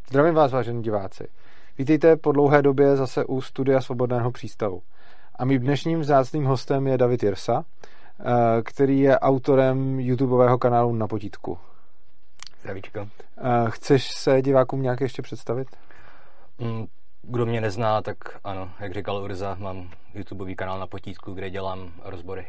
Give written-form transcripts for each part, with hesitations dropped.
Zdravím vás, vážení diváci. Vítejte po dlouhé době zase u Studia Svobodného přístavu. A mým dnešním vzácným hostem je David Jirsa, který je autorem YouTubeového kanálu Na potítku. Zdravíčko. Chceš se divákům nějak ještě představit? Kdo mě nezná, tak ano, jak říkal Urza, mám YouTubeový kanál Na potítku, kde dělám rozbory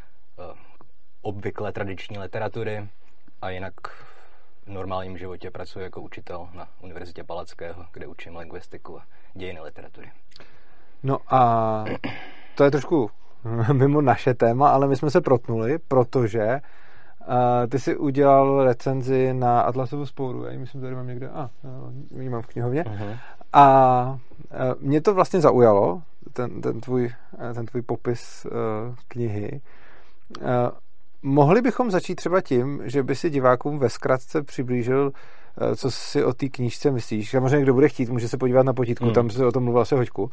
obvyklé tradiční literatury a jinak v normálním životě pracuji jako učitel na Univerzitě Palackého, kde učím lingvistiku a dějiny literatury. No a to je trošku mimo naše téma, ale my jsme se protnuli, protože ty jsi udělal recenzi na Atlasovu spouru. Já ji myslím, tady mám někde. Ji mám v knihovně. Uh-huh. A mě to vlastně zaujalo, ten tvůj popis knihy. Mohli bychom začít třeba tím, že by si divákům ve zkratce přiblížil, co si o té knížce myslíš. Samozřejmě, kdo bude chtít, může se podívat Na potítku, tam se o tom mluvil asi hoďku.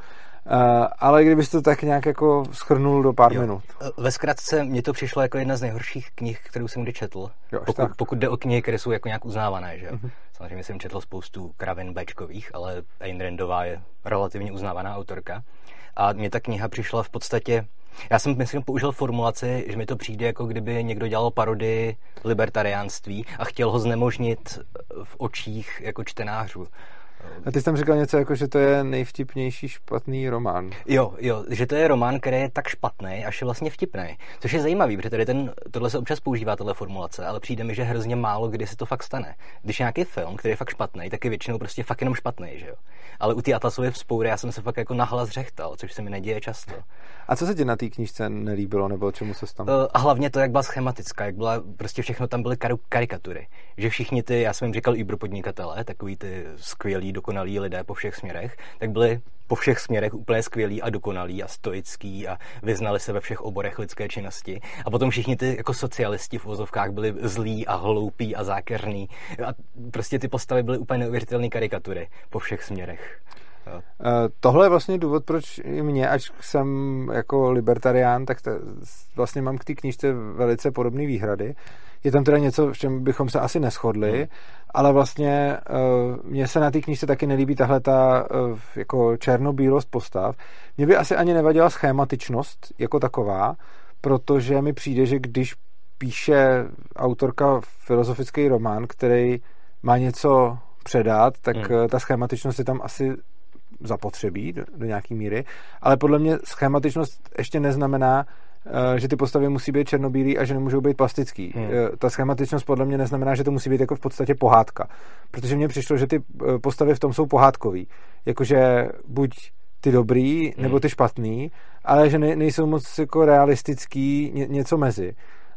Ale kdybys to tak nějak jako shrnul do pár minut. Ve zkratce mně to přišlo jako jedna z nejhorších knih, kterou jsem kdy četl. Pokud jde o knihy, které jsou jako nějak uznávané, že jo. Uh-huh. Samozřejmě jsem četl spoustu kravin béčkových, ale Ayn Randová je relativně uznávaná autorka. A mně ta kniha přišla v podstatě. Já jsem, myslím, použil formulaci, že mi to přijde, jako kdyby někdo dělal parodii libertariánství a chtěl ho znemožnit v očích jako čtenářů. A ty jsi tam říkal něco jako, že to je nejvtipnější špatný román. Jo, že to je román, který je tak špatný, až je vlastně vtipný. Což je zajímavý, protože tohle se občas používá, tahle formulace, ale přijde mi, že hrozně málo kdy se to fakt stane. Když je nějaký film, který je fakt špatný, tak je většinou prostě fakt jenom špatný, že jo. Ale u té Atlasovy vzpoury já jsem se fakt jako nahlas řechtal, což se mi neděje často. A co se ti na té knížce nelíbilo, nebo čemu se tam? A hlavně to, jak byla schematická, jak byla, prostě všechno tam byly karikatury. Že všichni ty, já jsem jim říkal podnikatelé, takový ty skvělí, dokonalí lidé po všech směrech, tak byli po všech směrech úplně skvělí a dokonalí a stoický a vyznali se ve všech oborech lidské činnosti. A potom všichni ty jako socialisti v uvozovkách byli zlí a hloupí a zákerní. A prostě ty postavy byly úplně neuvěřitelné karikatury po všech směrech. Tohle je vlastně důvod, proč i mě, ač jsem jako libertarián, tak vlastně mám k té knížce velice podobné výhrady. Je tam teda něco, v čem bychom se asi neshodli, ale vlastně mně se na té knížce taky nelíbí tahle ta jako černobílost postav. Mně by asi ani nevadila schématičnost jako taková, protože mi přijde, že když píše autorka filozofický román, který má něco předat, tak ta schématičnost je tam asi zapotřebí do nějaký míry, ale podle mě schématičnost ještě neznamená, že ty postavy musí být černobílý a že nemůžou být plastický. Ta schématičnost podle mě neznamená, že to musí být jako v podstatě pohádka. Protože mně přišlo, že ty postavy v tom jsou pohádkový. Jakože buď ty dobrý, nebo ty špatný, ale že nejsou moc jako realistický, něco mezi.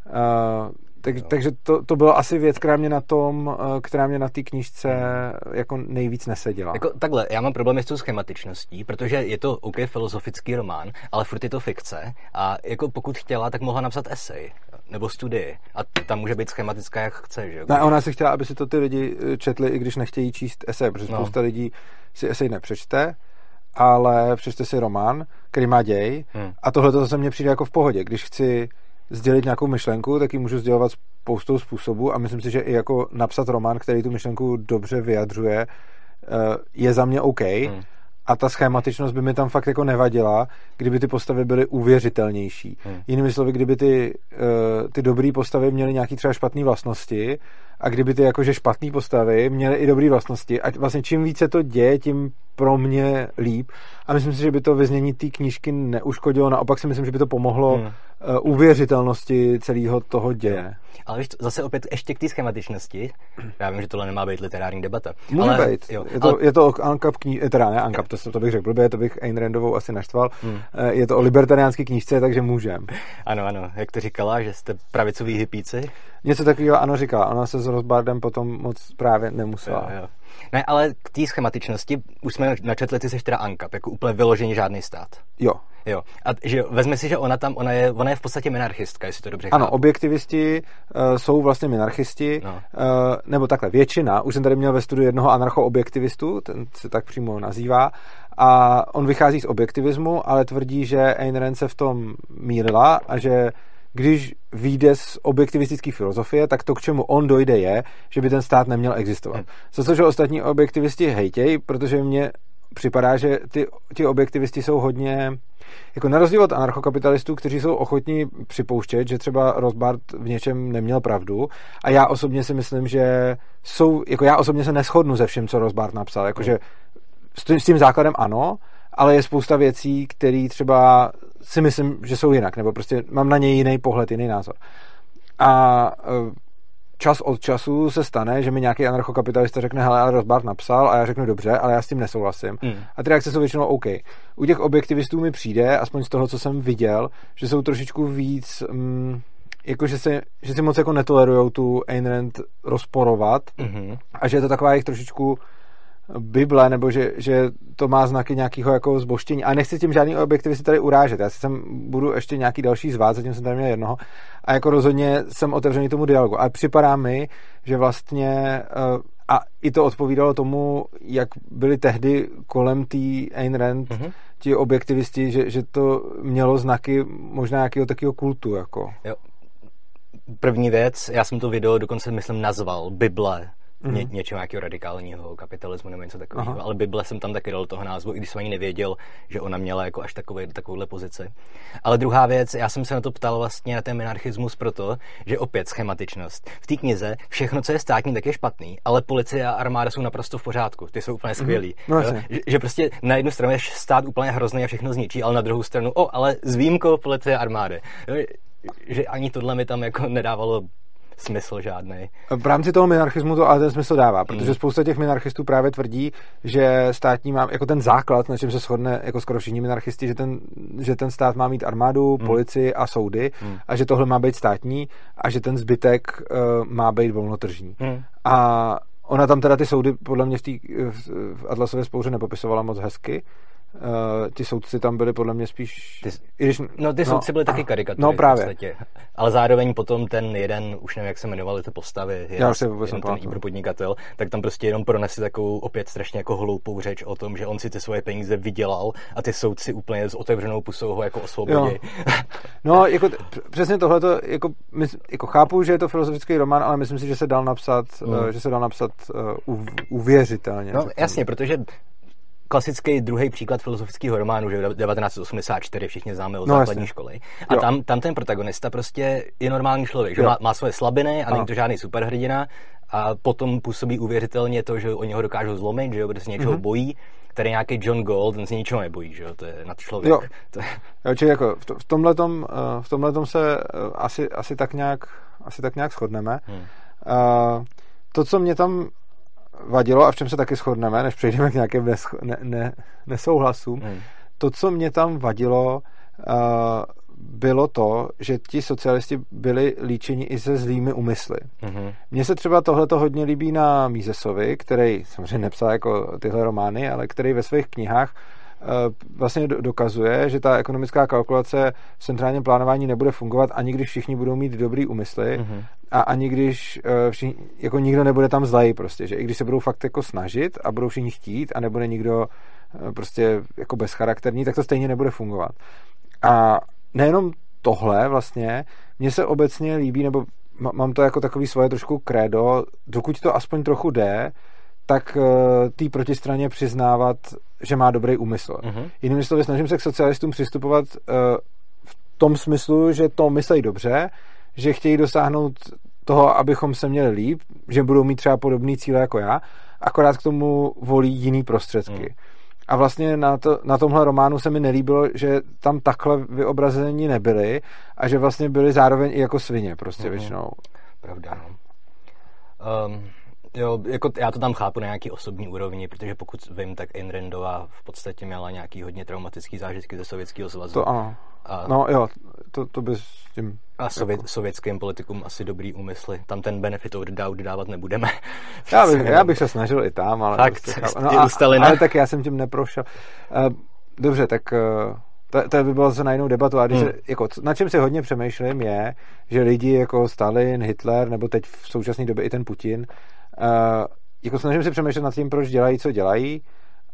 Takže to bylo asi věc, která mě na té knížce jako nejvíc neseděla. Jako takhle, já mám problém s tou schematičností, protože je to OK filozofický román, ale furt je to fikce a jako pokud chtěla, tak mohla napsat esej nebo studii a tam může být schematická, jak chce, že? No, ona si chtěla, aby si to ty lidi četli, i když nechtějí číst esej, protože spousta lidí si esej nepřečte, ale přečte si román, který má děj a tohle to zase mně přijde jako v pohodě. Když chci sdělit nějakou myšlenku, tak ji můžu sdělovat spoustou způsobů a myslím si, že i jako napsat román, který tu myšlenku dobře vyjadřuje, je za mě OK. A ta schématičnost by mi tam fakt jako nevadila, kdyby ty postavy byly uvěřitelnější. Jinými slovy, kdyby ty dobrý postavy měly nějaký třeba špatné vlastnosti a kdyby ty jakože špatné postavy měly i dobré vlastnosti. A vlastně čím více to děje, tím pro mě líp. A myslím si, že by to vyznění té knížky neuškodilo. Naopak si myslím, že by to pomohlo uvěřitelnosti celého toho děje. Ale víš, zase opět ještě k té schematičnosti. Já vím, že tohle nemá být literární debata. Může být. Jo, je to o Ankap knížce, teda ne Ankap, to bych řekl blbě, to bych Ayn Randovou asi naštval. Je to o libertariánské knížce, takže můžem. Ano, jak to říkala, že jste pravicoví hippíci? Něco takového ano říkala. Ona se s Rothbardem potom moc právě nemusela. Jo. Ne, ale k té schematičnosti už jsme načetli, ty seš teda Ankap, jako úplně vyloženě žádný stát. Jo. A že vezme si, že ona je v podstatě minarchistka, jestli to dobře chápu. Ano, objektivisti jsou vlastně minarchisti, nebo takhle, většina. Už jsem tady měl ve studiu jednoho anarcho-objektivistu, ten se tak přímo nazývá, a on vychází z objektivismu, ale tvrdí, že Ayn Rand se v tom mýlila a že když vyjde z objektivistické filozofie, tak to, k čemu on dojde, je, že by ten stát neměl existovat. Za to, že ostatní objektivisti hejtějí, protože mně připadá, že ti objektivisti jsou hodně, jako na rozdíl od anarchokapitalistů, kteří jsou ochotní připouštět, že třeba Rothbard v něčem neměl pravdu, a já osobně si myslím, že já osobně se neshodnu se vším, co Rothbard napsal, jakože s tím základem ano, ale je spousta věcí, které třeba si myslím, že jsou jinak, nebo prostě mám na něj jiný pohled, jiný názor. A čas od času se stane, že mi nějaký anarchokapitalista řekne, hele, ale Rothbard napsal, a já řeknu dobře, ale já s tím nesouhlasím. A ty reakce jsou většinou OK. U těch objektivistů mi přijde, aspoň z toho, co jsem viděl, že jsou trošičku víc, jako že si moc jako netolerujou tu Ayn Rand rozporovat, a že je to taková jejich trošičku Bible, nebo že to má znaky nějakého jako zbožtění. A nechci tím žádný objektivisty tady urážet. Já si sem budu ještě nějaký další zvát, zatím jsem tady měl jednoho. A jako rozhodně jsem otevřený tomu dialogu. Ale připadá mi, že vlastně a i to odpovídalo tomu, jak byli tehdy kolem té Ayn Rand ti objektivisti, že to mělo znaky možná nějakého takového kultu. Jako. Jo. První věc, já jsem to video dokonce, myslím, nazval Bible. Něčeho nějakého radikálního kapitalismu nebo něco takového, ale Bible jsem tam taky dal toho názvu, i když jsem ani nevěděl, že ona měla jako až takovouhle pozici. Ale druhá věc, já jsem se na to ptal vlastně na ten minarchismus proto, že opět schematičnost. V té knize všechno, co je státní, tak je špatný, ale policie a armáda jsou naprosto v pořádku, ty jsou úplně skvělý. Že prostě na jednu stranu je stát úplně hrozný a všechno zničí, ale na druhou stranu, ale s výjimkou policie a armády. Že ani tohle mi tam jako nedávalo smysl žádný. V rámci toho minarchismu to ale ten smysl dává, protože spousta těch minarchistů právě tvrdí, že státní má, jako ten základ, na čem se shodne jako skoro všichni minarchisti, že ten stát má mít armádu, policii a soudy a že tohle má být státní a že ten zbytek má být volnotržní. A ona tam teda ty soudy podle mě v Atlasově vzpouře nepopisovala moc hezky. Ti soudci tam byli podle mě spíš... Ty soudci byli taky karikatury. No právě. V podstatě. Ale zároveň potom ten jeden, už nevím, jak se jmenovaly ty postavy, ten Ibro podnikatel, tak tam prostě jenom pronesli takovou opět strašně jako hloupou řeč o tom, že on si ty svoje peníze vydělal a ty soudci úplně s otevřenou pusou ho jako osvobodí. No, jako přesně tohleto, jako chápu, že je to filozofický román, ale myslím si, že se dal napsat, uvěřitelně. No jasně, protože klasický druhý příklad filozofického románu, že 1984 všichni známe od základní školy. A tam ten protagonista prostě je normální člověk, že má svoje slabiny a není to žádný superhrdina a potom působí uvěřitelně to, že oni ho dokážou zlomit, že jo, protože se něčeho bojí. Tady nějaký John Gold, ten se ničeho nebojí, že jo, to je nad člověk. Jo, čili jako v tomhletom se asi tak nějak shodneme. To, co mě tam vadilo a v čem se taky shodneme, než přejdeme k nějakým nesouhlasům, to, co mě tam vadilo, bylo to, že ti socialisti byli líčeni i se zlými úmysly. Mně se třeba tohleto hodně líbí na Misesovi, který samozřejmě nepsal jako tyhle romány, ale který ve svých knihách vlastně dokazuje, že ta ekonomická kalkulace v centrálním plánování nebude fungovat, ani když všichni budou mít dobrý úmysly a ani když jako nikdo nebude tam zlej prostě, že i když se budou fakt jako snažit a budou všichni chtít a nebude nikdo prostě jako bezcharakterní, tak to stejně nebude fungovat. A nejenom tohle vlastně, mně se obecně líbí, nebo mám to jako takový svoje trošku krédo, dokud to aspoň trochu jde, tak té protistraně přiznávat, že má dobrý úmysl. Jinými slovy, snažím se k socialistům přistupovat v tom smyslu, že to myslejí dobře, že chtějí dosáhnout toho, abychom se měli líp, že budou mít třeba podobný cíle jako já, akorát k tomu volí jiný prostředky. A vlastně na tomhle románu se mi nelíbilo, že tam takhle vyobrazení nebyly a že vlastně byly zároveň i jako svině prostě většinou. Pravda, no. Jo, jako já to tam chápu na nějaký osobní úrovni, protože pokud vím, tak Ayn Randová v podstatě měla nějaký hodně traumatický zážitky ze Sovětského svazu. To ano. No jo, to by s tím... A sovětským politikům asi dobrý úmysly. Tam ten benefit of the doubt dávat nebudeme. Já bych se snažil i tam, ale... Fakt, ale tak já jsem tím neprošel. Dobře, tak... To by bylo zase na jinou debatu, a když jako, na čem si hodně přemýšlím je, že lidi jako Stalin, Hitler, nebo teď v současné době i ten Putin, jako snažím si přemýšlet nad tím, proč dělají, co dělají,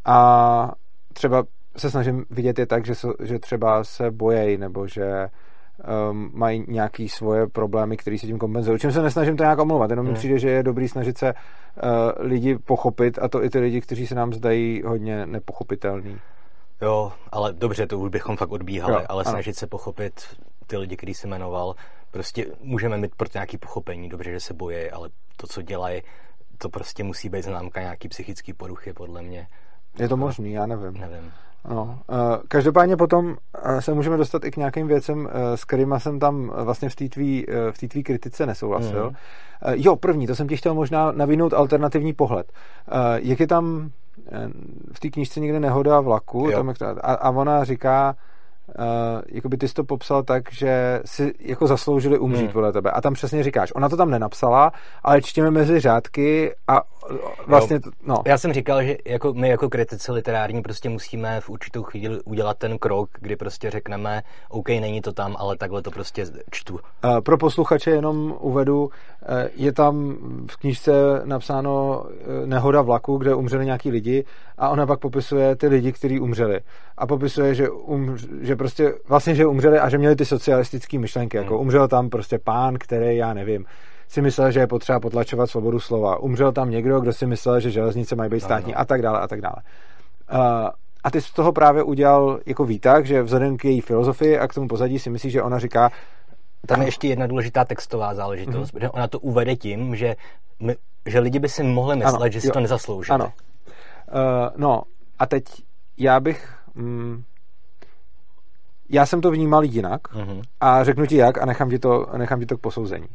a třeba se snažím vidět je tak, že třeba se bojejí, nebo že mají nějaký svoje problémy, které se tím kompenzují. Čím se nesnažím to nějak omlouvat, jenom mi přijde, že je dobrý snažit se lidi pochopit, a to i ty lidi, kteří se nám zdají hodně nepochopitelný. Jo, ale dobře, to už bychom fakt odbíhali, jo, ale ano. snažit se pochopit ty lidi, který jsi jmenoval, prostě můžeme mít pro to nějaký pochopení, dobře, že se bojí, ale to, co dělají, to prostě musí být známka nějaký psychický poruchy, podle mě. Je to možný, já nevím. Nevím. No, každopádně potom se můžeme dostat i k nějakým věcem, s kterýma jsem tam vlastně v té tvý kritice nesouhlasil. Jo, první, to jsem ti chtěl možná nabídnout alternativní pohled. Jak je tam v té knížce někde nehoda vlaku, tam a ona říká, jakoby ty jsi to popsal tak, že si jako zasloužili umřít podle tebe. A tam přesně říkáš, ona to tam nenapsala, ale čtěme mezi řádky a vlastně... No. Já jsem říkal, že my jako kritici literární prostě musíme v určitou chvíli udělat ten krok, kdy prostě řekneme, OK, není to tam, ale takhle to prostě čtu. Pro posluchače jenom uvedu, je tam v knížce napsáno nehoda vlaku, kde umřeli nějaký lidi, a ona pak popisuje ty lidi, kteří umřeli. A popisuje, že prostě vlastně, že umřeli a že měli ty socialistické myšlenky. Jako umřel tam prostě pán, který, já nevím, si myslel, že je potřeba potlačovat svobodu slova. Umřel tam někdo, kdo si myslel, že železnice mají být státní a tak dále a tak dále. A ty z toho právě udělal jako výtah, že vzhledem k její filozofii a k tomu pozadí si myslíš, že ona říká... Tam je ještě jedna důležitá textová záležitost, protože ona to uvede tím, že lidi by si mohli myslet, že si to nezasloužili. Ano. No a teď já jsem to vnímal jinak a řeknu ti jak a nechám ti to k posouzení.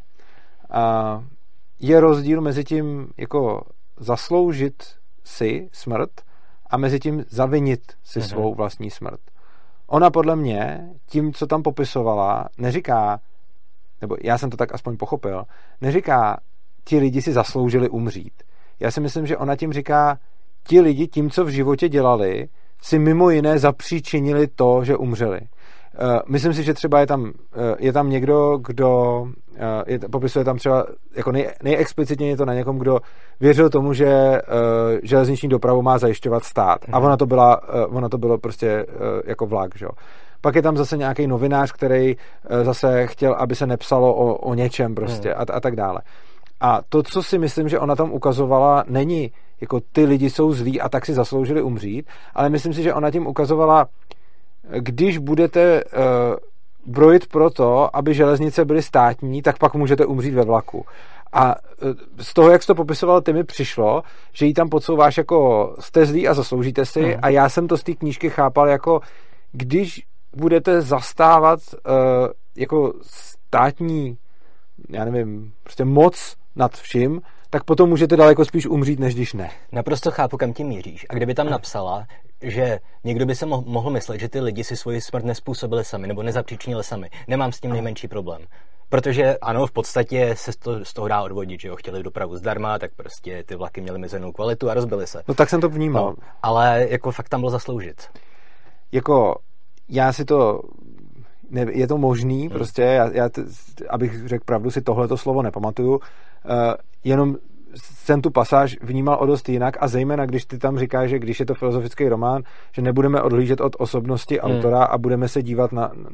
Je rozdíl mezi tím jako zasloužit si smrt a mezi tím zavinit si svou vlastní smrt. Ona podle mě tím, co tam popisovala, neříká, nebo já jsem to tak aspoň pochopil, neříká, ti lidi si zasloužili umřít. Já si myslím, že ona tím říká, ti lidi tím, co v životě dělali, si mimo jiné zapříčinili to, že umřeli. Myslím si, že třeba je tam někdo, kdo popisuje tam třeba jako nejexplicitně je to na někom, kdo věřil tomu, že železniční dopravu má zajišťovat stát. A ona to bylo prostě jako vlak, že jo. Pak je tam zase nějaký novinář, který zase chtěl, aby se nepsalo o něčem prostě a tak dále. A to, co si myslím, že ona tam ukazovala, není jako ty lidi jsou zlí a tak si zasloužili umřít, ale myslím si, že ona tím ukazovala, když budete brojit pro to, aby železnice byly státní, tak pak můžete umřít ve vlaku. A z toho, jak jsi to popisoval, ty mi přišlo, že jí tam podsouváš jako jste zlí a zasloužíte si a já jsem to z té knížky chápal jako když budete zastávat jako státní, já nevím, prostě moc nad vším, tak potom můžete daleko spíš umřít, než když ne. Naprosto chápu, kam tím míříš. A kdyby tam napsala, že někdo by se mohl myslet, že ty lidi si svoji smrt nezpůsobili sami, nebo nezapříčinili sami, nemám s tím nejmenší problém. Protože ano, v podstatě se z toho dá odvodit, že jo, chtěli dopravu zdarma, tak prostě ty vlaky měly mizernou kvalitu a rozbily se. No tak jsem to vnímal. No, ale jako fakt tam bylo zasloužit. Jako já si to... je to možný, prostě, já abych řekl pravdu, si tohleto slovo nepamatuju, jenom jsem tu pasáž vnímal o dost jinak a zejména, když ty tam říkáš, že když je to filozofický román, že nebudeme odhlížet od osobnosti autora a budeme se dívat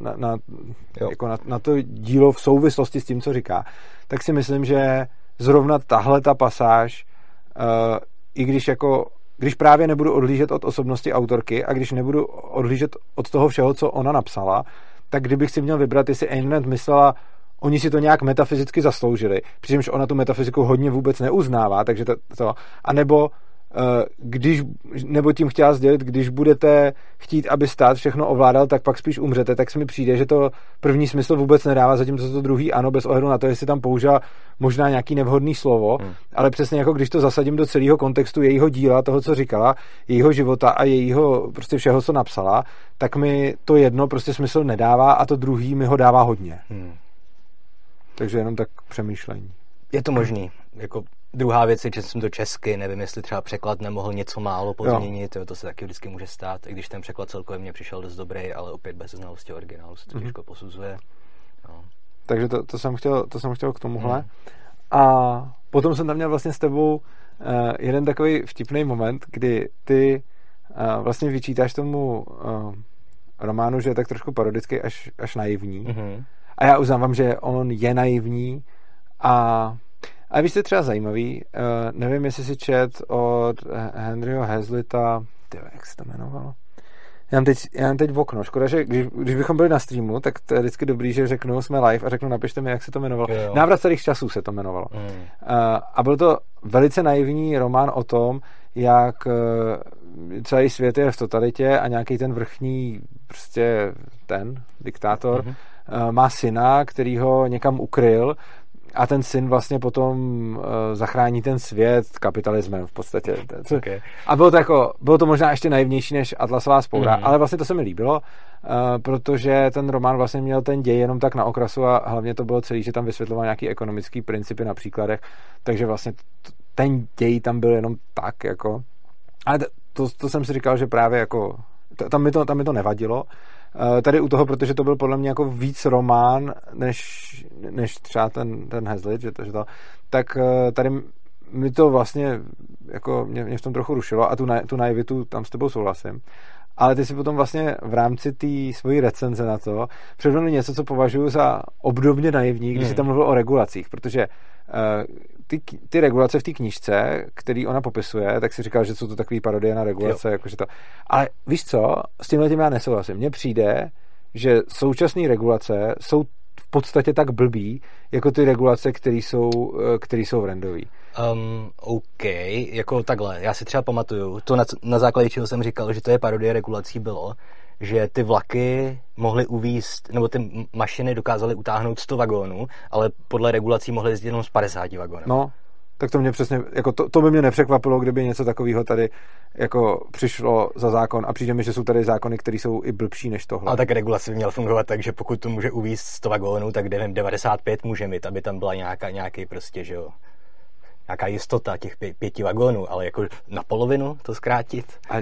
na to dílo v souvislosti s tím, co říká, tak si myslím, že zrovna tahle ta pasáž, i když právě nebudu odhlížet od osobnosti autorky a když nebudu odhlížet od toho všeho, co ona napsala, tak kdybych si měl vybrat, jestli Ayn Rand myslela, oni si to nějak metafyzicky zasloužili, přičemž ona tu metafyziku hodně vůbec neuznává, takže to a nebo tím chtěla sdělit, když budete chtít, aby stát všechno ovládal, tak pak spíš umřete, tak se mi přijde, že to první smysl vůbec nedává, zatímco to druhý ano, bez ohledu na to, jestli tam použila možná nějaký nevhodný slovo, ale přesně jako když to zasadím do celého kontextu jejího díla, toho, co říkala, jejího života a jejího prostě všeho, co napsala, tak mi to jedno prostě smysl nedává a to druhý mi ho dává hodně. Takže jenom tak přemýšlení. Je to možný. Jako druhá věc je, že jsem to česky, nevím, jestli třeba překlad nemohl něco málo pozměnit, to se taky vždycky může stát, i když ten překlad celkově mně přišel dost dobrý, ale opět bez znalosti originálu se to těžko posuzuje. No. Takže to jsem chtěl k tomuhle. A potom jsem tam měl vlastně s tebou jeden takový vtipný moment, kdy ty vlastně vyčítáš tomu románu, že je tak trošku parodický až naivní. Mm-hmm. A já uznávám, že on je naivní a víš, to je třeba zajímavý, nevím, jestli si čet od Henryho Hazlitta, jak se to jmenovalo? Já mám teď v okno. Škoda, že když bychom byli na streamu, tak to je vždycky dobrý, že řeknu, jsme live a řeknu, napište mi, jak se to jmenovalo. Jo. Návrat starých časů se to jmenovalo. A byl to velice naivní román o tom, jak celý svět je v totalitě a nějaký ten vrchní prostě ten diktátor má syna, který ho někam ukryl a ten syn vlastně potom zachrání ten svět kapitalismem v podstatě. Okay. A bylo to možná ještě naivnější než Atlasová vzpoura, ale vlastně to se mi líbilo, protože ten román vlastně měl ten děj jenom tak na okrasu a hlavně to bylo celý, že tam vysvětloval nějaký ekonomický principy na příkladech, takže vlastně ten děj tam byl jenom tak, jako. Ale to jsem si říkal, že právě jako tam mi to nevadilo. Tady u toho, protože to byl podle mě jako víc román, než třeba ten Hazlitt, tak tady mi to vlastně jako mě v tom trochu rušilo a tu naivitu tam s tebou souhlasím. Ale ty si potom vlastně v rámci té svojí recenze na to předvedl něco, co považuji za obdobně naivní, když jsi tam mluvil o regulacích, protože ty regulace v té knížce, který ona popisuje, tak si říkal, že jsou to takový parodie na regulace, jakože to. Ale víš co, s tímhletím já nesouhlasím. Mně přijde, že současné regulace jsou v podstatě tak blbý, jako ty regulace, které jsou v Randový. OK, jako takhle. Já si třeba pamatuju, to na základě čeho jsem říkal, že to je parodie regulací bylo, že ty vlaky mohly uvízt, nebo ty mašiny dokázaly utáhnout 100 vagónů, ale podle regulací mohly jezdit jenom z 50 vagónů. No, tak to mě přesně, jako to by mě nepřekvapilo, kdyby něco takového tady jako přišlo za zákon a přijde mi, že jsou tady zákony, které jsou i blbší než tohle. A tak regulace by měla fungovat tak, že pokud to může uvízt 100 vagónů, tak 95 může mít, aby tam byla nějaký prostě, že jo, nějaká jistota těch 5 vagónů, ale jako na polovinu to zkrátit.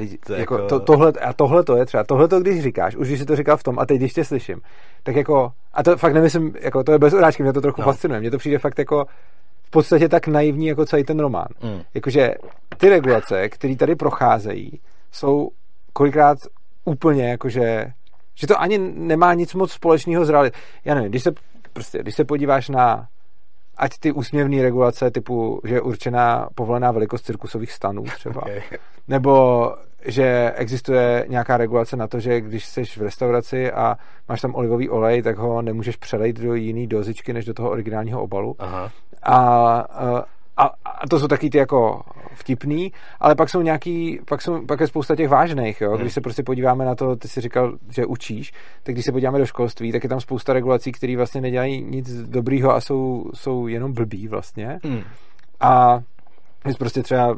Tohle to je třeba, tohle to když říkáš, už když si to říkal v tom a teď když tě slyším, tak jako, a to fakt nemyslím, jako to je bez urážky, mě to trochu fascinuje, mně to přijde fakt jako v podstatě tak naivní jako celý ten román. Jakože ty regulace, které tady procházejí, jsou kolikrát úplně jakože, že to ani nemá nic moc společného s realitou. Já nevím, když se podíváš na ať ty úsměvné regulace typu, že je určená povolená velikost cirkusových stanů třeba, nebo že existuje nějaká regulace na to, že když jsi v restauraci a máš tam olivový olej, tak ho nemůžeš přelejt do jiný dozičky, než do toho originálního obalu. Aha. A to jsou taky ty jako vtipný, ale pak pak je spousta těch vážných, jo? Když se prostě podíváme na to, ty jsi říkal, že učíš, tak když se podíváme do školství, tak je tam spousta regulací, které vlastně nedělají nic dobrýho a jsou jenom blbý vlastně. A prostě třeba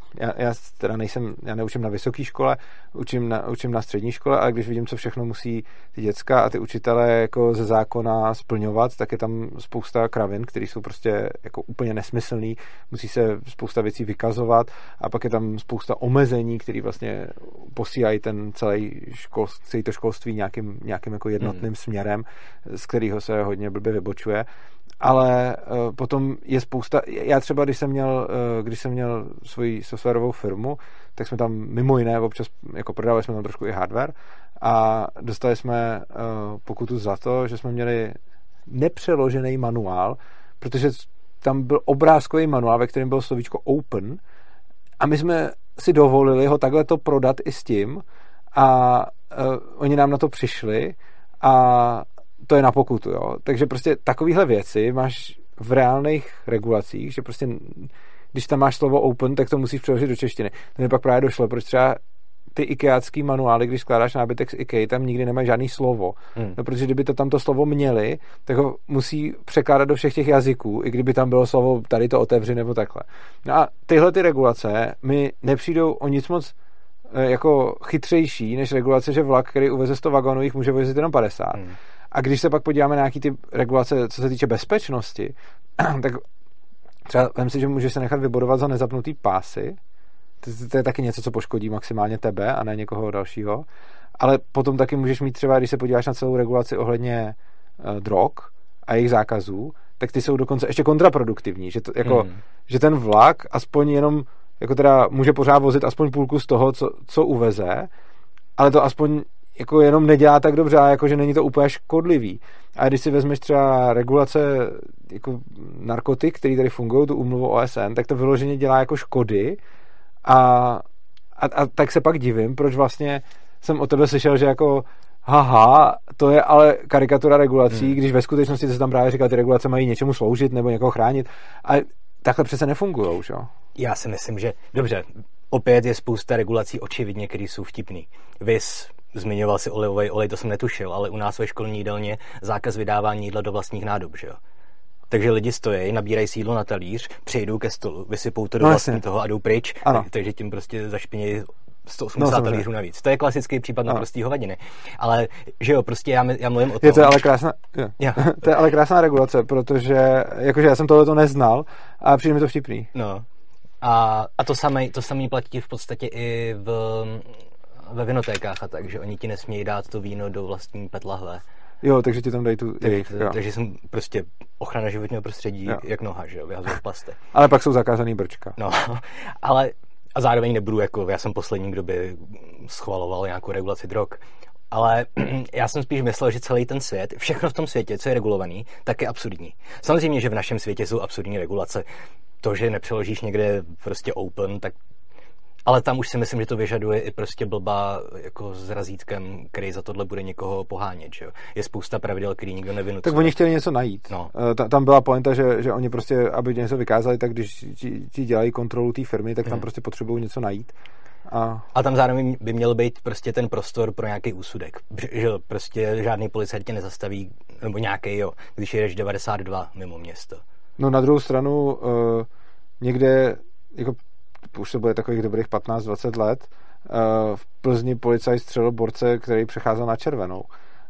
já neučím na vysoké škole, učím na střední škole, ale když vidím, co všechno musí ty děcka a ty učitelé jako ze zákona splňovat, tak je tam spousta kravin, které jsou prostě jako úplně nesmyslný, musí se spousta věcí vykazovat a pak je tam spousta omezení, které vlastně posílají celé to školství nějakým jako jednotným směrem, z kterého se hodně blbě vybočuje. Ale potom je spousta, já třeba, když jsem měl svoji softwarovou firmu, tak jsme tam mimo jiné občas, jako prodávali jsme tam trošku i hardware a dostali jsme pokutu za to, že jsme měli nepřeložený manuál, protože tam byl obrázkový manuál, ve kterém bylo slovíčko open a my jsme si dovolili ho takhle to prodat i s tím a oni nám na to přišli a to je na pokutu, jo. Takže prostě takovýhle věci máš v reálných regulacích, že prostě když tam máš slovo open, tak to musíš přeložit do češtiny. To mi pak právě došlo, proč třeba ty ikeácký manuály, když skládáš nábytek z IKEA, tam nikdy nemají žádný slovo. No, protože kdyby to tamto slovo měli, tak ho musí překládat do všech těch jazyků, i kdyby tam bylo slovo tady to otevři nebo takhle. No a tyhle ty regulace mi nepřijdou o nic moc jako chytřejší, než regulace, že vlak, který uveze 100 vagónů, jich může vozit jenom 50. A když se pak podíváme na nějaký ty regulace, co se týče bezpečnosti, tak třeba vem si, že můžeš se nechat vybudovat za nezapnutý pásy. To je taky něco, co poškodí maximálně tebe a ne někoho dalšího. Ale potom taky můžeš mít třeba, když se podíváš na celou regulaci ohledně drog a jejich zákazů, tak ty jsou dokonce ještě kontraproduktivní. Že, že ten vlak aspoň jenom jako teda může pořád vozit aspoň půlku z toho, co uveze, ale to aspoň jako jenom nedělá tak dobře, ale jako, že není to úplně škodlivý. A když si vezmeš třeba regulace jako narkotik, které tady fungují, tu úmluvu OSN, tak to vyloženě dělá jako škody a tak se pak divím, proč vlastně jsem o tebe slyšel, že jako haha, to je ale karikatura regulací, když ve skutečnosti to se tam právě říká, ty regulace mají něčemu sloužit nebo někoho chránit. A takhle přece nefungujou, že jo? Já si myslím, že dobře, opět je spousta regulací očividně, které jsou vtipný. Vys zmiňoval si olivový olej, to jsem netušil, ale u nás ve školní jídelně zákaz vydávání jídla do vlastních nádob, že jo? Takže lidi stojí, nabírají si jídlo na talíř, přijdou ke stolu, vysypou to do vlastní toho a jdou pryč, takže tím prostě zašpinějí 180 talířů navíc. To je klasický případ naprostý hovadiny. Ale že jo, prostě já mluvím o tom. To je ale krásná regulace, protože jakože já jsem tohleto neznal a přijde mi to vtipný. No. A to samé platí v podstatě i ve vinotékách a tak, že oni ti nesmějí dát to víno do vlastní PET lahve. Jo, takže ti tam dají tu jejich. Takže jsem prostě ochrana životního prostředí jak noha, že jo, vyhazují v plastech. Ale pak jsou zakázaný brčka. No, ale a zároveň nebudu jako, já jsem poslední, kdo by schvaloval nějakou regulaci drog. Ale já jsem spíš myslel, že celý ten svět, všechno v tom světě, co je regulovaný, tak je absurdní. Samozřejmě, že v našem světě jsou absurdní regulace. To, že nepřeložíš někde prostě open, tak ale tam už si myslím, že to vyžaduje i prostě blbá jako s razítkem, který za tohle bude někoho pohánět, že jo. Je spousta pravidel, který nikdo nevynucuje. Tak oni chtěli něco najít. No. Tam byla pointa, že oni prostě, aby něco vykázali, tak když ti dělají kontrolu té firmy, tak tam prostě potřebují něco najít. A tam zároveň by měl být prostě ten prostor pro nějaký úsudek. Že prostě žádný policajt tě nezastaví, nebo nějaký, jo, když jedeš 92 mimo město. No na druhou stranu někde jako už to bude takových dobrých 15-20 let, v Plzni policajt střelil borce, který přecházel na červenou.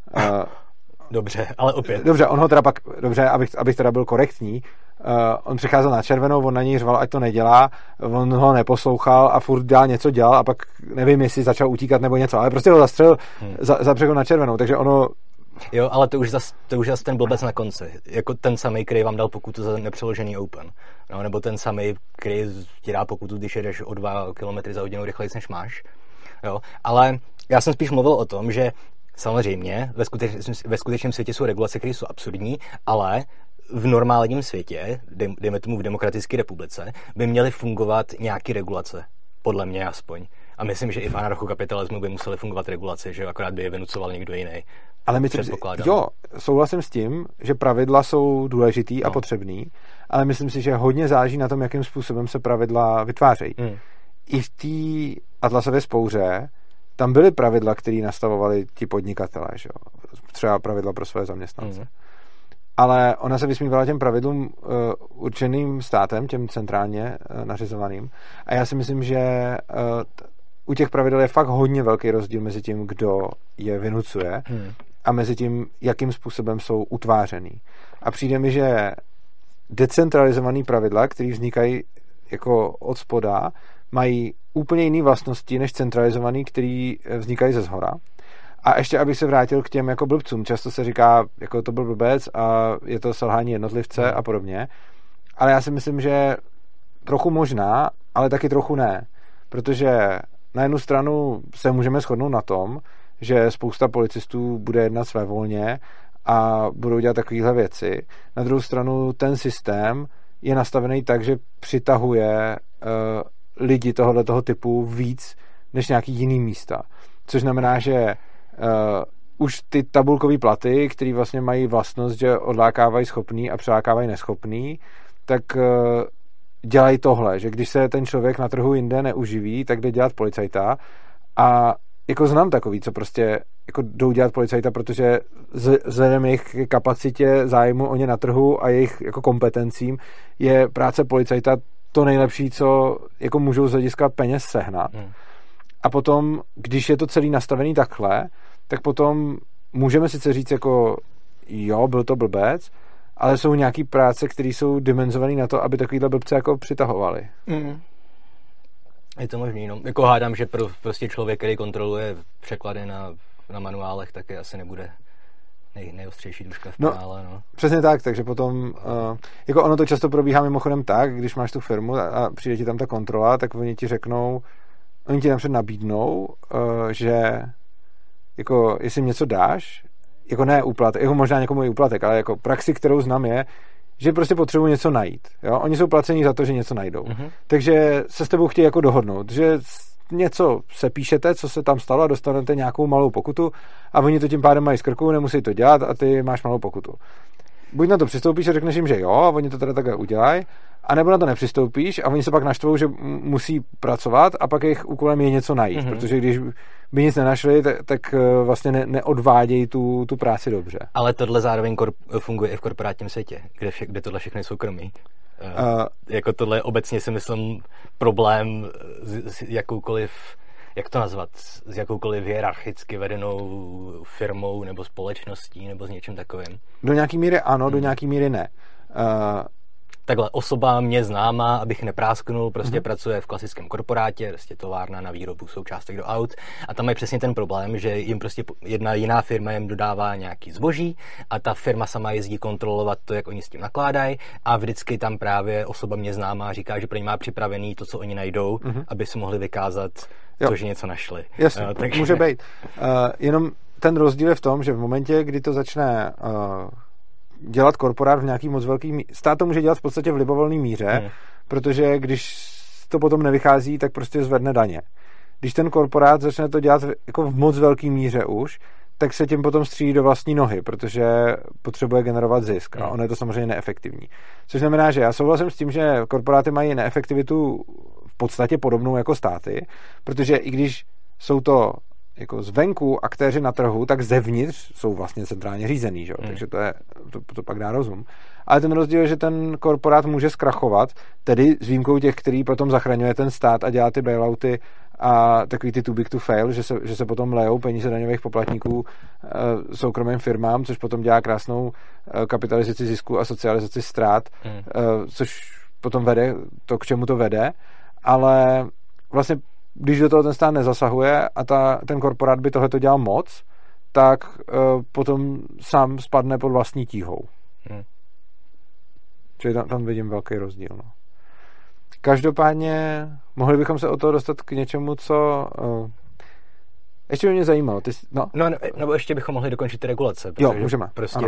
Dobře, ale opět. Dobře, on ho teda pak, abych teda byl korektní, on přecházel na červenou, on na něj řval, ať to nedělá, on ho neposlouchal a furt něco dělal a pak nevím, jestli začal utíkat nebo něco, ale prostě ho zastřelil za přechod na červenou, takže ono. Jo, ale to už zas ten blbec na konci. Jako ten samý, který vám dal pokutu za nepřeložený open. No, nebo ten samý, který ti dá pokutu, když jedeš o 2 km za hodinu rychleji, než máš. Jo, ale já jsem spíš mluvil o tom, že samozřejmě ve skutečném světě jsou regulace, které jsou absurdní, ale v normálním světě, dejme tomu v demokratické republice, by měly fungovat nějaké regulace. Podle mě aspoň. A myslím, že i v anarchokapitalismu by musely fungovat regulace, že akorát by je vynucoval někdo jiný. Ale myslím si, jo, souhlasím s tím, že pravidla jsou důležitý a potřebný, ale myslím si, že hodně záleží na tom, jakým způsobem se pravidla vytvářejí. I v té Atlasově vzpouře tam byly pravidla, které nastavovali ti podnikatelé, že jo? Třeba pravidla pro své zaměstnance. Ale ona se vysmívala těm pravidlům určeným státem, těm centrálně nařizovaným. A já si myslím, že u těch pravidel je fakt hodně velký rozdíl mezi tím, kdo je vynucuje a mezi tím, jakým způsobem jsou utvářený. A přijde mi, že decentralizovaný pravidla, které vznikají jako od spoda, mají úplně jiné vlastnosti než centralizovaný, který vznikají ze zhora. A ještě, abych se vrátil k těm jako blbcům. Často se říká, jako to byl blbec a je to selhání jednotlivce a podobně. Ale já si myslím, že trochu možná, ale taky trochu ne. Protože na jednu stranu se můžeme shodnout na tom, že spousta policistů bude jednat svévolně a budou dělat takovéhle věci. Na druhou stranu ten systém je nastavený tak, že přitahuje lidi tohoto typu víc než nějaký jiný místa. Což znamená, že už ty tabulkové platy, které vlastně mají vlastnost, že odlákávají schopný a přelákávají neschopný, tak dělají tohle, že když se ten člověk na trhu jinde neuživí, tak jde dělat policajta a jako znám takový, co prostě jako jdou dělat policajta, protože vzhledem jejich kapacitě zájmu o ně na trhu a jejich jako kompetencím je práce policajta to nejlepší, co jako můžou z hlediska peněz sehnat. A potom, když je to celý nastavený takhle, tak potom můžeme sice říct jako jo, byl to blbec, ale jsou nějaký práce, které jsou dimenzované na to, aby takovýhle blbce jako přitahovali. Je to možný, no. Jako hádám, že prostě člověk, který kontroluje překlady na manuálech, tak asi nebude nejostřejší duška v penále, no. Přesně tak, takže potom jako ono to často probíhá mimochodem tak, když máš tu firmu a přijde ti tam ta kontrola, tak oni ti napřed nabídnou, že jako jestli jim něco dáš, jako ne úplatek, jako možná někomu i úplatek, ale jako praxi, kterou znám je, že prostě potřebují něco najít. Jo? Oni jsou placení za to, že něco najdou. Takže se s tebou chtějí jako dohodnout, že něco se píšete, co se tam stalo a dostanete nějakou malou pokutu a oni to tím pádem mají z krku, nemusí to dělat a ty máš malou pokutu. Buď na to přistoupíš a řekneš jim, že jo, a oni to teda takhle udělají, anebo na to nepřistoupíš a oni se pak naštvou, že musí pracovat a pak jejich úkolem je něco najít, protože když by nic nenašli, tak vlastně neodvádějí tu práci dobře. Ale tohle zároveň funguje i v korporátním světě, kde tohle všechno je soukromí. Jako tohle obecně si myslím problém s jakoukoliv, jak to nazvat, s jakoukoliv hierarchicky vedenou firmou nebo společností nebo s něčím takovým. Do nějaký míry ano, do nějaký míry ne. Takhle, osoba mě známá, abych neprásknul, prostě pracuje v klasickém korporátě, prostě továrna na výrobu součástek do aut a tam je přesně ten problém, že jim prostě jedna jiná firma jim dodává nějaký zboží a ta firma sama jezdí kontrolovat to, jak oni s tím nakládají a vždycky tam právě osoba mě známá říká, že pro ně má připravený to, co oni najdou, aby si mohli vykázat to, že něco našli. Jasně, takže... může být. Jenom ten rozdíl je v tom, že v momentě, kdy to začne dělat korporát v nějaký moc velký stát to může dělat v podstatě v libovolné míře, protože když to potom nevychází, tak prostě zvedne daně. Když ten korporát začne to dělat jako v moc velké míře už, tak se tím potom střílí do vlastní nohy, protože potřebuje generovat zisk a ono je to samozřejmě neefektivní. Což znamená, že já souhlasím s tím, že korporáty mají neefektivitu v podstatě podobnou jako státy, protože i když jsou to jako zvenku aktéři na trhu, tak zevnitř jsou vlastně centrálně řízený, že? Takže to pak dá rozum. Ale ten rozdíl je, že ten korporát může zkrachovat, tedy s výjimkou těch, který potom zachraňuje ten stát a dělá ty bailouty a takový ty too big to fail, že se potom lejou peníze daňových poplatníků soukromým firmám, což potom dělá krásnou kapitalizaci zisku a socializaci ztrát, což potom vede to, k čemu to vede, ale vlastně když do toho ten stát nezasahuje a ten korporát by tohleto dělal moc, tak potom sám spadne pod vlastní tíhou. Čili tam vidím velký rozdíl. No. Každopádně mohli bychom se o toho dostat k něčemu, co ještě by mě zajímalo. Nebo ještě bychom mohli dokončit ty regulace. Jo, můžeme. Prostě...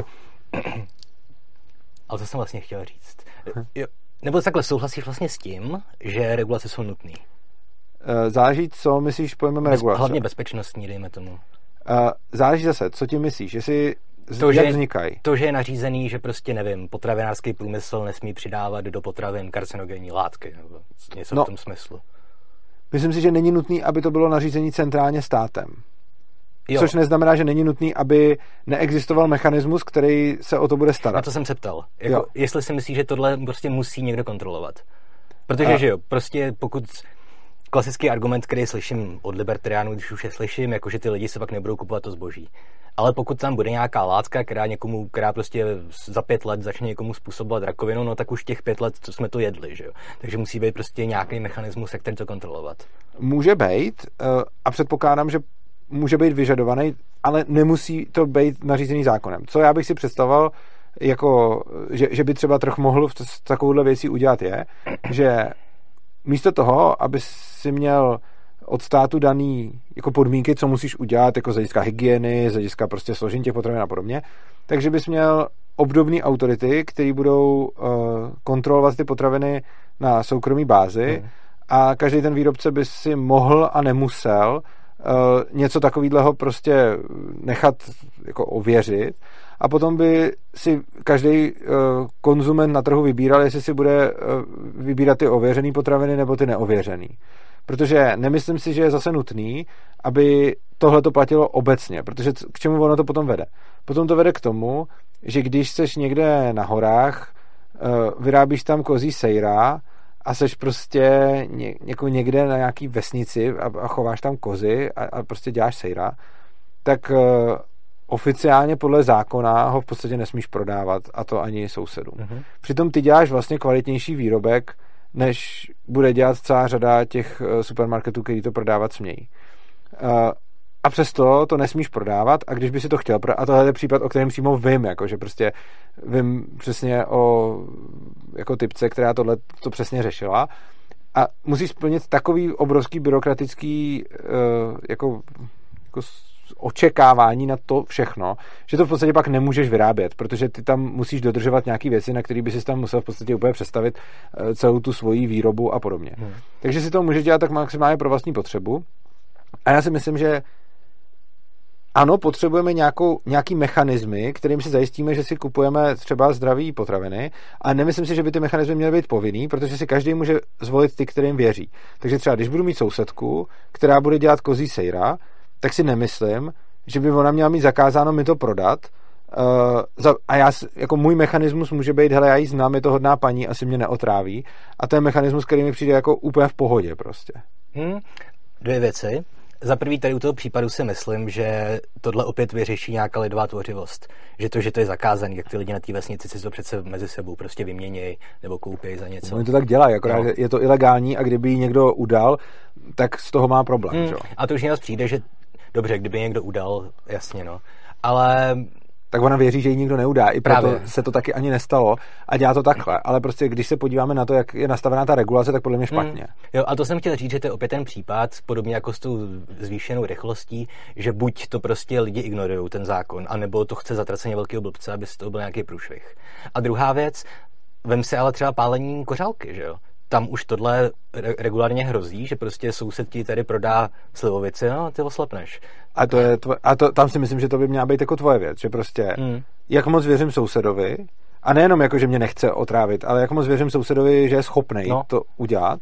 Ale to jsem vlastně chtěl říct. Nebo takhle souhlasíš vlastně s tím, že regulace jsou nutné? Záleží, co myslíš pojmem regulace. Hlavně bezpečnostní, dejme tomu. Záleží zase, co tím myslíš, jestli jak vznikají. To, že je nařízený, že prostě, nevím, potravinářský průmysl nesmí přidávat do potravin karcinogenní látky, nebo něco v tom smyslu. Myslím si, že není nutný, aby to bylo nařízení centrálně státem. Jo. Což neznamená, že není nutný, aby neexistoval mechanismus, který se o to bude starat. Na to jsem se ptal. Jestli si myslíš, že tohle prostě musí někdo kontrolovat. Protože, že jo, prostě pokud... Klasický argument, který slyším od libertariánů, když už je slyším, jakože ty lidi se pak nebudou kupovat to zboží. Ale pokud tam bude nějaká látka, která prostě za 5 let začne někomu způsobovat rakovinu, no tak už těch 5 let, co jsme to jedli, že jo. Takže musí být prostě nějaký mechanismus, jak to kontrolovat. Může být a předpokládám, že může být vyžadovaný, ale nemusí to být nařízený zákonem. Co já bych si představoval, jako, že by třeba trh mohl v takovouhle věcí udělat je, že místo toho, aby si měl od státu daný jako podmínky, co musíš udělat, jako z hlediska hygieny, z hlediska prostě složení těch potravin a podobně, takže bys měl obdobné autority, které budou kontrolovat ty potraviny na soukromý bázi a každý ten výrobce by si mohl a nemusel něco takového prostě nechat jako ověřit a potom by si každý konzument na trhu vybíral, jestli si bude vybírat ty ověřený potraviny nebo ty neověřený. Protože nemyslím si, že je zase nutný, aby tohle to platilo obecně, protože k čemu ono to potom vede? Potom to vede k tomu, že když seš někde na horách, vyrábíš tam kozí sejra a seš prostě někde na nějaký vesnici a chováš tam kozy a prostě děláš sejra, tak oficiálně podle zákona ho v podstatě nesmíš prodávat a to ani sousedům. Přitom ty děláš vlastně kvalitnější výrobek, než bude dělat celá řada těch supermarketů, který to prodávat smějí. A přesto to nesmíš prodávat a když by si to chtěl, a tohle je případ, o kterém přímo vím, jako, že prostě vím přesně o jako typce, která tohle to přesně řešila a musíš splnit takový obrovský byrokratický jako očekávání na to všechno, že to v podstatě pak nemůžeš vyrábět, protože ty tam musíš dodržovat nějaké věci, na které by si tam musel v podstatě úplně představit celou tu svoji výrobu a podobně. Takže si to můžeš dělat tak maximálně pro vlastní potřebu. A já si myslím, že ano, potřebujeme nějaký mechanismy, kterým si zajistíme, že si kupujeme třeba zdraví potraviny, a nemyslím si, že by ty mechanismy měly být povinný, protože si každý může zvolit ty, kterým věří. Takže třeba, když budu mít sousedku, která bude dělat kozí sejra, tak si nemyslím, že by ona měla mít zakázáno mi to prodat, a já, jako můj mechanismus může být, hele, já ji znám, je to hodná paní, asi mě neotráví, a to je mechanismus, který mi přijde jako úplně v pohodě prostě. Dvě věci. Za prvý tady u toho případu si myslím, že tohle opět vyřeší nějaká lidová tvořivost. Že to je zakázané, jak ty lidi na té vesnici si to přece mezi sebou prostě vyměnějí nebo koupí za něco. Oni to tak dělají, akorát je to ilegální, a kdyby ji někdo udal, tak z toho má problém. Že? A to už mě přijde, že dobře, kdyby někdo udal, jasně, no. Ale tak ona věří, že ji nikdo neudá. I proto se to taky ani nestalo a dělá to takhle. Ale prostě, když se podíváme na to, jak je nastavená ta regulace, tak podle mě špatně. Jo, a to jsem chtěl říct, že to je opět ten případ, podobně jako s tou zvýšenou rychlostí, že buď to prostě lidi ignorují ten zákon, anebo to chce zatraceně velkého blbce, aby z toho byl nějaký průšvih. A druhá věc, vem si ale třeba pálení kořálky, že jo? Tam už tohle regulárně hrozí, že prostě soused ti tady prodá slivovici, no, ty oslepneš. Tam si myslím, že to by měla být jako tvoje věc, že prostě jak moc věřím sousedovi, a nejenom jako, že mě nechce otrávit, ale jak moc věřím sousedovi, že je schopnej to udělat.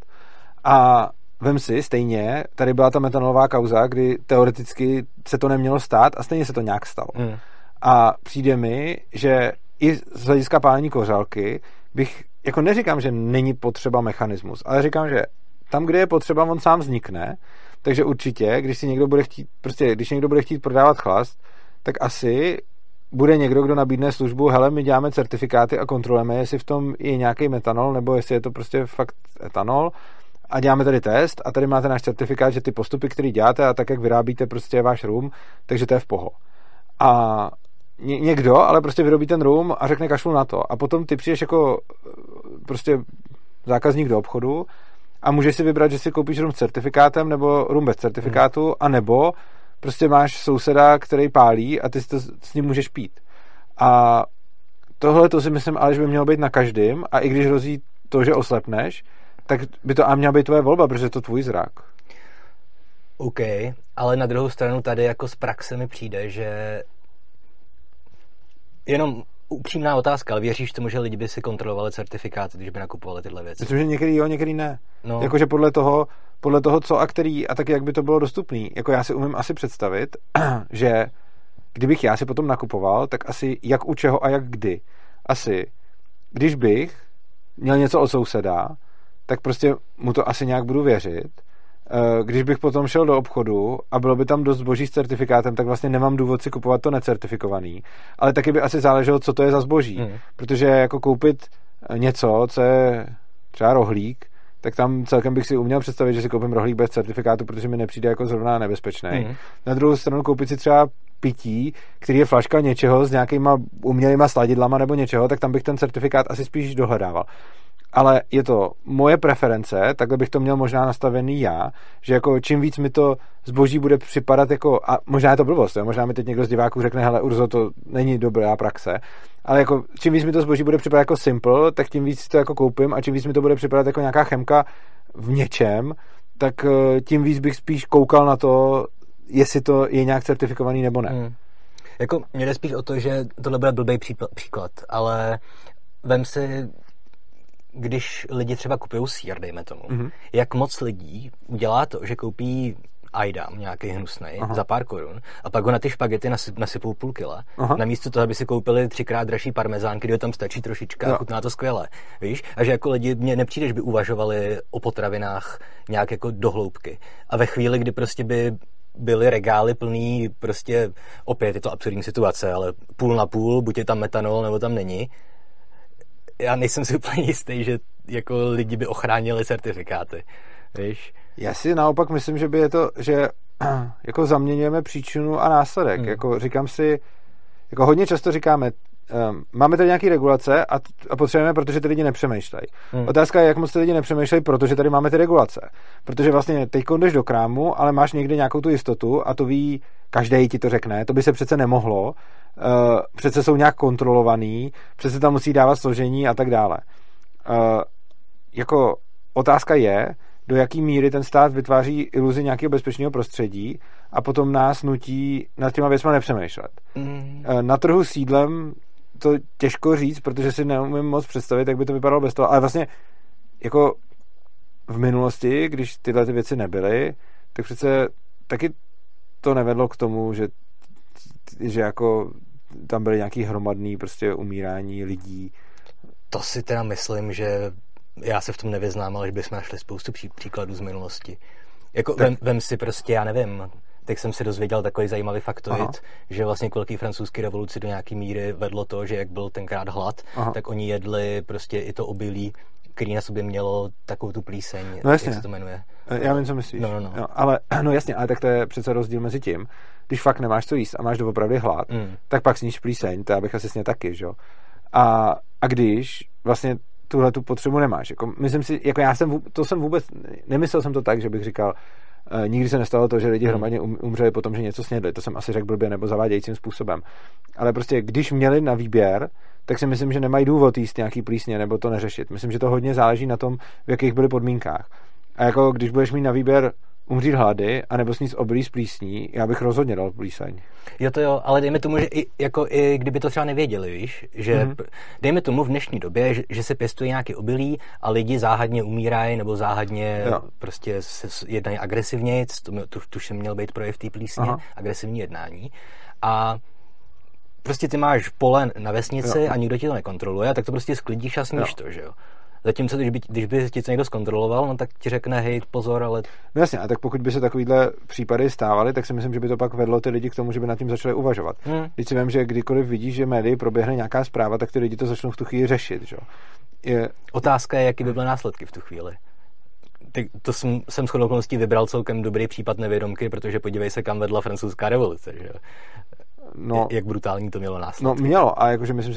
A vem si, stejně, tady byla ta metanolová kauza, kdy teoreticky se to nemělo stát a stejně se to nějak stalo. A přijde mi, že i z hlediska pálení kořálky bych, jako neříkám, že není potřeba mechanismus, ale říkám, že tam, kde je potřeba, on sám vznikne. Takže určitě, když někdo bude chtít prodávat chlast, tak asi bude někdo, kdo nabídne službu, hele, my děláme certifikáty a kontrolujeme, jestli v tom je nějaký metanol, nebo jestli je to prostě fakt etanol, a děláme tady test a tady máte náš certifikát, že ty postupy, které děláte a tak, jak vyrábíte prostě váš rum, takže to je v poho. A někdo ale prostě vyrobí ten rum a řekne kašlu na to. A potom ty přijdeš jako prostě zákazník do obchodu a můžeš si vybrat, že si koupíš rum s certifikátem nebo rum bez certifikátu, a nebo prostě máš souseda, který pálí a ty si to s ním můžeš pít. A tohle to si myslím, ale že by mělo být na každém, a i když hrozí to, že oslepneš, tak by to měla být tvoje volba, protože je to tvůj zrak. OK, ale na druhou stranu tady jako z praxe mi přijde, že jenom upřímná otázka, ale věříš tomu, že lidi by si kontrolovali certifikáty, když by nakupovali tyhle věci? Myslím, že některý jo, některý ne. No. Jakože podle toho, co a který, a taky jak by to bylo dostupný. Jako já si umím asi představit, že kdybych já si potom nakupoval, tak asi jak u čeho a jak kdy. Asi, když bych měl něco od souseda, tak prostě mu to asi nějak budu věřit. Když bych potom šel do obchodu a bylo by tam dost zboží s certifikátem, tak vlastně nemám důvod si kupovat to necertifikovaný. Ale taky by asi záleželo, co to je za zboží. Protože jako koupit něco, co je třeba rohlík, tak tam celkem bych si uměl představit, že si koupím rohlík bez certifikátu, protože mi nepřijde jako zrovna nebezpečný. Na druhou stranu koupit si třeba pití, který je flaška něčeho s nějakýma umělýma sladidlama nebo něčeho, tak tam bych ten certifikát asi spíš dohledával. Ale je to moje preference, takhle bych to měl možná nastavený já, že jako čím víc mi to zboží bude připadat jako, a možná je to blbost, jo? Možná mi teď někdo z diváků řekne, hele Urzo, to není dobrá praxe, ale jako čím víc mi to zboží bude připadat jako simple, tak tím víc to jako koupím, a čím víc mi to bude připadat jako nějaká chemka v něčem, tak tím víc bych spíš koukal na to, jestli to je nějak certifikovaný nebo ne. Jako mě jde spíš o to, že tohle bude blbý příklad, ale vem si, když lidi třeba kupují sýr, dejme tomu, jak moc lidí udělá to, že koupí ajdám nějaký hnusnej za pár korun a pak ho na ty špagety nasypou půl kila. Namísto toho, aby si koupili 3x dražší parmezán, který tam stačí trošička a chutná to skvěle. Víš? A že jako lidi, mně nepřijde, že by uvažovali o potravinách nějak jako do hloubky. A ve chvíli, kdy prostě by byly regály plný, prostě opět je to absurdní situace, ale půl na půl, buď je tam metanol, nebo tam není. Já nejsem si úplně jistý, že jako lidi by ochránili certifikáty. Víš? Já si naopak myslím, že by je to, že jako zaměňujeme příčinu a následek. Jako říkám si, jako hodně často říkáme, máme tady nějaký regulace a potřebujeme, protože ty lidi nepřemýšlejí. Otázka je, jak moc ty lidi nepřemýšlejí, protože tady máme ty regulace. Protože vlastně teď jdeš do krámu, ale máš někde nějakou tu jistotu a to ví každý ti to řekne, to by se přece nemohlo, přece jsou nějak kontrolovaný, přece tam musí dávat složení a tak dále. Jako otázka je, do jaký míry ten stát vytváří iluzi nějakého bezpečného prostředí a potom nás nutí nad těma věcma nepřemýšlet. Na trhu s jídlem to těžko říct, protože si neumím moc představit, jak by to vypadalo bez toho, ale vlastně jako v minulosti, když tyhle ty věci nebyly, tak přece taky to nevedlo k tomu, že jako tam byly nějaký hromadný prostě umírání lidí. To si teda myslím, že já se v tom nevyznám, ale že bychom našli spoustu příkladů z minulosti. Jako vem si prostě, já nevím, tak jsem si dozvěděl takový zajímavý faktoid, že vlastně k velké francouzské revoluci do nějaký míry vedlo to, že jak byl tenkrát hlad, tak oni jedli prostě i to obilí, který na sobě mělo takovou tu plíseň, no jasně. Jak se to jmenuje. Já vím, co myslíš. No. No, ale tak to je přece rozdíl mezi tím, když fakt nemáš co jíst a máš doopravdy hlad, tak pak sníš plíseň, to já bych asi sněl taky, že jo. A když vlastně tuhle tu potřebu nemáš. Jako, myslím si, jako nemyslel jsem to tak, že bych říkal, nikdy se nestalo to, že lidi hromadně umřeli po tom, že něco snědli. To jsem asi řekl blbě nebo zavádějícím způsobem. Ale prostě, když měli na výběr, tak si myslím, že nemají důvod jíst nějaký plísně nebo to neřešit. Myslím, že to hodně záleží na tom, v jakých byly podmínkách. A jako, když budeš mít na výběr umřít hlady, anebo sníst obilí s plísní, já bych rozhodně dal plíseň. Jo, ale dejme tomu, že i kdyby to třeba nevěděli, víš, že dejme tomu v dnešní době, že se pěstuje nějaký obilí a lidi záhadně umírají nebo záhadně prostě jednají agresivně, to už měl být projev té plísně, agresivní jednání. A prostě ty máš pole na vesnici a nikdo ti to nekontroluje, tak to prostě sklidíš a sníš to, že jo. Zatímco, když by ti to někdo zkontroloval, no tak ti řekne, hej, pozor, ale... No jasně, a tak pokud by se takovýhle případy stávaly, tak si myslím, že by to pak vedlo ty lidi k tomu, že by nad tím začali uvažovat. Když si vím, že kdykoliv vidíš, že médii proběhne nějaká zpráva, tak ty lidi to začnou v tu chvíli řešit, že? Otázka je, jaký by byly následky v tu chvíli. To jsem shodou okolností vybral celkem dobrý případ nevědomky, protože podívej se, kam vedla francouzská revoluce, že? No, jak brutální to mělo následky. No mělo, a jakože myslím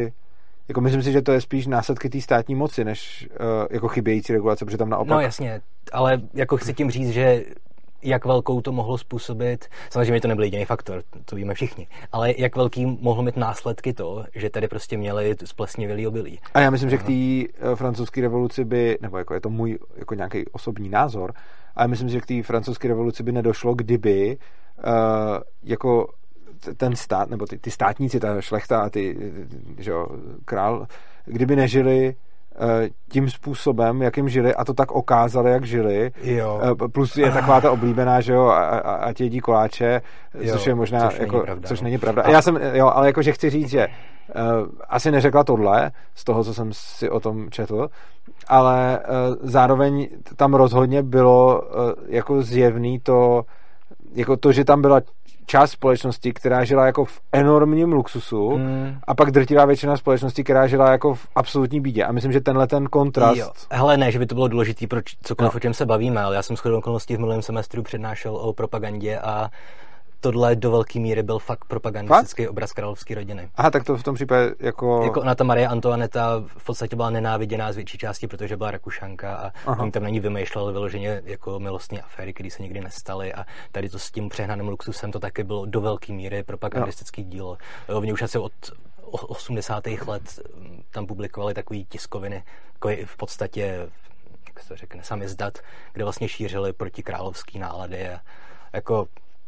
si, že to je spíš následky té státní moci, než jako chybějící regulace, protože tam naopak... No jasně, ale jako chci tím říct, že jak velkou to mohlo způsobit, samozřejmě to nebyl jediný faktor, to víme všichni, ale jak velký mohlo mít následky to, že tady prostě měli splesnivělý obilí. A já myslím, že k té francouzské revoluci by, nebo jako je to můj jako nějaký osobní názor, ale myslím, že k té francouzské revoluci by nedošlo, kdyby jako ten stát, nebo ty státníci, ta šlechta a že jo, král, kdyby nežili tím způsobem, jakým žili, a to tak okázali, jak žili. Jo. Plus je taková ta oblíbená, že jo, a ti jedí koláče, což je možná, což není pravda. Já jsem, ale jakože chci říct, že asi neřekla tohle, z toho, co jsem si o tom četl, ale zároveň tam rozhodně bylo jako zjevný to, jako to, že tam byla část společnosti, která žila jako v enormním luxusu a pak drtivá většina společnosti, která žila jako v absolutní bídě. A myslím, že tenhle ten kontrast... Jo. Hele, ne, že by to bylo důležitý pro cokoliv, o čem se bavíme, ale já jsem shodou okolností v minulém semestru přednášel o propagandě a tohle do velké míry byl fakt propagandistický obraz královské rodiny. Aha, tak to v tom případě jako ona ta Marie Antoineta v podstatě byla nenáviděná z větší části, protože byla Rakušanka a oni tam na ní vymýšleli vyloženě jako milostní aféry, které se nikdy nestaly a tady to s tím přehnaným luxusem to taky bylo do velké míry propagandistický dílo. Oni už asi od 80. let tam publikovali takový tiskoviny, jako v podstatě, jak se to řekne, samizdat, kde vlastně šířili protikrálovský nálady a jako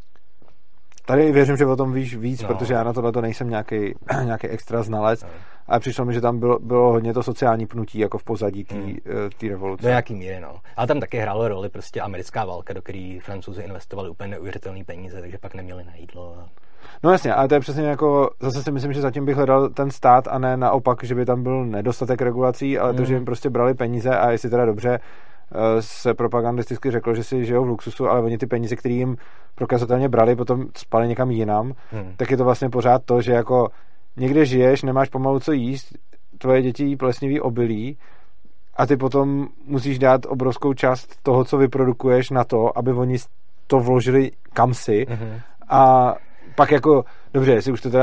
tady věřím, že o tom víš víc, protože já na tohle to nejsem nějaký extra znalec, ale přišlo mi, že tam bylo hodně to sociální pnutí jako v pozadí té revoluce. Do nějaký míry, no. Ale tam taky hrálo roli prostě americká válka, do které Francouzi investovali úplně neuvěřitelné peníze, takže pak neměli na jídlo. No jasně, ale to je přesně jako, zase si myslím, že zatím bych hledal ten stát a ne naopak, že by tam byl nedostatek regulací, ale to, že jim prostě brali peníze a jestli teda dobře se propagandisticky řeklo, že si žijou v luxusu, ale oni ty peníze, které jim prokazatelně brali, potom spali někam jinam, tak je to vlastně pořád to, že jako někde žiješ, nemáš pomalu co jíst, tvoje děti jí plesnivý obilí a ty potom musíš dát obrovskou část toho, co vyprodukuješ na to, aby oni to vložili kamsi a pak jako, dobře, jestli už to teda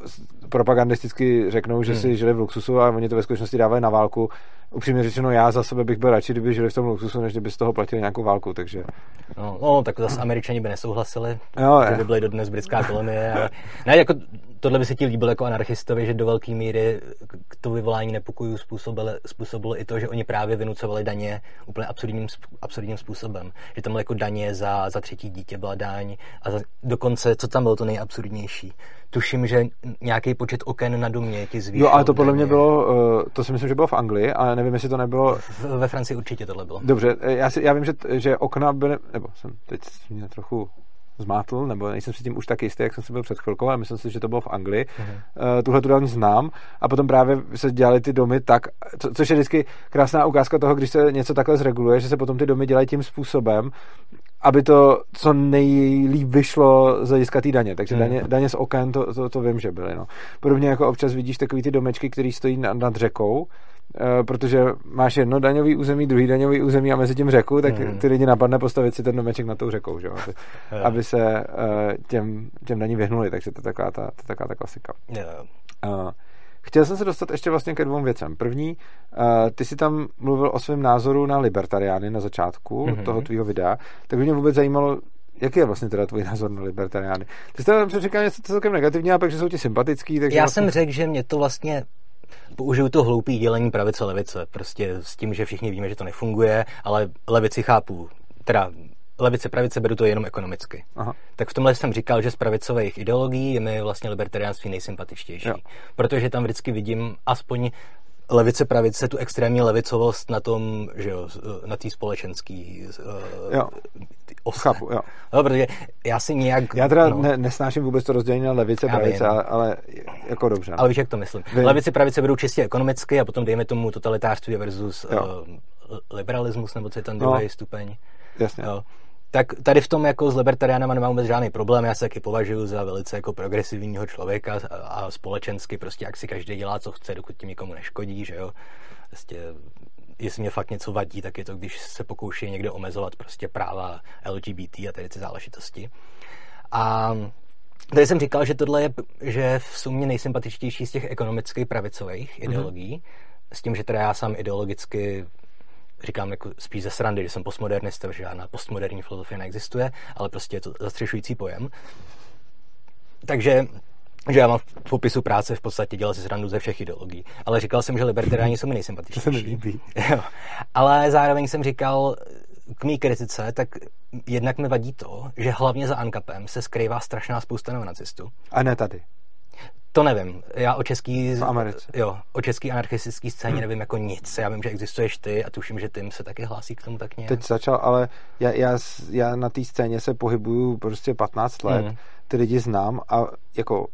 propagandisticky řeknou, že si žili v luxusu a oni to ve skutečnosti dávali na válku. Upřímně řečeno, já za sebe bych byl radši, kdyby žili v tom luxusu, než kdyby z toho platili nějakou válku, takže... No, tak zase Američani by nesouhlasili, že by byly dodnes britská kolonie, ale ne, jako tohle by se ti líbilo jako anarchistovi, že do velké míry k to vyvolání nepokojů způsobilo i to, že oni právě vynucovali daně úplně absurdním způsobem. Že tam bylo jako daně za třetí dítě byla daň a dokonce, co tam bylo to nejabsurdnější? Tuším, že nějaký počet oken na domě ti zvýšil. Jo, ale to podle mě bylo, to si myslím, že bylo v Anglii, ale nevím, jestli to nebylo... Ve Francii určitě tohle bylo. Dobře, já vím, že okna byly, nebo jsem teď mě trochu zmátl, nebo nejsem si tím už tak jistý, jak jsem si byl před chvilkou, ale myslím si, že to bylo v Anglii. Tuhle tu daň znám a potom právě se dělaly ty domy tak, což je vždycky krásná ukázka toho, když se něco takhle zreguluje, že se potom ty domy dělají tím způsobem, aby to co nejlíp vyšlo z hlediska té daně. Takže daně z oken, to vím, že byly. No. Podobně jako občas vidíš takový ty domečky, které stojí nad řekou, protože máš jedno daňový území, druhý daňový území a mezi tím řeku, tak ty lidi napadne postavit si ten domeček nad tou řekou, že? Aby se těm daním vyhnuli, takže to je taková ta klasika. Chtěl jsem se dostat ještě vlastně ke 2 věcem. První, ty si tam mluvil o svém názoru na libertariány na začátku toho tvýho videa, tak by mě vůbec zajímalo, jaký je vlastně teda tvůj názor na libertariány. Ty jsi tam říkal něco celkem negativní, a pak, že jsou ti sympatický. Takže já jsem řekl, že mě to vlastně použiju to hloupý dělení pravice levice, prostě s tím, že všichni víme, že to nefunguje, ale levici chápu, teda levice, pravice beru to jenom ekonomicky. Aha. Tak v tomhle jsem říkal, že z pravicových ideologií je mi vlastně libertariánství nejsympatičtější. Jo. Protože tam vždycky vidím aspoň levice, pravice, tu extrémní levicovost na tom, že jo, na té společenský ose. Chápu, jo. No, protože já si nějak... Já teda nesnáším vůbec to rozdělení na levice, pravice, ale jako dobře. Ale víš, jak to myslím. Levice, pravice berou čistě ekonomicky a potom dejme tomu totalitářství versus liberalismus, nebo co je ten druhý stupeň. Jasně. Jo. Tak tady v tom jako s libertariánama nemám vůbec žádný problém, já se taky považuji za velice jako progresivního člověka a společensky prostě jak si každý dělá, co chce, dokud tím nikomu neškodí, že jo. Prostě, jestli mě fakt něco vadí, tak je to, když se pokouší někde omezovat prostě práva LGBT a tady ty záležitosti. A tady jsem říkal, že tohle je, že jsou mě nejsympatičtější z těch ekonomických pravicových ideologií, s tím, že teda já sám ideologicky říkám jako spíš ze srandy, že jsem postmodernista, že žádná postmoderní filozofie neexistuje, ale prostě je to zastřešující pojem. Takže že já mám v popisu práce v podstatě dělal si srandu ze všech ideologií. Ale říkal jsem, že libertariáni jsou mi nejsympatičtější. To se mi líbí. Ale zároveň jsem říkal k mý kritice, tak jednak mi vadí to, že hlavně za ANCAPem se skrývá strašná spousta neonacistů. A ne tady. To nevím. Já o český anarchistický scéně nevím jako nic. Já vím, že existuješ ty a tuším, že Tim se taky hlásí k tomu tak nějak. Teď začal, ale já na té scéně se pohybuju prostě 15 let. Ty lidi znám a jako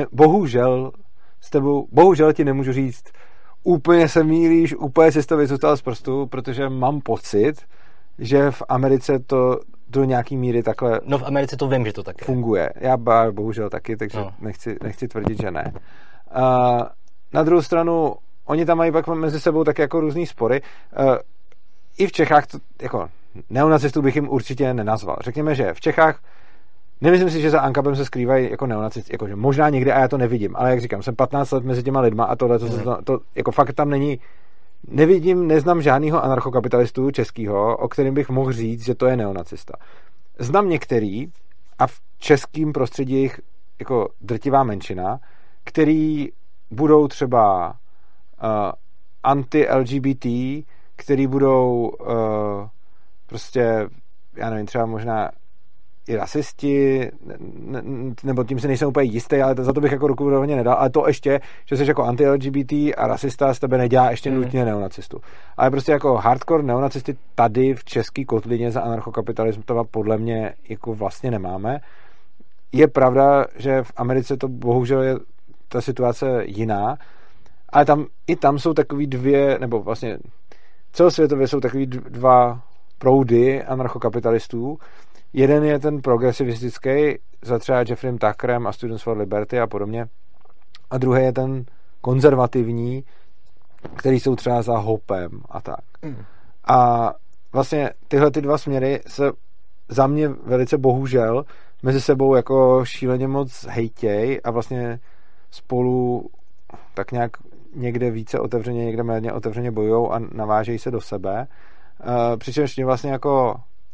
bohužel ti nemůžu říct, úplně se mýlíš, úplně si to vycucal z prstu, protože mám pocit, že v Americe to do nějaký míry takhle... No v Americe to vím, že to tak funguje. Já bohužel taky, takže nechci tvrdit, že ne. Na druhou stranu, oni tam mají pak mezi sebou tak jako různý spory. I v Čechách, to, jako neonacistů bych jim určitě nenazval. Řekněme, že v Čechách nemyslím si, že za ANCAPem se skrývají jako neonacisti, jakože možná někde a já to nevidím, ale jak říkám, jsem 15 let mezi těma lidma a tohle to jako fakt tam není. Neznám žádného anarchokapitalistu českýho, o kterém bych mohl říct, že to je neonacista. Znám některý a v českém prostředí jich jako drtivá menšina, který budou třeba anti-LGBT, který budou prostě, já nevím, třeba možná i rasisti, nebo tím si nejsem úplně jistý, ale za to bych jako ruku rovně nedal, ale to ještě, že jsi jako anti-LGBT a rasista z tebe nedělá ještě nutně neonacistu. Ale prostě jako hardcore neonacisty tady v české kotlině za anarchokapitalismu podle mě jako vlastně nemáme. Je pravda, že v Americe to bohužel je ta situace jiná, ale tam jsou takový nebo vlastně celosvětově jsou takový dva proudy anarchokapitalistů. Jeden je ten progresivistický, za třeba Jeffreyem Tuckerem a Students for Liberty a podobně. A druhý je ten konzervativní, který jsou třeba za Hopem a tak. A vlastně tyhle ty dva směry se za mě velice bohužel mezi sebou jako šíleně moc hejtěj a vlastně spolu tak nějak někde více otevřeně, někde méně otevřeně bojujou a navážejí se do sebe. Přičemž mě vlastně jako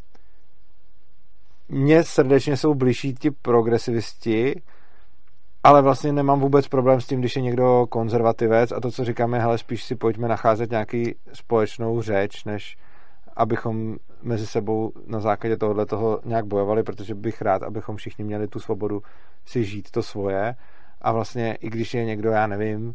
mně srdečně jsou bližší ti progresivisti, ale vlastně nemám vůbec problém s tím, když je někdo konzervativec a to, co říkáme, hele, spíš si pojďme nacházet nějaký společnou řeč, než abychom mezi sebou na základě tohoto nějak bojovali, protože bych rád, abychom všichni měli tu svobodu si žít to svoje a vlastně i když je někdo, já nevím,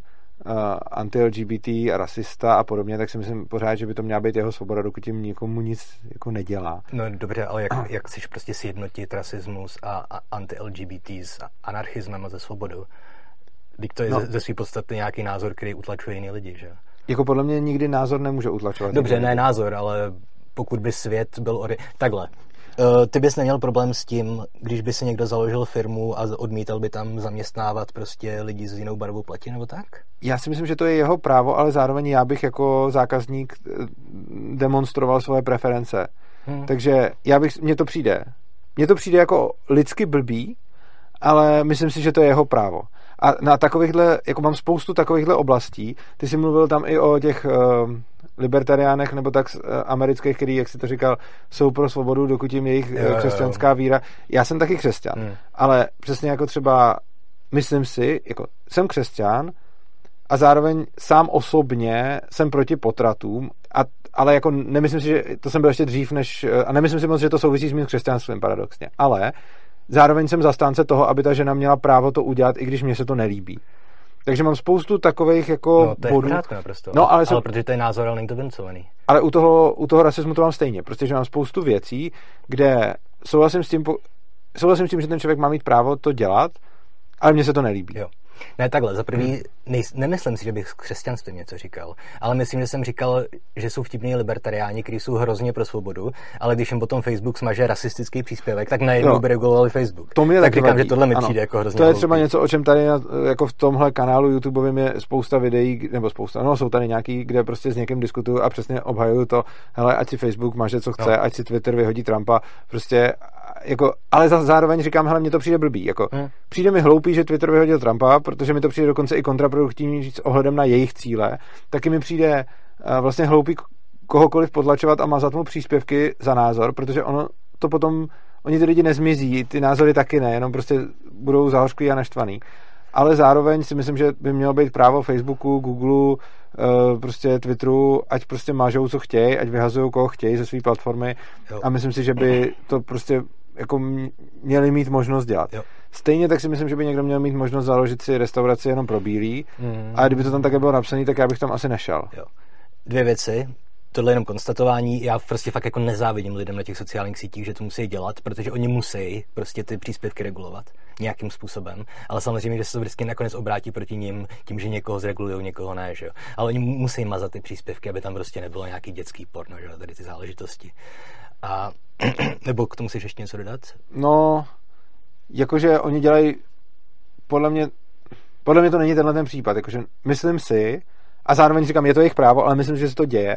anti-LGBT a rasista a podobně, tak si myslím pořád, že by to měla být jeho svoboda, dokud tím nikomu nic jako nedělá. No dobře, ale jak chceš prostě sjednotit rasismus a anti-LGBT s anarchismem a ze svobodou? Teď to je ze své podstaty nějaký názor, který utlačuje jiný lidi, že? Jako podle mě nikdy názor nemůže utlačovat. Dobře, ne názor, ale pokud by svět byl... Takhle. Ty bys neměl problém s tím, když by si někdo založil firmu a odmítal by tam zaměstnávat prostě lidi s jinou barvou pleti, nebo tak? Já si myslím, že to je jeho právo, ale zároveň já bych jako zákazník demonstroval svoje preference. Takže mně to přijde jako lidsky blbý, ale myslím si, že to je jeho právo. A na takovýchhle, jako mám spoustu takovýchhle oblastí, ty jsi mluvil tam i o těch libertariánech nebo tak amerických, který, jak jsi to říkal, jsou pro svobodu, dokud jim jejich křesťanská víra. Já jsem taky křesťan, ale přesně jako třeba myslím si, jako jsem křesťan a zároveň sám osobně jsem proti potratům, ale jako nemyslím si, že to jsem byl ještě dřív, a nemyslím si moc, že to souvisí s mým křesťanstvím paradoxně, ale zároveň jsem zastánce toho, aby ta žena měla právo to udělat, i když mně se to nelíbí. Takže mám spoustu takových jako to je bodů. Pořádku, naprosto. No, ale protože to je názor, ale není to vynucovaný. Ale u toho rasismu to mám stejně, protože mám spoustu věcí, kde souhlasím s tím, že ten člověk má mít právo to dělat, ale mně se to nelíbí. Jo. Ne, takhle, za první, nemyslím si, že bych s křesťanstvím něco říkal, ale myslím, že jsem říkal, že jsou vtipní libertariáni, kteří jsou hrozně pro svobodu, ale když jim potom Facebook smaže rasistický příspěvek, tak najednou by regulovali Facebook. To mě tak říkám, vadí. Že tohle mi přijde jako hrozně To je hloupý. třeba něco, o čem tady jako v tomhle kanálu YouTubeovým je spousta videí, nebo jsou tady nějaký, kde prostě s někým diskutuju a přesně obhajuju to, hele, ať si Facebook maže, co chce, ať si Twitter vyhodí Trumpa, prostě jako, ale zároveň říkám, hele, mně to přijde blbý, jako přijde mi hloupý, že Twitter vyhodil Trumpa, protože mi to přijde dokonce i kontraproduktivní s ohledem na jejich cíle, taky mi přijde vlastně hloupý kohokoliv potlačovat a mazat mu příspěvky za názor, protože oni ty lidi nezmizí, ty názory taky ne, jenom prostě budou zahořklí a naštvaný. Ale zároveň si myslím, že by mělo být právo Facebooku, Googleu, prostě Twitteru, ať prostě mážou, co chtějí, ať vyhazují, koho chtějí ze své platformy. Jo. A myslím si, že by to prostě jako měli mít možnost dělat. Jo. Stejně tak si myslím, že by někdo měl mít možnost založit si restauraci jenom pro bílý. A kdyby to tam také bylo napsané, tak já bych tam asi nešel. Jo. Dvě věci. Tohle je jenom konstatování. Já prostě fakt jako nezávidím lidem na těch sociálních sítích, že to musí dělat, protože oni musí prostě ty příspěvky regulovat nějakým způsobem. Ale samozřejmě, že se to vždycky nakonec obrátí proti nim tím, že někoho zregulují, někoho ne, že jo. Ale oni musí mazat ty příspěvky, aby tam prostě nebylo nějaký dětský porno, že jo, tady ty záležitosti. A nebo k tomu chceš ještě něco dodat? No, jakože oni dělají podle mě to není tenhle ten případ, jakože myslím si, a zároveň říkám, je to jejich právo, ale myslím, že se to děje,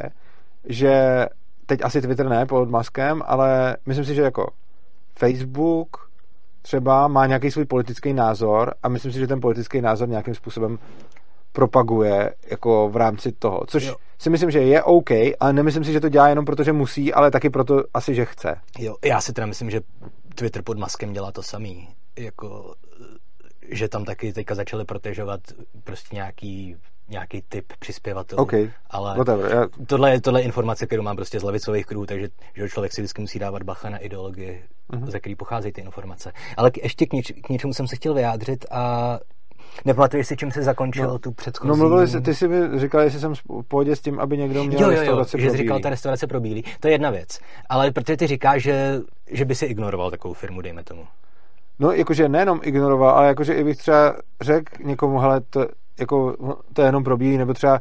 že teď asi Twitter ne pod Muskem, ale myslím si, že jako Facebook třeba má nějaký svůj politický názor a myslím si, že ten politický názor nějakým způsobem propaguje jako v rámci toho, což si myslím, že je OK, ale nemyslím si, že to dělá jenom proto, že musí, ale taky proto asi, že chce. Jo, já si teda myslím, že Twitter pod Muskem dělá to samý, jako že tam taky teďka začali protežovat prostě nějaký typ přispěvatelů. Okay. Ale whatever. Tohle je informace, kterou mám prostě z levicových kruhů, takže že člověk si vždycky musí dávat bacha na ideologii, ze který pocházejí ty informace. Ale ještě k něčemu jsem se chtěl vyjádřit a nepamatuješ si, čím jsi zakončil tu předchozí... No ty jsi mi říkal, jestli jsem v pohodě s tím, aby někdo měl restauraci pro bílý. Že jsi říkal ta restaurace pro bílý. To je jedna věc. Ale protože ty říkáš, že by si ignoroval takovou firmu, dejme tomu. No, jakože nejenom ignoroval, ale jakože i bych třeba řekl někomu, hele, to je jenom pro bílý, nebo třeba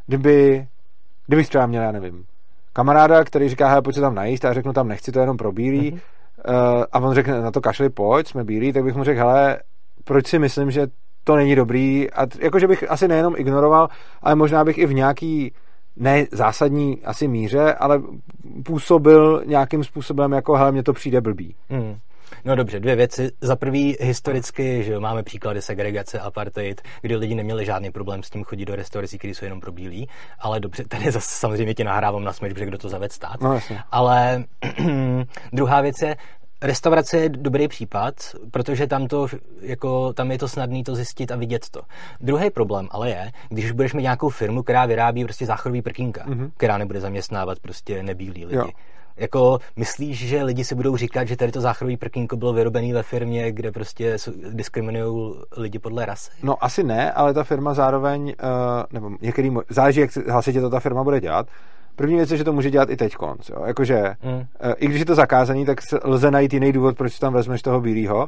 kdybych třeba měl, já nevím, kamaráda, který říká, hele, pojď se tam najíst, a já řeknu, tam nechci, to je jenom pro bílý, a on řekne, na to kašli, pojď, jsme bílí, tak bych mu řekl, hele, proč si myslím, že to není dobrý, a jakože bych asi nejenom ignoroval, ale možná bych i v nějaký ne zásadní asi míře, ale působil nějakým způsobem jako, hele, mně to přijde blbý. No dobře, dvě věci. Za prvý, historicky, že máme příklady segregace, apartheid, kdy lidi neměli žádný problém s tím chodit do restaurací, které jsou jenom pro bílí, ale dobře, tady zase samozřejmě ti nahrávám na smeč, protože kdo to zaved stát. No, jasně. Ale druhá věc je, restaurace je dobrý případ, protože tam je to snadné to zjistit a vidět to. Druhý problém ale je, když budeš mít nějakou firmu, která vyrábí prostě záchodový prkínka, která nebude zaměstnávat prostě nebílí lidi. Jo. Jako myslíš, že lidi si budou říkat, že tady to záchodový prkínko bylo vyrobené ve firmě, kde prostě diskriminují lidi podle rasy? No asi ne, ale ta firma zároveň, nebo některý, záleží, jak hlasitě to ta firma bude dělat. První věc je, že to může dělat i teďkonc. Jakože, i když je to zakázaný, tak lze najít jiný důvod, proč tam vezmeš toho bílýho.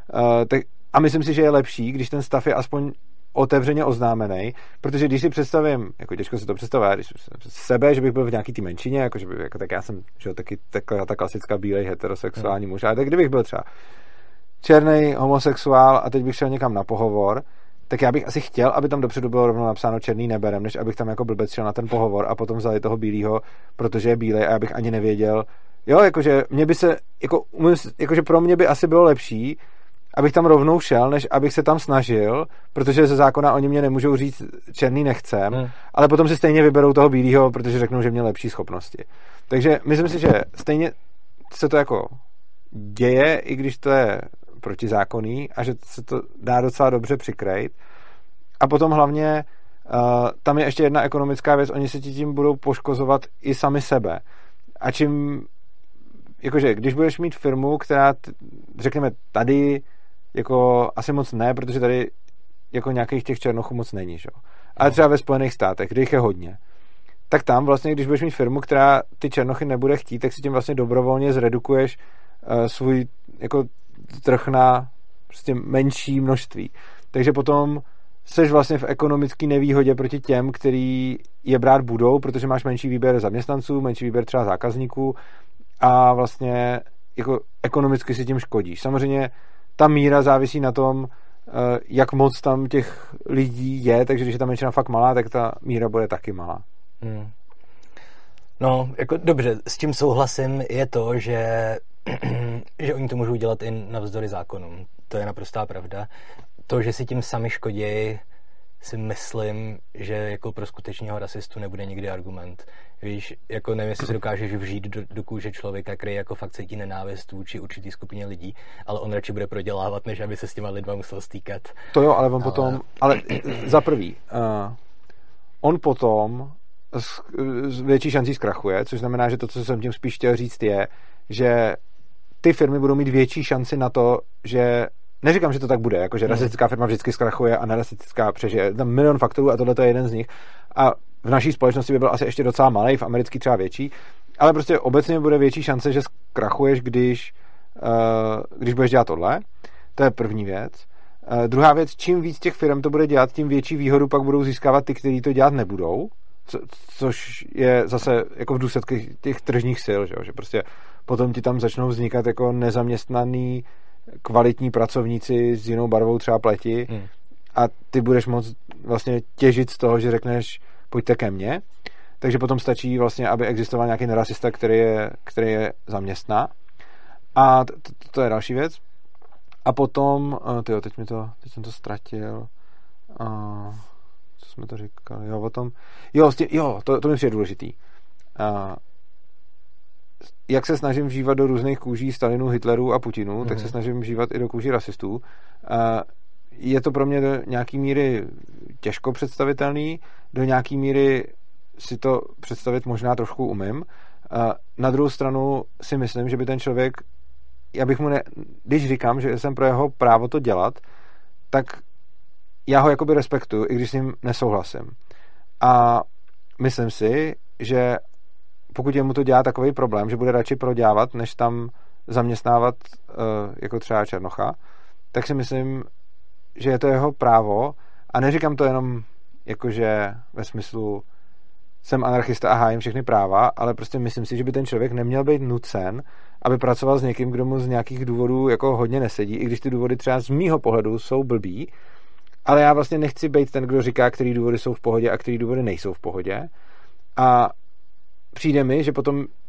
A myslím si, že je lepší, když ten stav je aspoň otevřeně oznámený, protože když si představím, jako těžko si to představit, když sebe, že bych byl v nějaký té menšině, jako tak já jsem, že taky taková ta klasická bílej heterosexuální muž, ale tak kdybych byl třeba černý homosexuál a teď bych šel někam na pohovor, tak já bych asi chtěl, aby tam dopředu bylo rovnou napsáno černý neberem, než abych tam jako blbec šel na ten pohovor a potom vzali toho bílýho, protože je bílej a já bych ani nevěděl. Jo, jakože mě by se, jakože pro mě by asi bylo lepší, abych tam rovnou šel, než abych se tam snažil, protože ze zákona oni mě nemůžou říct černý nechcem, ale potom si stejně vyberou toho bílýho, protože řeknou, že měl lepší schopnosti. Takže myslím si, že stejně se to jako děje, i když to je protizákonný a že se to dá docela dobře přikrejt. A potom hlavně tam je ještě jedna ekonomická věc, oni se tím budou poškozovat i sami sebe. A čím, jakože, když budeš mít firmu, která, řekněme, tady jako asi moc ne, protože tady jako nějakých těch černochů moc není, že? Ale třeba ve Spojených státech, kde jich je hodně, tak tam vlastně, když budeš mít firmu, která ty černochy nebude chtít, tak si tím vlastně dobrovolně zredukuješ svůj jako trh na prostě menší množství. Takže potom seš vlastně v ekonomické nevýhodě proti těm, který je brát budou, protože máš menší výběr zaměstnanců, menší výběr třeba zákazníků a vlastně jako ekonomicky si tím škodíš. Samozřejmě ta míra závisí na tom, jak moc tam těch lidí je, takže když je ta menšina fakt malá, tak ta míra bude taky malá. No, jako dobře, s tím souhlasím je to, že oni to můžou dělat i navzdory zákonům. To je naprostá pravda. To, že si tím sami škodí, si myslím, že jako pro skutečného rasistu nebude nikdy argument. Víš, jako nevím, jestli si dokážeš vžít do kůže člověka, který jako fakt cítí nenávist vůči určitý skupině lidí, ale on radši bude prodělávat, než aby se s těma lidma musel stýkat. To jo, ale on potom, ale za prvý, on potom s větší šancí zkrachuje, což znamená, že to, co jsem tím spíš chtěl říct, je, že ty firmy budou mít větší šanci na to, že neříkám, že to tak bude, jakože rasistická firma vždycky zkrachuje a nerasistická přežije. Tam milion faktorů a tohle je jeden z nich. A v naší společnosti by byl asi ještě docela malý, v americký třeba větší, ale prostě obecně bude větší šance, že zkrachuješ, když budeš dělat tohle. To je první věc. Druhá věc, čím víc těch firm to bude dělat, tím větší výhodu pak budou získávat ty, kteří to dělat nebudou, což je zase jako v důsledku těch tržních sil, že prostě potom ti tam začnou vznikat jako nezaměstnaný kvalitní pracovníci s jinou barvou třeba pleti a ty budeš moct vlastně těžit z toho, že řekneš pojďte ke mně, takže potom stačí vlastně, aby existoval nějaký nerasista, který je zaměstná a to je další věc a potom teď jsem to ztratil co jsme to říkali, to mi přijde důležitý. Jak se snažím vžívat do různých kůží Stalinu, Hitlerů a Putinů, tak se snažím vžívat i do kůží rasistů. Je to pro mě do nějaký míry těžko představitelný, do nějaký míry si to představit možná trošku umím. Na druhou stranu si myslím, že by ten člověk, když říkám, že jsem pro jeho právo to dělat, tak já ho jakoby respektuju, i když s ním nesouhlasím. A myslím si, že pokud jemu to dělá takový problém, že bude radši prodělávat, než tam zaměstnávat jako třeba černocha, tak si myslím, že je to jeho právo a neříkám to jenom jakože ve smyslu jsem anarchista a hájím všechny práva, ale prostě myslím si, že by ten člověk neměl být nucen, aby pracoval s někým, kdo mu z nějakých důvodů jako hodně nesedí, i když ty důvody třeba z mýho pohledu jsou blbý, ale já vlastně nechci být ten, kdo říká, který důvody jsou v pohodě a který důvody nejsou v pohodě. A přijde mi, že potom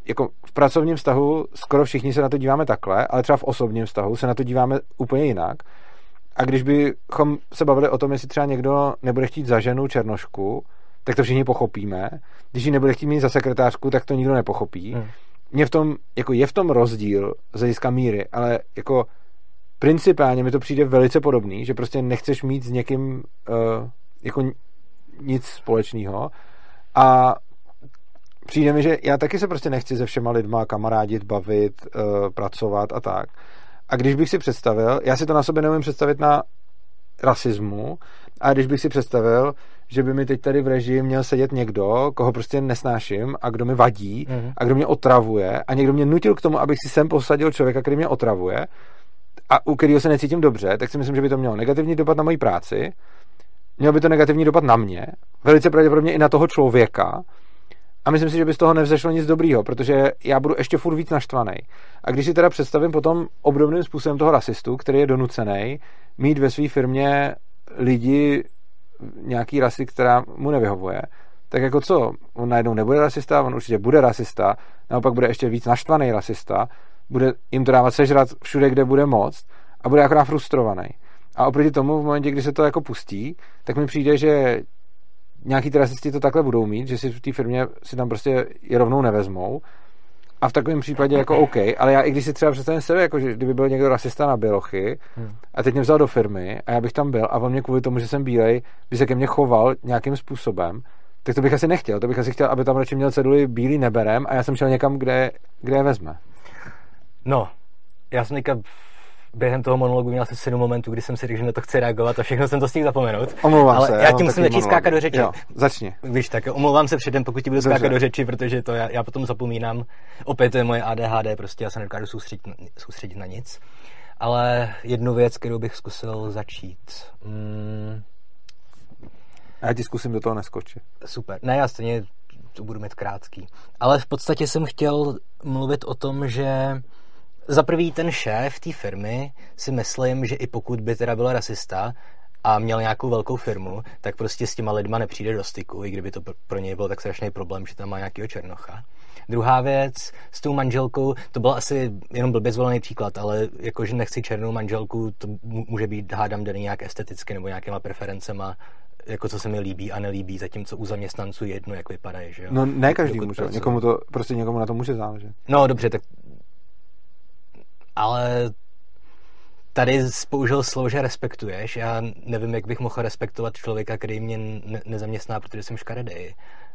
jako v pracovním vztahu skoro všichni se na to díváme takhle, ale třeba v osobním vztahu se na to díváme úplně jinak. A když bychom se bavili o tom, jestli třeba někdo nebude chtít za ženu černošku, tak to všichni pochopíme. Když ji nebude chtít mít za sekretářku, tak to nikdo nepochopí. Mě v tom, jako je v tom rozdíl z hlediska míry, ale jako principiálně mi to přijde velice podobný, že prostě nechceš mít s někým jako nic společného a přijde mi, že já taky se prostě nechci se všema lidma kamarádit, bavit, pracovat a tak. A když bych si představil, já si to na sobě neumím představit na rasismu, a když bych si představil, že by mi teď tady v režii měl sedět někdo, koho prostě nesnáším a kdo mi vadí a kdo mě otravuje a někdo mě nutil k tomu, abych si sem posadil člověka, který mě otravuje a u kterého se necítím dobře, tak si myslím, že by to mělo negativní dopad na moji práci, mělo by to negativní dopad na mě, velice pravděpodobně i na toho člověka. A myslím si, že by z toho nevzešlo nic dobrýho, protože já budu ještě furt víc naštvaný. A když si teda představím potom obdobným způsobem toho rasistu, který je donucený mít ve své firmě lidi nějaký rasy, která mu nevyhovuje, tak jako co? On najednou nebude rasista, on určitě bude rasista, naopak bude ještě víc naštvaný rasista, bude jim to dávat sežrat všude, kde bude moct a bude akorát frustrovaný. A oproti tomu v momentě, kdy se to jako pustí, tak mi přijde, že nějaký ty rasisti to takhle budou mít, že si v té firmě si tam prostě je rovnou nevezmou. A v takovém případě jako OK, ale já i když si třeba představím sebe, jako že kdyby byl někdo rasista na bělochy a teď mě vzal do firmy a já bych tam byl a on mě kvůli tomu, že jsem bílej, by se ke mně choval nějakým způsobem, tak to bych asi nechtěl. To bych asi chtěl, aby tam radši měl ceduli bílý neberem a já jsem šel někam, kde je vezme. No, já jsem teďka během toho monologu měl asi 7 momentů, kdy jsem si řekl, že na to chci reagovat a všechno jsem to stihl zapomenout. Omlouvám se. Já ti musím začít skákat do řeči. Jo, začni. Víš, tak omlouvám se předem, pokud ti budu skákat do řeči, protože to já potom zapomínám. Opět to je moje ADHD, prostě já se nedokážu soustředit na nic. Ale jednu věc, kterou bych zkusil začít. Já ti zkusím do toho neskočit. Super. Ne, já stejně to budu mít krátký. Ale v podstatě jsem chtěl mluvit o tom, že za prvý ten šéf té firmy si myslím, že i pokud by teda byl rasista a měl nějakou velkou firmu, tak prostě s těma lidma nepřijde do styku, i kdyby to pro něj byl tak strašný problém, že tam má nějakýho černocha. Druhá věc, s tou manželkou, to byl asi jenom blbě zvolený příklad, ale jakože nechci černou manželku, to může být, hádám, daný nějak esteticky nebo nějakýma preferencema, jako co se mi líbí a nelíbí, zatímco u zaměstnanců je jedno, jak vypadají, že jo? No ne každý může, někomu na to může záležet. No dobře, tak ale tady použil slovo, že respektuješ. Já nevím, jak bych mohl respektovat člověka, který mě nezaměstná, protože jsem škaredej.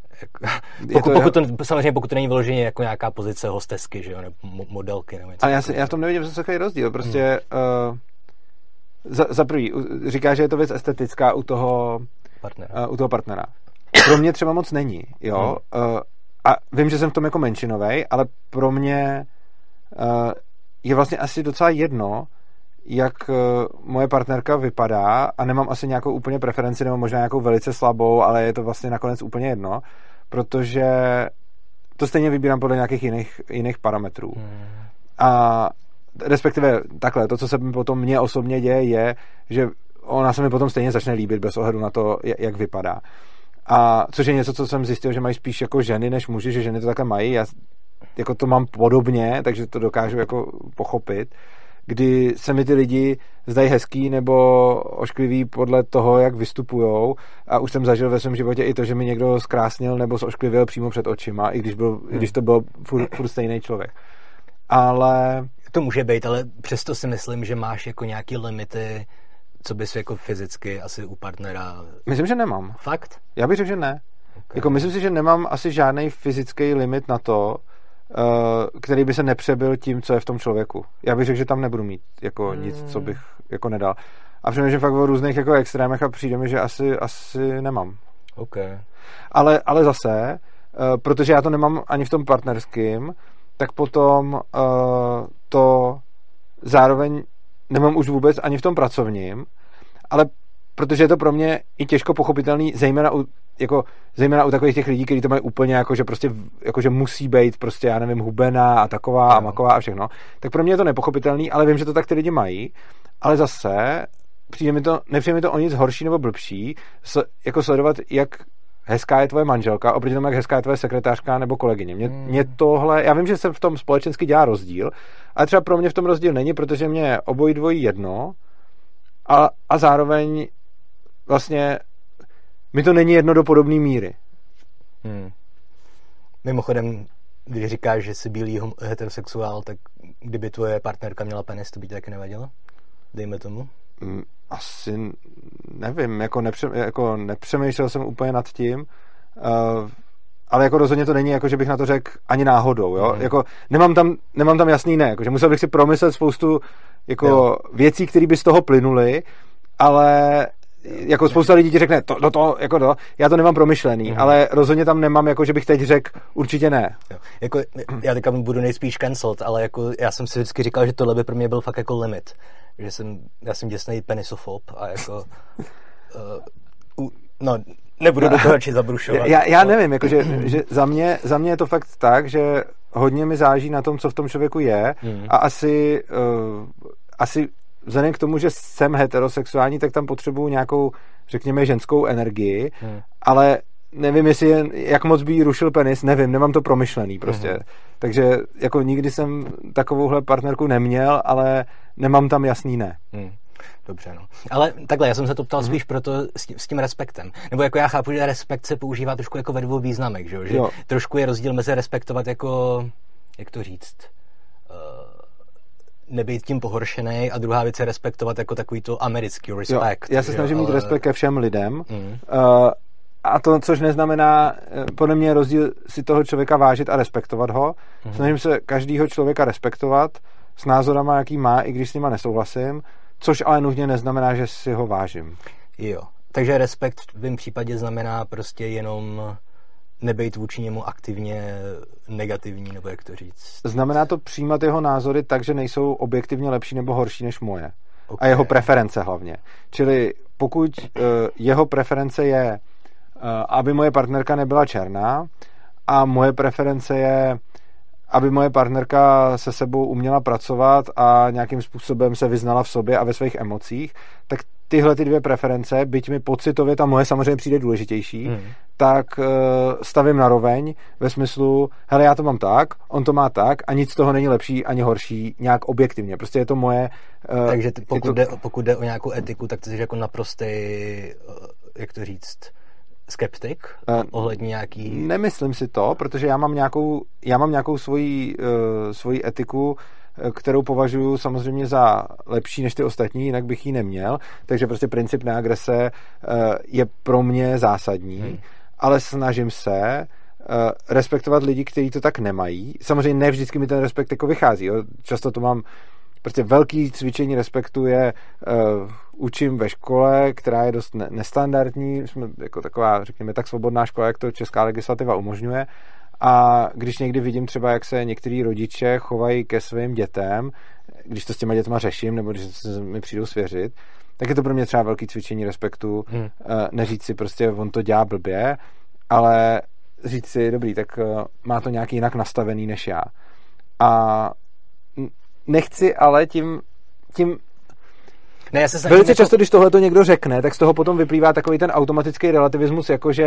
Pokud to není vyloženě jako nějaká pozice hostesky, že jo, nebo modelky. Nebo ale já v tom nevidím zase takový rozdíl. Prostě za prvý, říká, že je to věc estetická u toho partnera. Pro mě třeba moc není, jo. A vím, že jsem v tom jako menšinovej, ale pro mě je vlastně asi docela jedno, jak moje partnerka vypadá a nemám asi nějakou úplně preferenci nebo možná nějakou velice slabou, ale je to vlastně nakonec úplně jedno, protože to stejně vybírám podle nějakých jiných parametrů. A respektive takhle, to, co se mi potom mně osobně děje, je, že ona se mi potom stejně začne líbit bez ohledu na to, jak vypadá. A což je něco, co jsem zjistil, že mají spíš jako ženy než muži, že ženy to takhle mají. Já jako to mám podobně, takže to dokážu jako pochopit, kdy se mi ty lidi zdají hezký nebo ošklivý podle toho, jak vystupujou, a už jsem zažil ve svém životě i to, že mi někdo zkrásnil nebo zošklivil přímo před očima, i když to byl furt stejný člověk. Ale to může být, ale přesto si myslím, že máš jako nějaký limity, co bys jako fyzicky asi u partnera. Myslím, že nemám. Fakt? Já bych řekl, že ne. Okay. Jako myslím si, že nemám asi žádný fyzický limit na to, který by se nepřebyl tím, co je v tom člověku. Já bych řekl, že tam nebudu mít jako nic, co bych jako nedal. A přemýšlím fakt o různých jako extrémech a přijde mi, že asi nemám. Okay. Ale zase, protože já to nemám ani v tom partnerským, tak potom to zároveň nemám už vůbec ani v tom pracovním, ale protože je to pro mě i těžko pochopitelný, zejména u takových těch lidí, kteří to mají úplně jako, že prostě jako, že musí být prostě, já nevím, hubená a taková a maková a všechno, tak pro mě je to nepochopitelný, ale vím, že to tak ty lidi mají, ale zase nepřijde mi to o nic horší nebo blbší, jako sledovat, jak hezká je tvoje manželka, oproti tomu, jak hezká je tvoje sekretářka nebo kolegyně. Mě tohle, já vím, že se v tom společensky dělá rozdíl, ale třeba pro mě v tom rozdíl není, protože mě je obojí dvojí jedno a zároveň vlastně mi to není jedno do podobné míry. Mimochodem, když říkáš, že jsi bílý heterosexuál, tak kdyby tvoje partnerka měla penis, to by ti taky nevadilo? Dejme tomu. Asi nevím, jako nepřemýšlel jsem úplně nad tím, ale jako rozhodně to není, jako že bych na to řekl ani náhodou, jo? Jako nemám tam jasný ne, jako že musel bych si promyslet spoustu jako věcí, které by z toho plynuly, ale jako spousta lidí ti řekne, já to nemám promyšlený, ale rozhodně tam nemám, jako že bych teď řekl, určitě ne. Jo. Jako, já teďka budu nejspíš cancelled, ale jako já jsem si vždycky říkal, že tohle by pro mě byl fakt jako limit. Že já jsem děsnej penisofob a jako nebudu do toho radši zabrušovat. Já nevím, jako, že za mě je to fakt tak, že hodně mi záleží na tom, co v tom člověku je a asi vzhledem k tomu, že jsem heterosexuální, tak tam potřebuju nějakou, řekněme, ženskou energii, ale nevím, jak moc by jí rušil penis, nevím, nemám to promyšlený prostě. Takže jako nikdy jsem takovouhle partnerku neměl, ale nemám tam jasný ne. Dobře, no. Ale takhle, já jsem se to ptal spíš proto s tím respektem. Nebo jako já chápu, že respekt se používá trošku jako ve dvou významech, že jo? Trošku je rozdíl mezi respektovat jako, jak to říct, nebejt tím pohoršený a druhá věc je respektovat jako takový to americký respekt. Já se snažím mít respekt ke všem lidem a to, což neznamená, podle mě je rozdíl si toho člověka vážit a respektovat ho. Snažím se každýho člověka respektovat s názorama, jaký má, i když s nima nesouhlasím, což ale nutně neznamená, že si ho vážím. Jo, takže respekt v tvém případě znamená prostě jenom nebejt vůči němu aktivně negativní, nebo jak to říct? Znamená to přijímat jeho názory tak, že nejsou objektivně lepší nebo horší než moje. Okay. A jeho preference hlavně. Čili pokud jeho preference je, aby moje partnerka nebyla černá a moje preference je, aby moje partnerka se sebou uměla pracovat a nějakým způsobem se vyznala v sobě a ve svých emocích, tak tyhle ty dvě preference, byť mi pocitově ta moje samozřejmě přijde důležitější, tak stavím na roveň ve smyslu, hele, já to mám tak, on to má tak a nic z toho není lepší ani horší nějak objektivně. Prostě je to moje... Takže pokud jde o nějakou etiku, tak ty jsi jako naprostý, jak to říct, skeptik ohledně nějaký... Nemyslím si to, protože já mám nějakou svoji etiku, kterou považuji samozřejmě za lepší než ty ostatní, jinak bych ji neměl. Takže prostě princip neagrese je pro mě zásadní, ale snažím se respektovat lidi, kteří to tak nemají. Samozřejmě ne vždycky mi ten respekt jako vychází. Jo. Často to mám prostě velký cvičení respektu je učím ve škole, která je dost nestandardní, jsme jako taková, řekněme, tak svobodná škola, jak to česká legislativa umožňuje. A když někdy vidím třeba, jak se některý rodiče chovají ke svým dětem, když to s těma dětma řeším, nebo když se mi přijdou svěřit, tak je to pro mě třeba velký cvičení respektu. Neříct si prostě, on to dělá blbě, ale říct si, dobrý, tak má to nějaký jinak nastavený než já. A nechci ale tím ne, velice často, když tohle to někdo řekne, tak z toho potom vyplývá takový ten automatický relativismus,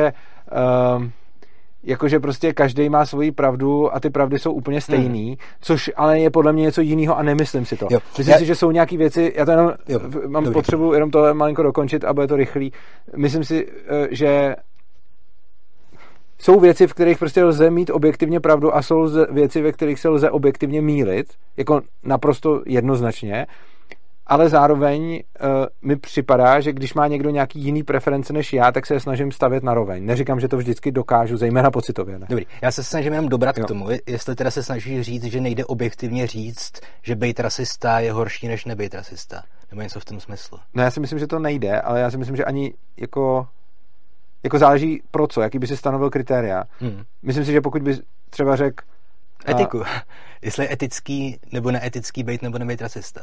jakože prostě každý má svoji pravdu a ty pravdy jsou úplně stejný, což ale je podle mě něco jiného a nemyslím si to. Myslím si, že jsou nějaké věci, já to jenom mám potřebu jenom tohle malinko dokončit a bude to rychlý. Myslím si, že jsou věci, v kterých prostě lze mít objektivně pravdu a jsou věci, ve kterých se lze objektivně mýlit, jako naprosto jednoznačně, ale zároveň mi připadá, že když má někdo nějaký jiný preference než já, tak se je snažím stavět na roveň. Neříkám, že to vždycky dokážu, zejména pocitově. Ne? Dobrý, já se snažím jenom dobrat k tomu, jestli teda se snažíš říct, že nejde objektivně říct, že být rasista je horší než nebejt rasista, nebo něco v tom smyslu. No já si myslím, že to nejde, ale já si myslím, že ani jako záleží pro co, jaký by si stanovil kritéria. Myslím si, že pokud by třeba řekl... Etiku. Jestli je etický nebo neetický být nebo nebejt rasista.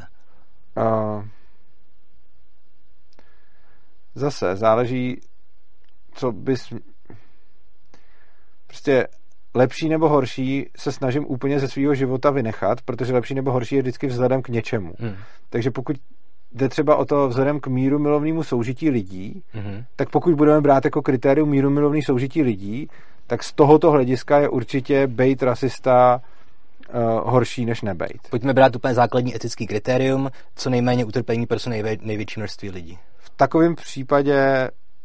Zase záleží, co bys... Prostě lepší nebo horší se snažím úplně ze svého života vynechat, protože lepší nebo horší je vždycky vzhledem k něčemu. Takže pokud jde třeba o to vzhledem k míru milovnému soužití lidí, tak pokud budeme brát jako kritérium míru milovný soužití lidí, tak z tohoto hlediska je určitě bejt rasista horší než nebejt. Pojďme brát úplně základní etický kritérium, co nejméně utrpení pro co největší množství lidí. V takovém případě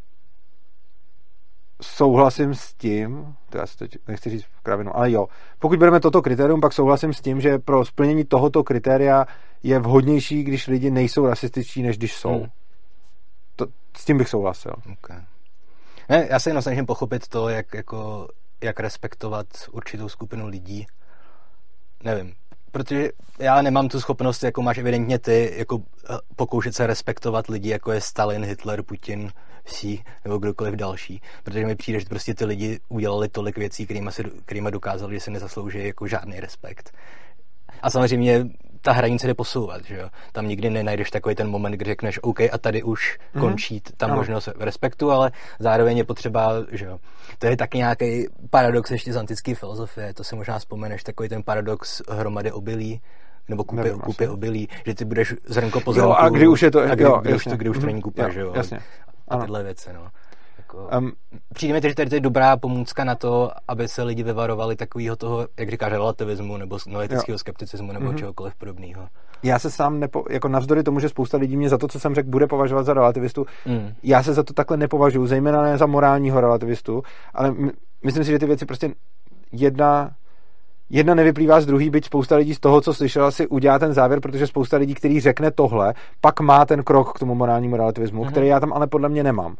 souhlasím s tím, to já si teď nechci říct kravinu, ale jo, pokud bereme toto kritérium, pak souhlasím s tím, že pro splnění tohoto kritéria je vhodnější, když lidi nejsou rasističtí, než když jsou. S tím bych souhlasil. Okay. Ne, já se jenom snažím pochopit to, jak respektovat určitou skupinu lidí. Nevím, protože já nemám tu schopnost, jako máš evidentně ty, jako pokoušet se respektovat lidi, jako je Stalin, Hitler, Putin, Xi nebo kdokoliv další, protože mi přijde, že prostě ty lidi udělali tolik věcí, kterýma dokázali, že se nezaslouží jako žádný respekt. A samozřejmě ta hranice jde posouvat, že jo. Tam nikdy nenajdeš takový ten moment, kdy řekneš OK a tady už končí ta možnost respektu, ale zároveň je potřeba, že jo. To je taky nějaký paradox ještě z antické filozofie, to si možná vzpomeneš, takový ten paradox hromady obilí, nebo kupy obilí, že ty budeš zrnko po zrnku. Jo, a kdy už je to, kdy už to není kupa, že jo. Jasně. A tyhle věci, no. Přijde mi, že tady to je dobrá pomůcka na to, aby se lidi vyvarovali takového toho, jak říkáš, relativismu nebo noetického skepticismu nebo čehokoliv podobného. Já se sám jako navzdory tomu, že spousta lidí mě za to, co jsem řekl, bude považovat za relativistu, já se za to takhle nepovažuji, zejména ne za morálního relativistu, ale myslím si, že ty věci prostě jedna nevyplývá z druhý, byť spousta lidí z toho, co slyšela, si udělá ten závěr, protože spousta lidí, který řekne tohle, pak má ten krok k tomu morálnímu relativismu, který já tam ale podle mě nemám.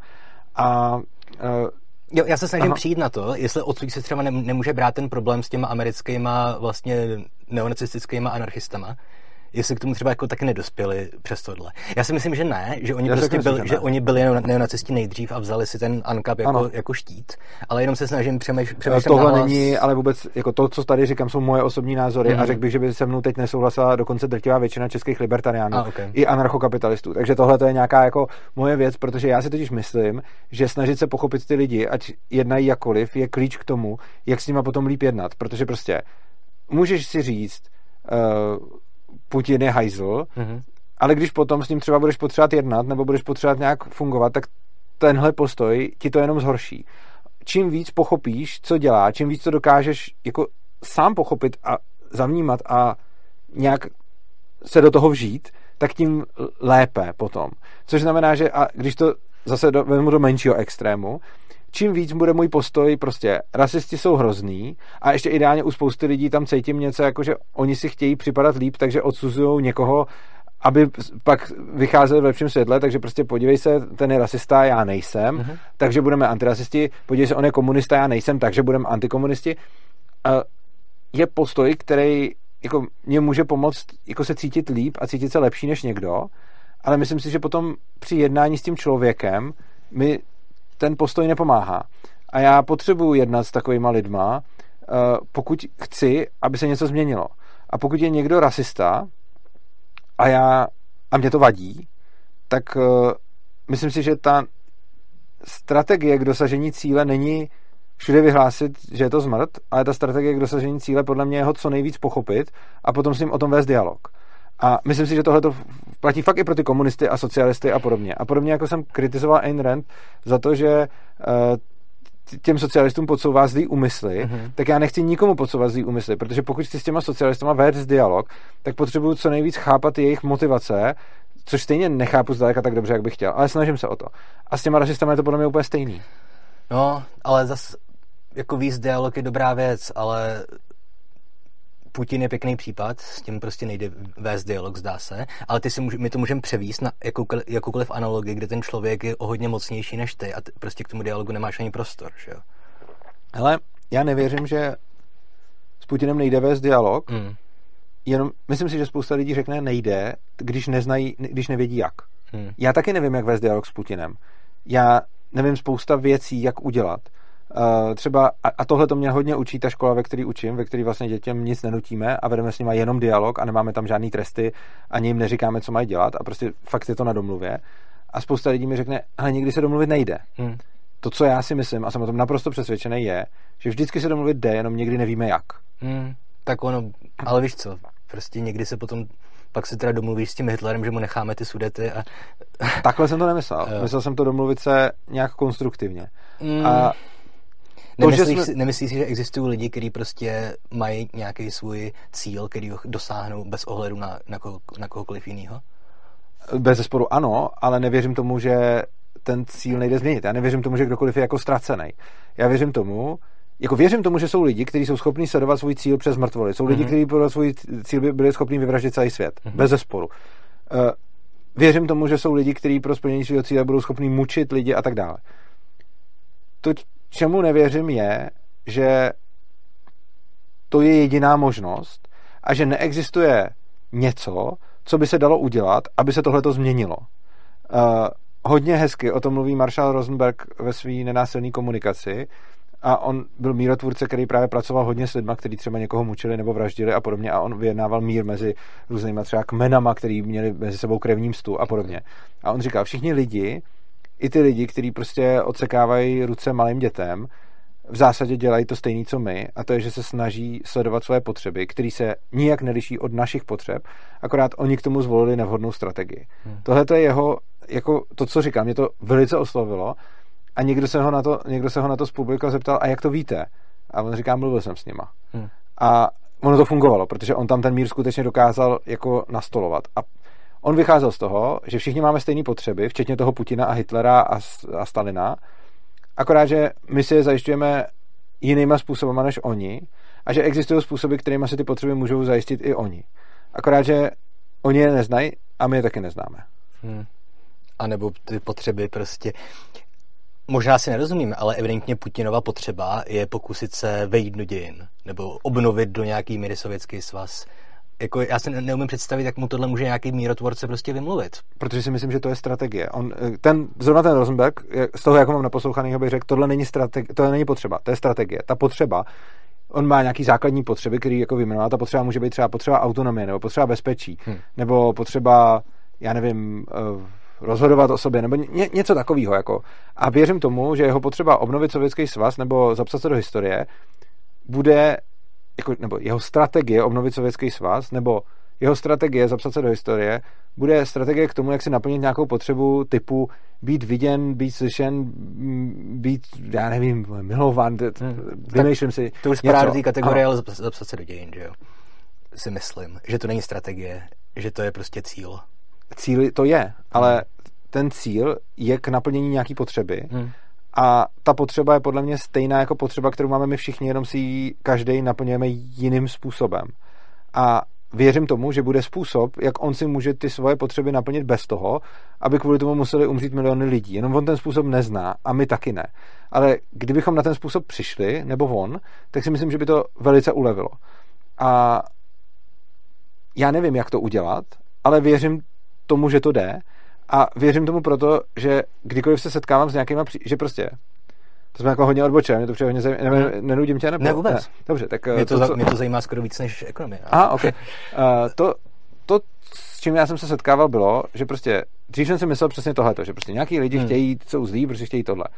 Jo, já se snažím přijít na to, jestli odsud se třeba nemůže brát ten problém s těma americkýma vlastně neonacistickýma anarchistama, jestli k tomu třeba jako taky nedospěli přes tohle. Já si myslím, že ne, že oni oni byli neonacisti nejdřív a vzali si ten ANCAP jako štít, ale jenom se snažím přemýšlet tohle není, ale vůbec jako to, co tady říkám, jsou moje osobní názory a řekl bych, že by se mnou teď nesouhlasila dokonce drtivá většina českých libertariánů i anarchokapitalistů. Takže tohle to je nějaká jako moje věc, protože já si totiž myslím, že snažit se pochopit ty lidi, ať jednají jakkoliv, je klíč k tomu, jak s nima potom líp jednat, protože prostě můžeš si říct Putin je hajzl, ale když potom s ním třeba budeš potřebovat jednat nebo budeš potřebovat nějak fungovat, tak tenhle postoj ti to jenom zhorší. Čím víc pochopíš, co dělá, čím víc to dokážeš jako sám pochopit a zavnímat a nějak se do toho vžít, tak tím lépe potom. Což znamená, že a když to zase vezmu do menšího extrému, čím víc bude můj postoj, prostě rasisti jsou hrozný a ještě ideálně u spousty lidí tam cítím něco, jako že oni si chtějí připadat líp, takže odsuzují někoho, aby pak vycházeli v lepším světle, takže prostě podívej se, ten je rasista, já nejsem, takže budeme antirasisti, podívej se, on je komunista, já nejsem, takže budeme antikomunisti. Je postoj, který jako mě může pomoct jako se cítit líp a cítit se lepší než někdo, ale myslím si, že potom při jednání s tím člověkem mi ten postoj nepomáhá. A já potřebuji jednat s takovýma lidma, pokud chci, aby se něco změnilo. A pokud je někdo rasista a mě to vadí, tak myslím si, že ta strategie k dosažení cíle není všude vyhlásit, že je to zmrt, ale ta strategie k dosažení cíle podle mě je ho co nejvíc pochopit a potom s ním o tom vést dialog. A myslím si, že tohle platí fakt i pro ty komunisty a socialisty a podobně. A podobně jako jsem kritizoval Ayn Rand za to, že těm socialistům podsouvá zlý úmysly, tak já nechci nikomu podsouvat zlý úmysly, protože pokud chci s těma socialistama vést dialog, tak potřebuju co nejvíc chápat jejich motivace, což stejně nechápu zdaleka tak dobře, jak bych chtěl, ale snažím se o to. A s těma rasistama je to podle mě úplně stejný. No, ale zas jako víc dialog je dobrá věc, ale Putin je pěkný případ, s tím prostě nejde vést dialog, zdá se, ale my to můžeme převíst na jakoukoliv analogii, kde ten člověk je o hodně mocnější než ty a prostě k tomu dialogu nemáš ani prostor, že jo? Hele, já nevěřím, že s Putinem nejde vést dialog, jenom myslím si, že spousta lidí řekne nejde, když nevědí jak. Já taky nevím, jak vést dialog s Putinem. Já nevím spousta věcí, jak udělat. Třeba, a tohle to mě hodně učí ta škola, ve které učím, ve které vlastně dětem nic nenutíme a vedeme s nimi jenom dialog a nemáme tam žádný tresty, ani jim neříkáme, co mají dělat a prostě fakt je to na domluvě. A spousta lidí mi řekne, ale nikdy se domluvit nejde. To, co já si myslím, a jsem o tom naprosto přesvědčený, je, že vždycky se domluvit jde, jenom někdy nevíme jak. Tak ono, ale víš co, prostě někdy se potom pak se teda domluvíš s tím Hitlerem, že mu necháme ty Sudety a... Takhle jsem to nemyslel. Myslel jsem to domluvit se nějak konstruktivně. A Nemyslíš si, že existují lidi, kteří prostě mají nějaký svůj cíl, který ho dosáhnou bez ohledu na kohokoliv jinýho? Bez zesporu ano, ale nevěřím tomu, že ten cíl nejde změnit. Já nevěřím tomu, že kdokoliv je jako ztracený. Já věřím tomu, že jsou lidi, kteří jsou schopni sledovat svůj cíl přes mrtvoly. Jsou lidi, kteří pro svůj cíl by byli schopni vyvraždit celý svět. Bez zesporu. Věřím tomu, že jsou lidi, kteří pro splnění svého cíle budou schopni mučit lidi a tak dále. To, čemu nevěřím, je, že to je jediná možnost a že neexistuje něco, co by se dalo udělat, aby se tohleto změnilo. Hodně hezky o tom mluví Marshall Rosenberg ve své nenásilné komunikaci a on byl mírotvůrce, který právě pracoval hodně s lidma, kteří třeba někoho mučili nebo vraždili a podobně a on vyjednával mír mezi různýma třeba kmenama, který měli mezi sebou krevní mstu a podobně. A on říkal, všichni lidi, i ty lidi, kteří prostě odsekávají ruce malým dětem, v zásadě dělají to stejné, co my, a to je, že se snaží sledovat své potřeby, které se nijak neliší od našich potřeb, akorát oni k tomu zvolili nevhodnou strategii. Tohle to je jeho, jako to, co říkám, mě to velice oslovilo a někdo se ho na to z publika zeptal, a jak to víte? A on říká, mluvil jsem s nima. A ono to fungovalo, protože on tam ten mír skutečně dokázal jako nastolovat. A on vycházel z toho, že všichni máme stejné potřeby, včetně toho Putina a Hitlera a Stalina, akorát, že my si je zajišťujeme jinýma způsobama než oni a že existují způsoby, kterými si ty potřeby můžou zajistit i oni. Akorát, že oni je neznají a my je taky neznáme. A nebo ty potřeby prostě... Možná si nerozumíme, ale evidentně Putinova potřeba je pokusit se vejít do dějin nebo obnovit do nějaký míry Sovětský svaz. Jako já si neumím představit, jak mu tohle může nějaký mírotvorce prostě vymluvit. Protože si myslím, že to je strategie. Zrovna ten Rosenberg, z toho, jak ho mám naposlouchanýho, bych řekl, tohle není potřeba, to je strategie. Ta potřeba, on má nějaký základní potřeby, který jako vyjmenoval, ta potřeba může být třeba potřeba autonomie, nebo potřeba bezpečí, nebo potřeba, já nevím, rozhodovat o sobě, nebo něco takového. Jako. A věřím tomu, že jeho potřeba obnovit Sovětský svaz nebo zapsat se do historie bude nebo jeho strategie obnovit Sovětský svaz, nebo jeho strategie zapsat se do historie, bude strategie k tomu, jak si naplnit nějakou potřebu typu být viděn, být slyšen, být, já nevím, milovan, vymýšlím si to už spadá do té kategorie, ale zapsat se do dějin, že jo? Si myslím, že to není strategie, že to je prostě cíl. Cíl to je, ale ten cíl je k naplnění nějaký potřeby. A ta potřeba je podle mě stejná jako potřeba, kterou máme my všichni, jenom si ji každý naplňujeme jiným způsobem. A věřím tomu, že bude způsob, jak on si může ty svoje potřeby naplnit bez toho, aby kvůli tomu museli umřít miliony lidí. Jenom on ten způsob nezná a my taky ne. Ale kdybychom na ten způsob přišli, nebo on, tak si myslím, že by to velice ulevilo. A já nevím, jak to udělat, ale věřím tomu, že to jde. A věřím tomu proto, že kdykoliv se setkávám s nějakýma, že prostě to jsme jako hodně odbočili, mě to přijde hodně zajímavé, nenudím tě? Nebo? Ne, vůbec. Ne. Dobře, tak mě to zajímá skoro víc než ekonomie. Aha, ok. To, s čím já jsem se setkával, bylo, že prostě dřív jsem si myslel přesně tohleto, že prostě nějaký lidi chtějí, jsou zlí, protože chtějí tohle.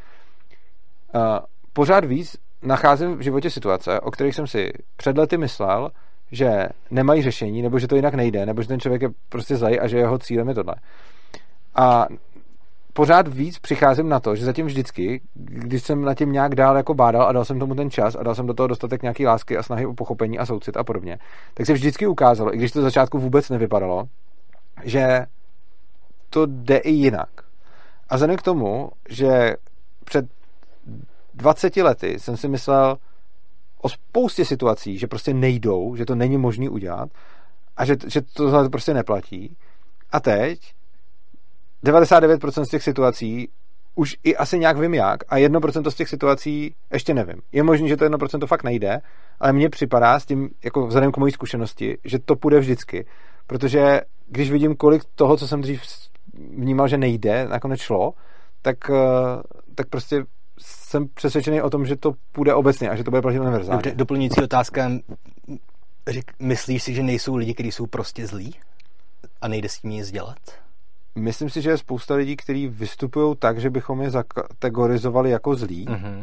Pořád víc nacházím v životě situace, o kterých jsem si před lety myslel, že nemají řešení, nebo že to jinak nejde, nebo že ten člověk je prostě zlej a že jeho cílem je tohle. A pořád víc přicházím na to, že zatím vždycky, když jsem na tím nějak dál jako bádal a dal jsem tomu ten čas a dal jsem do toho dostatek nějaký lásky a snahy o pochopení a soucit a podobně, tak se vždycky ukázalo, i když to začátku vůbec nevypadalo, že to jde i jinak. A vzhledem k tomu, že před 20 lety jsem si myslel o spoustě situací, že prostě nejdou, že to není možné udělat a že to prostě neplatí. A teď 99% z těch situací už i asi nějak vím jak a 1% z těch situací ještě nevím. Je možné, že to 1% fakt nejde, ale mně připadá s tím, jako vzhledem k mojí zkušenosti, že to půjde vždycky. Protože když vidím, kolik toho, co jsem dřív vnímal, že nejde, nakonec šlo, tak prostě jsem přesvědčený o tom, že to půjde obecně a že to bude platit univerzálně. Doplňující otázka, myslíš si, že nejsou lidi, kteří jsou prostě zlí a nejde s tím nic dělat? Myslím si, že je spousta lidí, kteří vystupují tak, že bychom je zakategorizovali jako zlí,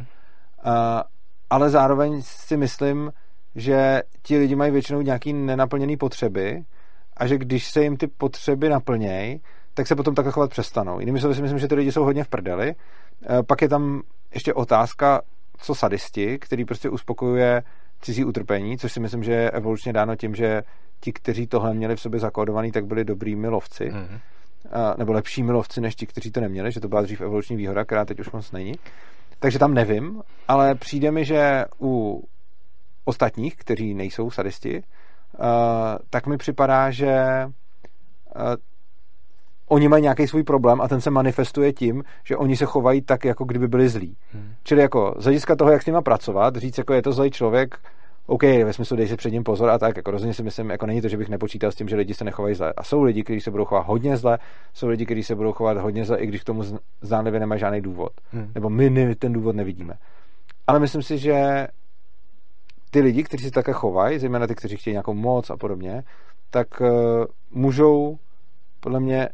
ale zároveň si myslím, že ti lidi mají většinou nějaký nenaplněný potřeby a že když se jim ty potřeby naplnějí, tak se potom takhle chovat přestanou. Jinými slovy si myslím, že ty lidi jsou hodně v prdeli. Pak je tam ještě otázka, co sadisti, který prostě uspokojuje cizí utrpení, což si myslím, že je evolučně dáno tím, že ti, kteří tohle měli v sobě zakódovaný, tak byli dobrými lovci. Nebo lepšími lovci, než ti, kteří to neměli, že to byla dřív evoluční výhoda, která teď už moc není. Takže tam nevím, ale přijde mi, že u ostatních, kteří nejsou sadisti, tak mi připadá, že oni mají nějaký svůj problém a ten se manifestuje tím, že oni se chovají tak, jako kdyby byli zlí. Čili jako z hlediska toho, jak s nima pracovat, říct, jako je to zlej člověk, OK, ve smyslu dej si před ním pozor a tak, jako rozhodně si myslím, jako není to, že bych nepočítal s tím, že lidi se nechovají zle. A jsou lidi, kteří se budou chovat hodně zle, jsou lidi, kteří se budou chovat hodně zle, i když k tomu zdánlivě nemají žádný důvod. Nebo my ten důvod nevidíme. Ale myslím si, že ty lidi, kteří se také chovají, zejména ty, kteří chtějí nějakou moc a podobně, tak můžou podle mě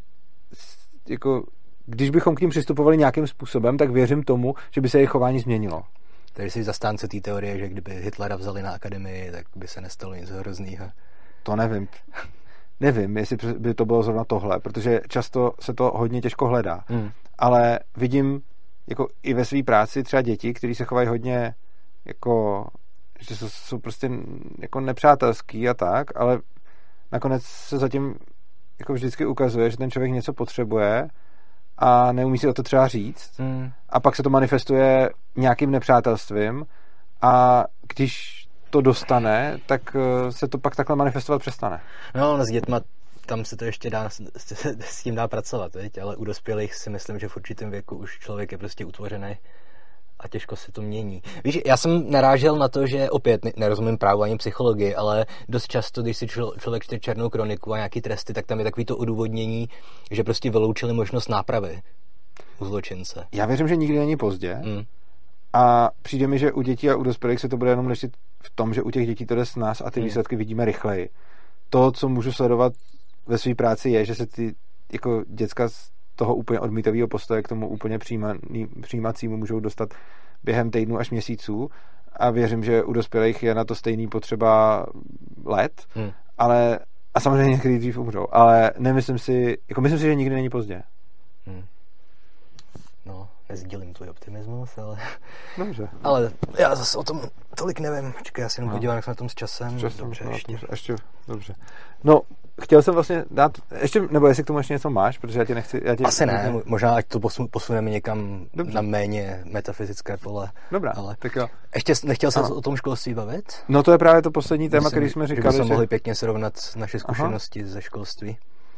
jako, když bychom k ním přistupovali nějakým způsobem, tak věřím tomu, že by se jejich chování změnilo. Takže jsi zastánce té teorie, že kdyby Hitlera vzali na akademii, tak by se nestalo nic hroznýho. To nevím. Nevím, jestli by to bylo zrovna tohle, protože často se to hodně těžko hledá. Ale vidím jako i ve své práci třeba děti, kteří se chovají hodně jako, že jsou prostě jako nepřátelský a tak, ale nakonec se zatím jako vždycky ukazuje, že ten člověk něco potřebuje a neumí si o to třeba říct a pak se to manifestuje nějakým nepřátelstvím a když to dostane, tak se to pak takhle manifestovat přestane. No, s dětma tam se to ještě dá, s tím dá pracovat, viď? Ale u dospělých si myslím, že v určitém věku už člověk je prostě utvořený a těžko se to mění. Víš, já jsem narážel na to, že opět nerozumím právu ani psychologii, ale dost často, když si člověk čte černou kroniku a nějaký tresty, tak tam je takový to odůvodnění, že prostě vyloučili možnost nápravy u zločince. Já věřím, že nikdy není pozdě a přijde mi, že u dětí a u dospělých se to bude jenom lišit v tom, že u těch dětí to jde s nás a ty výsledky vidíme rychleji. To, co můžu sledovat ve své práci, je, že se ty jako děcka toho úplně odmítavého postoje k tomu úplně přijímacímu můžou dostat během týdnů až měsíců a věřím, že u dospělých je na to stejný potřeba let, ale a samozřejmě někdy dřív umřou, ale nemyslím si, jako myslím si, že nikdy není pozdě. No, nezdílím tvůj optimismus, ale... Dobře. Ale já zase o tom tolik nevím. Počkej, já si jenom podívám, jak jsme na tom s časem. Dobře, ještě. Dobře. No, chtěl jsem vlastně dát, ještě, nebo jestli k tomu ještě něco máš, protože já ti nechci... Asi ne, možná ať to posuneme někam na méně metafyzické pole. Dobrá, ale tak jo. Ještě nechtěl jsem o tom školství bavit? No to je právě to poslední téma, který jsme říkali. Že bychom mohli pěkně srovnat naše zkušenosti ze školství.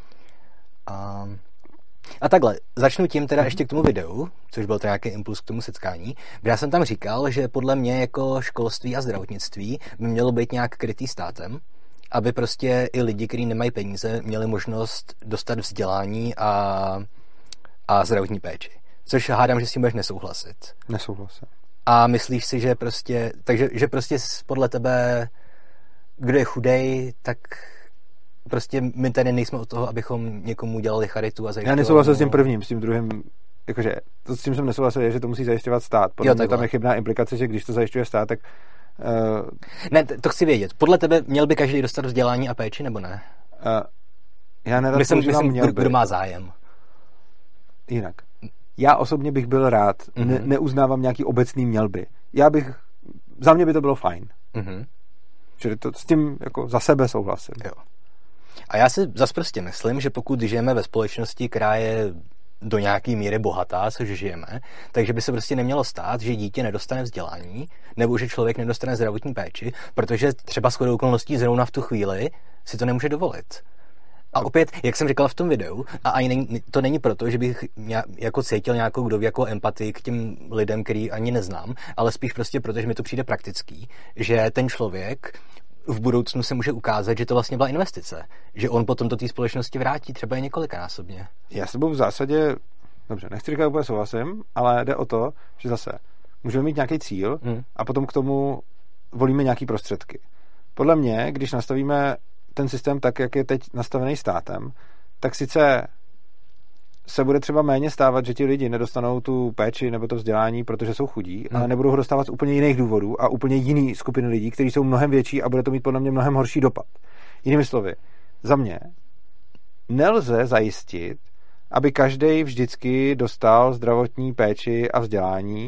A takhle, začnu tím teda ještě k tomu videu, což byl to nějaký impuls k tomu setkání. Já jsem tam říkal, že podle mě jako školství a zdravotnictví by mělo být nějak krytý státem, aby prostě i lidi, kteří nemají peníze, měli možnost dostat vzdělání a zdravotní péči. Což hádám, že s tím budeš nesouhlasit. Nesouhlasím. A myslíš si, že prostě, takže že prostě podle tebe, kdo je chudej, tak prostě my tady nejsme od toho, abychom někomu dělali charitu a zajišťovali. Já nesouhlasil s tím prvním, s tím druhým, jakože to, s tím jsem nesouhlasil, je, že to musí zajišťovat stát. Podle mě tam je chybná implikace, že když to zajišťuje stát, tak... Ne, to chci vědět. Podle tebe měl by každý dostat vzdělání a péči, nebo ne? Já nerad používám měl by. Kdo má zájem? Jinak. Já osobně bych byl rád, neuznávám nějaký obecný měl by. Za mě by to bylo fajn. Čili to s tím jako za sebe souhlasím. Jo. A já si zase prostě myslím, že pokud žijeme ve společnosti, která je do nějaký míry bohatá, což žijeme, takže by se prostě nemělo stát, že dítě nedostane vzdělání, nebo že člověk nedostane zdravotní péči, protože třeba shodou okolností zrovna v tu chvíli si to nemůže dovolit. A opět, jak jsem říkal v tom videu, a ani to není proto, že bych jako cítil nějakou jako empatii k těm lidem, který ani neznám, ale spíš prostě proto, že mi to přijde praktický, že ten člověk v budoucnu se může ukázat, že to vlastně byla investice. Že on potom do té společnosti vrátí třeba i několikanásobně. Já s tebou v zásadě, dobře, nechci říkat úplně souhlasím, ale jde o to, že zase můžeme mít nějaký cíl a potom k tomu volíme nějaký prostředky. Podle mě, když nastavíme ten systém tak, jak je teď nastavený státem, tak sice se bude třeba méně stávat, že ti lidi nedostanou tu péči nebo to vzdělání, protože jsou chudí, ale nebudou ho dostávat z úplně jiných důvodů a úplně jiný skupiny lidí, kteří jsou mnohem větší a bude to mít podle mě mnohem horší dopad. Jinými slovy, za mě nelze zajistit, aby každý vždycky dostal zdravotní péči a vzdělání.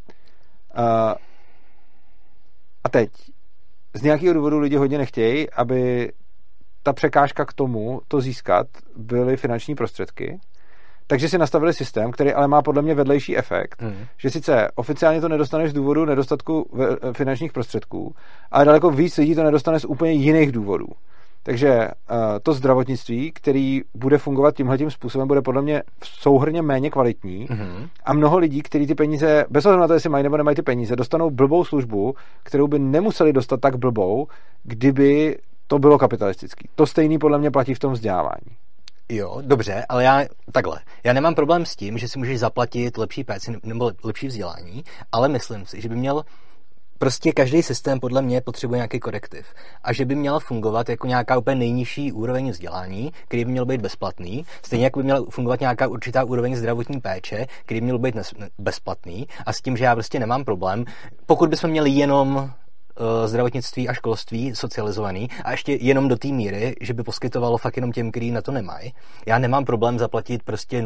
A teď z nějakého důvodu lidi hodně nechtějí, aby ta překážka k tomu to získat byly finanční prostředky. Takže si nastavili systém, který ale má podle mě vedlejší efekt, že sice oficiálně to nedostaneš z důvodu nedostatku finančních prostředků, ale daleko víc lidí to nedostane z úplně jiných důvodů. Takže to zdravotnictví, který bude fungovat tímhletím způsobem, bude podle mě souhrnně méně kvalitní a mnoho lidí, kteří ty peníze, bez ohledu na to, jestli mají nebo nemají ty peníze, dostanou blbou službu, kterou by nemuseli dostat tak blbou, kdyby to bylo kapitalistický. To stejný podle mě platí v tom vzdělávání. Jo, dobře, ale já nemám problém s tím, že si můžeš zaplatit lepší péci nebo lepší vzdělání, ale myslím si, že by měl prostě každý systém podle mě potřebuje nějaký korektiv a že by měl fungovat jako nějaká úplně nejnižší úroveň vzdělání, který by měl být bezplatný, stejně jako by měl fungovat nějaká určitá úroveň zdravotní péče, který by měl být bezplatný a s tím, že já prostě nemám problém, pokud bychom měli jenom zdravotnictví a školství socializovaný a ještě jenom do té míry, že by poskytovalo fakt jenom těm, kteří na to nemají. Já nemám problém zaplatit prostě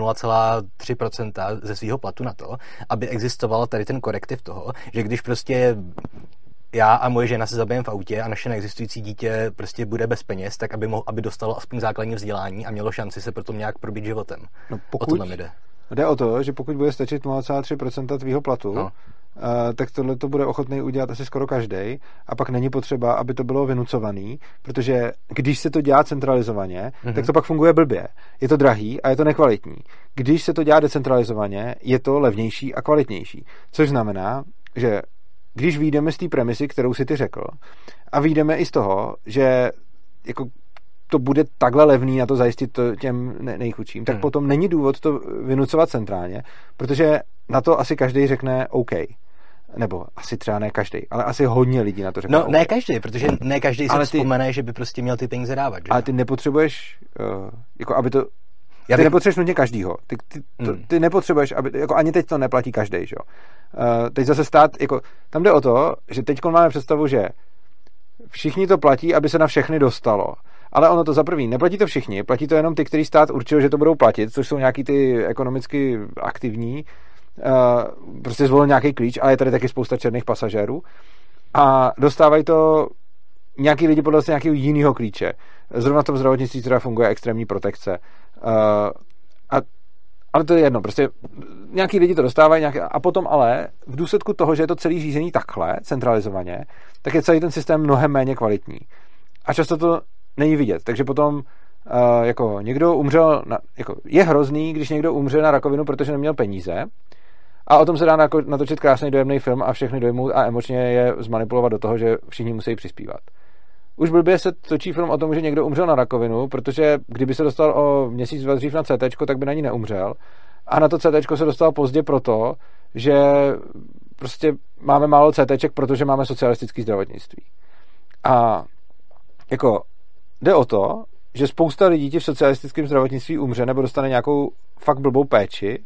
0,3% ze svého platu na to, aby existoval tady ten korektiv toho, že když prostě já a moje žena se zabijeme v autě a naše neexistující dítě prostě bude bez peněz, tak aby dostalo aspoň základní vzdělání a mělo šanci se potom nějak probít životem. No pokud, o to nám jde. Jde o to, že pokud bude stačit 0,3% tvýho platu, tak tohle to bude ochotný udělat asi skoro každý a pak není potřeba, aby to bylo vynucovaný, protože když se to dělá centralizovaně, tak to pak funguje blbě. Je to drahý a je to nekvalitní. Když se to dělá decentralizovaně, je to levnější a kvalitnější. Což znamená, že když vyjdeme z té premisy, kterou si ty řekl, a vyjdeme i z toho, že jako to bude takhle levný na to zajistit to těm nejchudším, tak potom není důvod to vynucovat centrálně, protože na to asi každý řekne OK. Nebo asi třeba ne každý, ale asi hodně lidí na to řekne. No, ne každý, protože ne každý si vzpomene, že by prostě měl ty peníze dávat. Že? Ale ty nepotřebuješ, jako aby to... Ty nepotřebuješ nutně každýho. Ty nepotřebuješ, aby, jako ani teď to neplatí každý, že jo. Teď zase stát, jako, tam jde o to, že teď máme představu, že všichni to platí, aby se na všechny dostalo. Ale ono to za prvý, neplatí to všichni, platí to jenom ty, který stát určil, že to budou platit, což jsou nějaký ty ekonomicky aktivní, prostě zvolil nějaký klíč, ale je tady taky spousta černých pasažérů a dostávají to nějaký lidi podle nějakého jiného klíče. Zrovna v tom zdravotnictví teda funguje extrémní protekce. Ale to je jedno, prostě nějaký lidi to dostávají a potom ale v důsledku toho, že je to celý řízení takhle, centralizovaně, tak je celý ten systém mnohem méně kvalitní. A často to není vidět. Takže potom jako někdo umřel, jako je hrozný, když někdo umře na rakovinu, protože neměl peníze a o tom se dá natočit krásný dojemný film a všechny dojmout a emočně je zmanipulovat do toho, že všichni musí přispívat. Už blbě se točí film o tom, že někdo umřel na rakovinu, protože kdyby se dostal o měsíc dva dřív na CT, tak by na ní neumřel. A na to CT se dostal pozdě proto, že prostě máme málo CT, protože máme socialistické zdravotnictví. A jako jde o to, že spousta lidí ti v socialistickém zdravotnictví umře nebo dostane nějakou fakt blbou péči.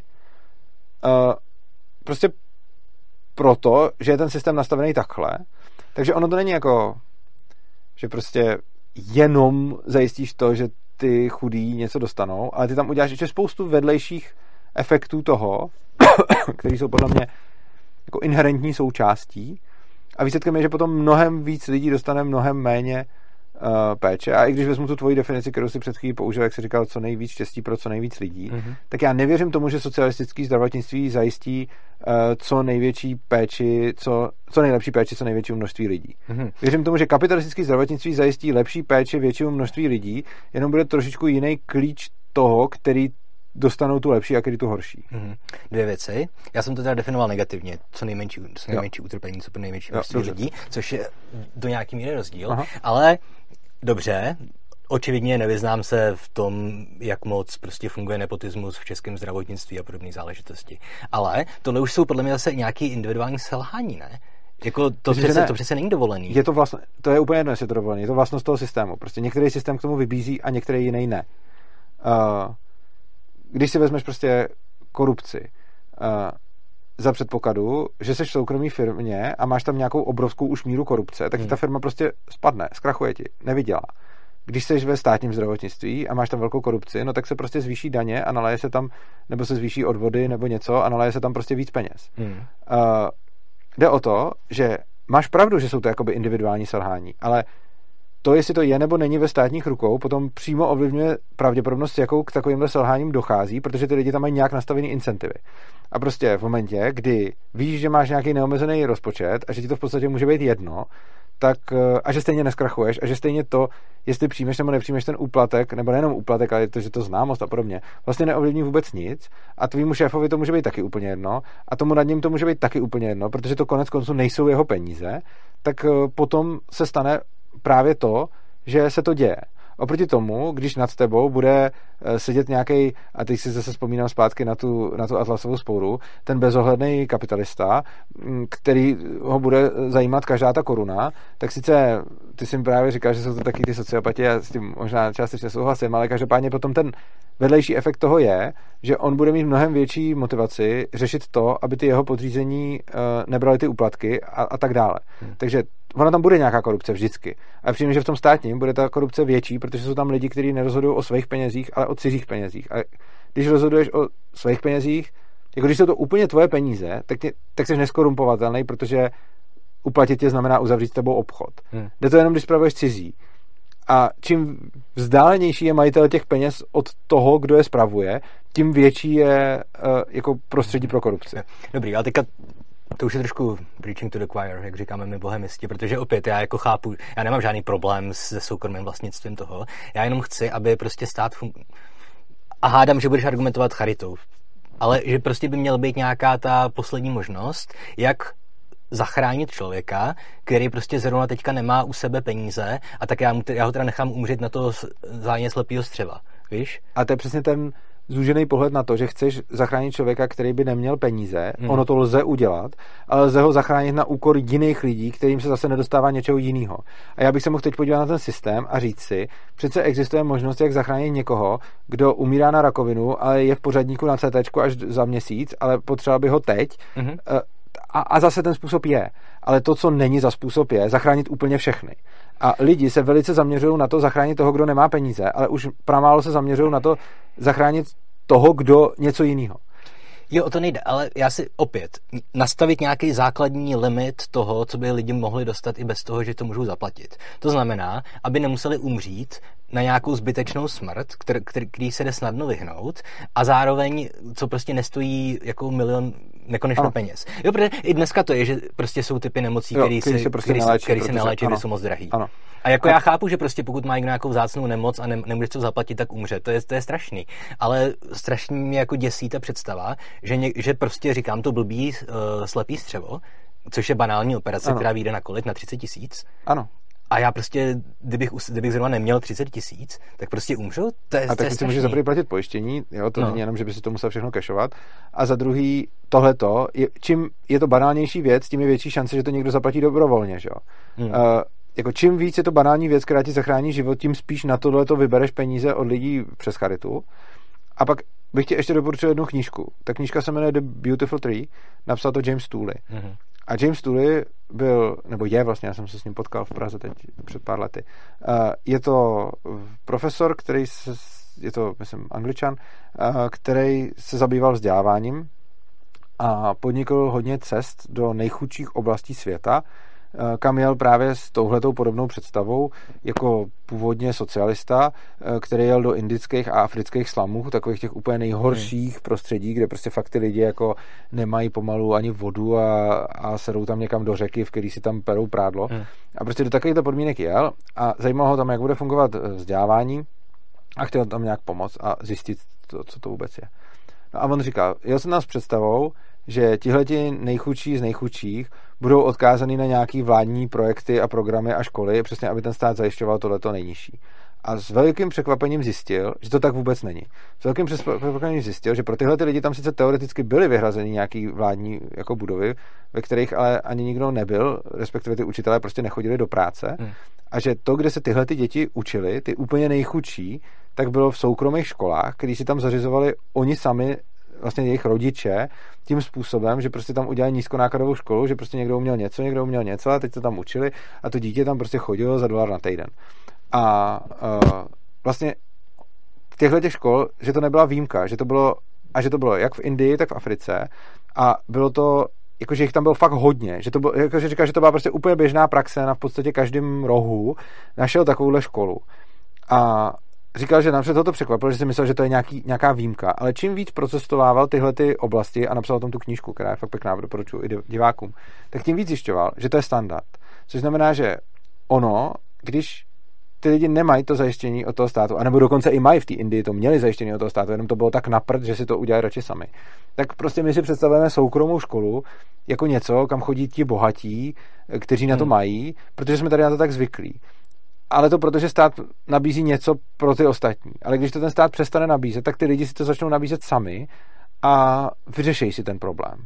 Prostě proto, že je ten systém nastavený takhle. Takže ono to není jako, že prostě jenom zajistíš to, že ty chudí něco dostanou, ale ty tam uděláš ještě spoustu vedlejších efektů toho, které jsou podle mě jako inherentní součástí a výsledkem je, že potom mnohem víc lidí dostane mnohem méně péče. A i když vezmu tu tvoji definici, kterou si před chvílí použil, jak jsi říkal, co nejvíc štěstí pro co nejvíc lidí, tak já nevěřím tomu, že socialistický zdravotnictví zajistí co největší péči, co nejlepší péči, co největší množství lidí. Věřím tomu, že kapitalistický zdravotnictví zajistí lepší péči většímu množství lidí, jenom bude trošičku jiný klíč toho, který dostanou tu lepší a který tu horší. Dvě věci. Já jsem to teda definoval negativně. Co nejmenší utrpení, co pro nejmenší množství lidí, což je do nějaký míry rozdíl. Ale dobře, očividně nevyznám se v tom, jak moc prostě funguje nepotismus v českém zdravotnictví a podobné záležitosti. Ale tohle už jsou podle mě zase nějaký individuální selhání, ne? Jako to přece není dovolený. To je úplně jedno, jestli je to dovolený. Je to vlastnost toho systému. Prostě některý systém k tomu vybízí a některý jiný ne. Když si vezmeš prostě korupci za předpokladu, že jsi v soukromé firmě a máš tam nějakou obrovskou už míru korupce, tak ta firma prostě spadne, zkrachuje ti, nevydělá. když jsi ve státním zdravotnictví a máš tam velkou korupci, no tak se prostě zvýší daně a nalaje se tam, nebo se zvýší odvody nebo něco a nalaje se tam prostě víc peněz. Jde o to, že máš pravdu, že jsou to jakoby individuální selhání, ale to, jestli to je nebo není ve státních rukou, potom přímo ovlivňuje pravděpodobnost, jakou k takovýmhle selháním dochází, protože ty lidi tam mají nějak nastavený incentivy. A prostě v momentě, kdy víš, že máš nějaký neomezený rozpočet a že ti to v podstatě může být jedno, tak a že stejně neskrachuješ a že stejně to, jestli přijmeš nebo nepřijmeš ten úplatek, nebo nejenom úplatek, ale to, že to známost a podobně, vlastně neovlivní vůbec nic a tvýmu šéfovi to může být taky úplně jedno a tomu nad ním to může být taky úplně jedno, protože to konec konců nejsou jeho peníze, tak potom se stane právě to, že se to děje. Oproti tomu, když nad tebou bude sedět nějaký, a teď si zase vzpomínám zpátky na tu Atlasovou spouru, ten bezohledný kapitalista, který ho bude zajímat každá ta koruna, tak sice ty jsi mi právě říkal, že jsou to taky ty sociopati a s tím možná částečně souhlasím, ale každopádně potom ten vedlejší efekt toho je, že on bude mít mnohem větší motivaci řešit to, aby ty jeho podřízení nebrali ty úplatky a tak dále. Takže ona tam bude nějaká korupce vždycky. A přijím, že v tom státním bude ta korupce větší, protože jsou tam lidi, kteří nerozhodují o svých penězích, ale o cizích penězích. A když rozhoduješ o svých penězích, jako když jsou to úplně tvoje peníze, tak jsi neskorumpovatelný, protože uplatit tě znamená uzavřít s tebou obchod. Jde to jenom, když spravuješ cizí. A čím vzdálenější je majitel těch peněz od toho, kdo je spravuje, tím větší je jako prostředí pro korupci. Dobrý, ale teďka to už je trošku preaching to the choir, jak říkáme my bohemisti, protože opět já jako chápu, já nemám žádný problém se soukromým vlastnictvím toho, já jenom chci, aby prostě stát a hádám, že budeš argumentovat charitou, ale že prostě by měla být nějaká ta poslední možnost, jak zachránit člověka, který prostě zrovna teďka nemá u sebe peníze a tak já ho teda nechám umřít na to zájemně slepýho střeva, víš? A to je přesně ten zúžený pohled na to, že chceš zachránit člověka, který by neměl peníze, ono to lze udělat, ale lze ho zachránit na úkor jiných lidí, kterým se zase nedostává něčeho jiného. A já bych se mohl teď podívat na ten systém a říct si, přece existuje možnost, jak zachránit někoho, kdo umírá na rakovinu, ale je v pořadníku na CT až za měsíc, ale potřeboval by ho teď. A zase ten způsob je. Ale to, co není za způsob, je zachránit úplně všechny. A lidi se velice zaměřují na to zachránit toho, kdo nemá peníze, ale už pramálo se zaměřují na to zachránit toho, kdo něco jiného. Jo, o to nejde, ale já si opět nastavit nějaký základní limit toho, co by lidi mohli dostat i bez toho, že to můžou zaplatit. To znamená, aby nemuseli umřít na nějakou zbytečnou smrt, který se jde snadno vyhnout a zároveň, co prostě nestojí jako milion nekonečno peněz. Jo, protože i dneska to je, že prostě jsou typy nemocí, které se neléčí, které jsou moc drahý. Ano. A jako já chápu, že prostě pokud má nějakou vzácnou nemoc a nemůžeš to zaplatit, tak umře. To je strašný. Ale strašně mě jako děsí ta představa, že prostě říkám to blbý slepý střevo, což je banální operace, která vyjde na kolik? Na 30 000? Ano. A já prostě, kdybych zrovna neměl 30 000, tak prostě umřu? To je tak si můžeš za první platit pojištění, jo, to není jenom, že by si to musel všechno kešovat. A za druhý, tohleto, čím je to banálnější věc, tím je větší šance, že to někdo zaplatí dobrovolně, že jo. Jako čím víc je to banální věc, která ti zachrání život, tím spíš na tohleto vybereš peníze od lidí přes charitu. A pak bych ti ještě doporučil jednu knížku. Ta knížka se jmenuje The Beautiful Tree, napsal to James Tooley. A James Tooley byl, nebo je vlastně, já jsem se s ním potkal v Praze teď před pár lety. Je to profesor, je to, myslím, Angličan, který se zabýval vzděláváním a podnikl hodně cest do nejchudších oblastí světa, kam jel právě s touhletou podobnou představou jako původně socialista, který jel do indických a afrických slamů, takových těch úplně nejhorších prostředí, kde prostě fakt ty lidi jako nemají pomalu ani vodu a sedou tam někam do řeky, v který si tam perou prádlo. A prostě do takovýchto podmínek jel a zajímalo ho tam, jak bude fungovat vzdělávání a chtěl tam nějak pomoct a zjistit, co to vůbec je. No a on říkal, jel jsem nás s představou, že tihleti nejchudší z nejchudších budou odkázaný na nějaký vládní projekty a programy a školy, přesně aby ten stát zajišťoval tohleto nejnižší. A s velkým překvapením zjistil, že to tak vůbec není. S velkým překvapením zjistil, že pro tyhle lidi tam sice teoreticky byly vyhrazeny nějaký vládní jako budovy, ve kterých ale ani nikdo nebyl, respektive ty učitelé prostě nechodili do práce. A že to, kde se tyhle děti učili, ty úplně nejchudší, tak bylo v soukromých školách, který si tam zařizovali oni sami, vlastně jejich rodiče, tím způsobem, že prostě tam udělali nízkonákladovou školu, že prostě někdo uměl něco a teď to tam učili a to dítě tam prostě chodilo za $1 na týden. A vlastně těch škol, že to nebyla výjimka, že to bylo jak v Indii, tak v Africe a bylo to, jakože jich tam bylo fakt hodně, že to bylo, jakože říkal, že to byla prostě úplně běžná praxe na v podstatě každém rohu našel takovouhle školu. A říkal, že napřed to překvapilo, že si myslel, že to je nějaká výjimka, ale čím víc procestovával tyhle ty oblasti a napsal o tom tu knížku, která je fakt pěkná, doporučuji i divákům, tak tím víc zjišťoval, že to je standard. Což znamená, že když ty lidi nemají to zajištění od toho státu, anebo dokonce i mají v té Indii to měli zajištění od toho státu, jenom to bylo tak na prd, že si to udělají radši sami. Tak prostě my si představujeme soukromou školu jako něco, kam chodí ti bohatí, kteří na to mají, protože jsme tady na to tak zvyklí. Ale to protože stát nabízí něco pro ty ostatní. Ale když to ten stát přestane nabízet, tak ty lidi si to začnou nabízet sami a vyřeší si ten problém.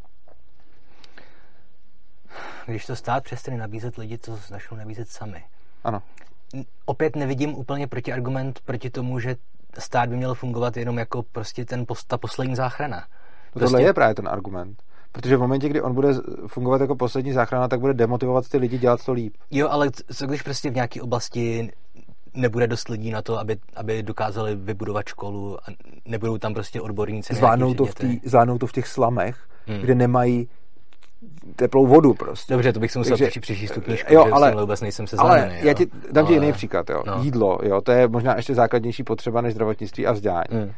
Když to stát přestane nabízet, lidi to začnou nabízet sami. Ano. Opět nevidím úplně protiargument proti tomu, že stát by měl fungovat jenom jako prostě ta poslední záchrana. Tohle je právě ten argument. Protože v momentě, kdy on bude fungovat jako poslední záchrana, tak bude demotivovat ty lidi dělat to líp. Jo, ale co když prostě v nějaké oblasti nebude dost lidí na to, aby dokázali vybudovat školu a nebudou tam prostě odborníci. Zvládnou to v těch slamech, kde nemají teplou vodu prostě. Dobře, to bych si musel přečíst tu knížku, ale vůbec nejsem seznámený. Ale já ti dám ti jiný příklad, jo. No. Jídlo, jo, to je možná ještě základnější potřeba než zdravotnictví a vzdělání.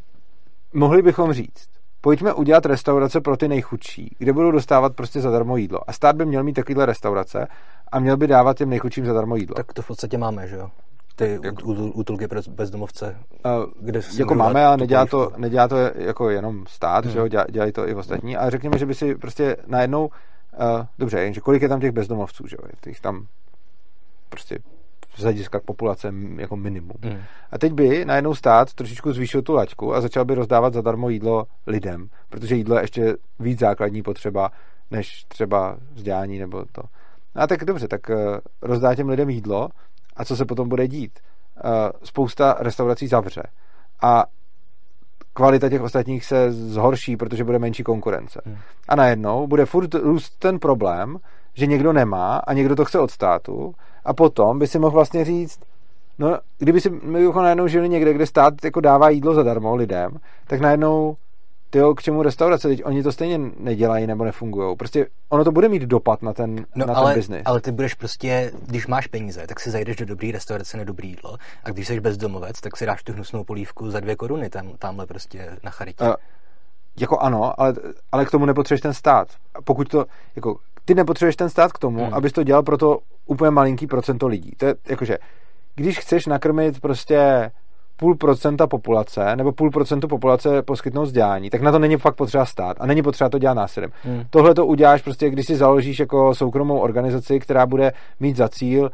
Mohli bychom říct, pojďme udělat restaurace pro ty nejchudší, kde budou dostávat prostě zadarmo jídlo. A stát by měl mít takovýhle restaurace a měl by dávat těm nejchudším zadarmo jídlo. Tak to v podstatě máme, že jo? Ty útulky pro bezdomovce. Kde jako máme, ale nedělá to jako jenom stát, že jo? Dělají to i ostatní. A řekněme, že by si prostě najednou dobře, jenže kolik je tam těch bezdomovců, že jo? Těch tam prostě z hlediska k populace jako minimum. A teď by najednou stát trošičku zvýšil tu laťku a začal by rozdávat zadarmo jídlo lidem, protože jídlo je ještě víc základní potřeba, než třeba vzdělání nebo to. A tak dobře, tak rozdá těm lidem jídlo a co se potom bude dít? Spousta restaurací zavře a kvalita těch ostatních se zhorší, protože bude menší konkurence. A najednou bude furt růst ten problém, že někdo nemá a někdo to chce od státu a potom by si mohl vlastně říct, no, kdyby si my bychom najednou žili někde, kde stát jako dává jídlo zadarmo lidem, tak najednou k čemu restaurace, teď oni to stejně nedělají nebo nefungujou. Prostě ono to bude mít dopad na ten biznis. Ale ty budeš prostě, když máš peníze, tak si zajdeš do dobrý restaurace na dobrý jídlo a když jsi bezdomovec, tak si dáš tu hnusnou polívku za 2 koruny tamhle prostě na charitě. Jako ano, ale k tomu nepotřebuješ ten stát. Pokud to, jako, ty nepotřebuješ ten stát k tomu, abys to dělal pro to úplně malinký procento lidí. To je jakože, když chceš nakrmit prostě 0,5% populace, nebo 0,5% populace poskytnout vzdělání, tak na to není fakt potřeba stát a není potřeba to dělat násilím. Tohle to uděláš prostě, když si založíš jako soukromou organizaci, která bude mít za cíl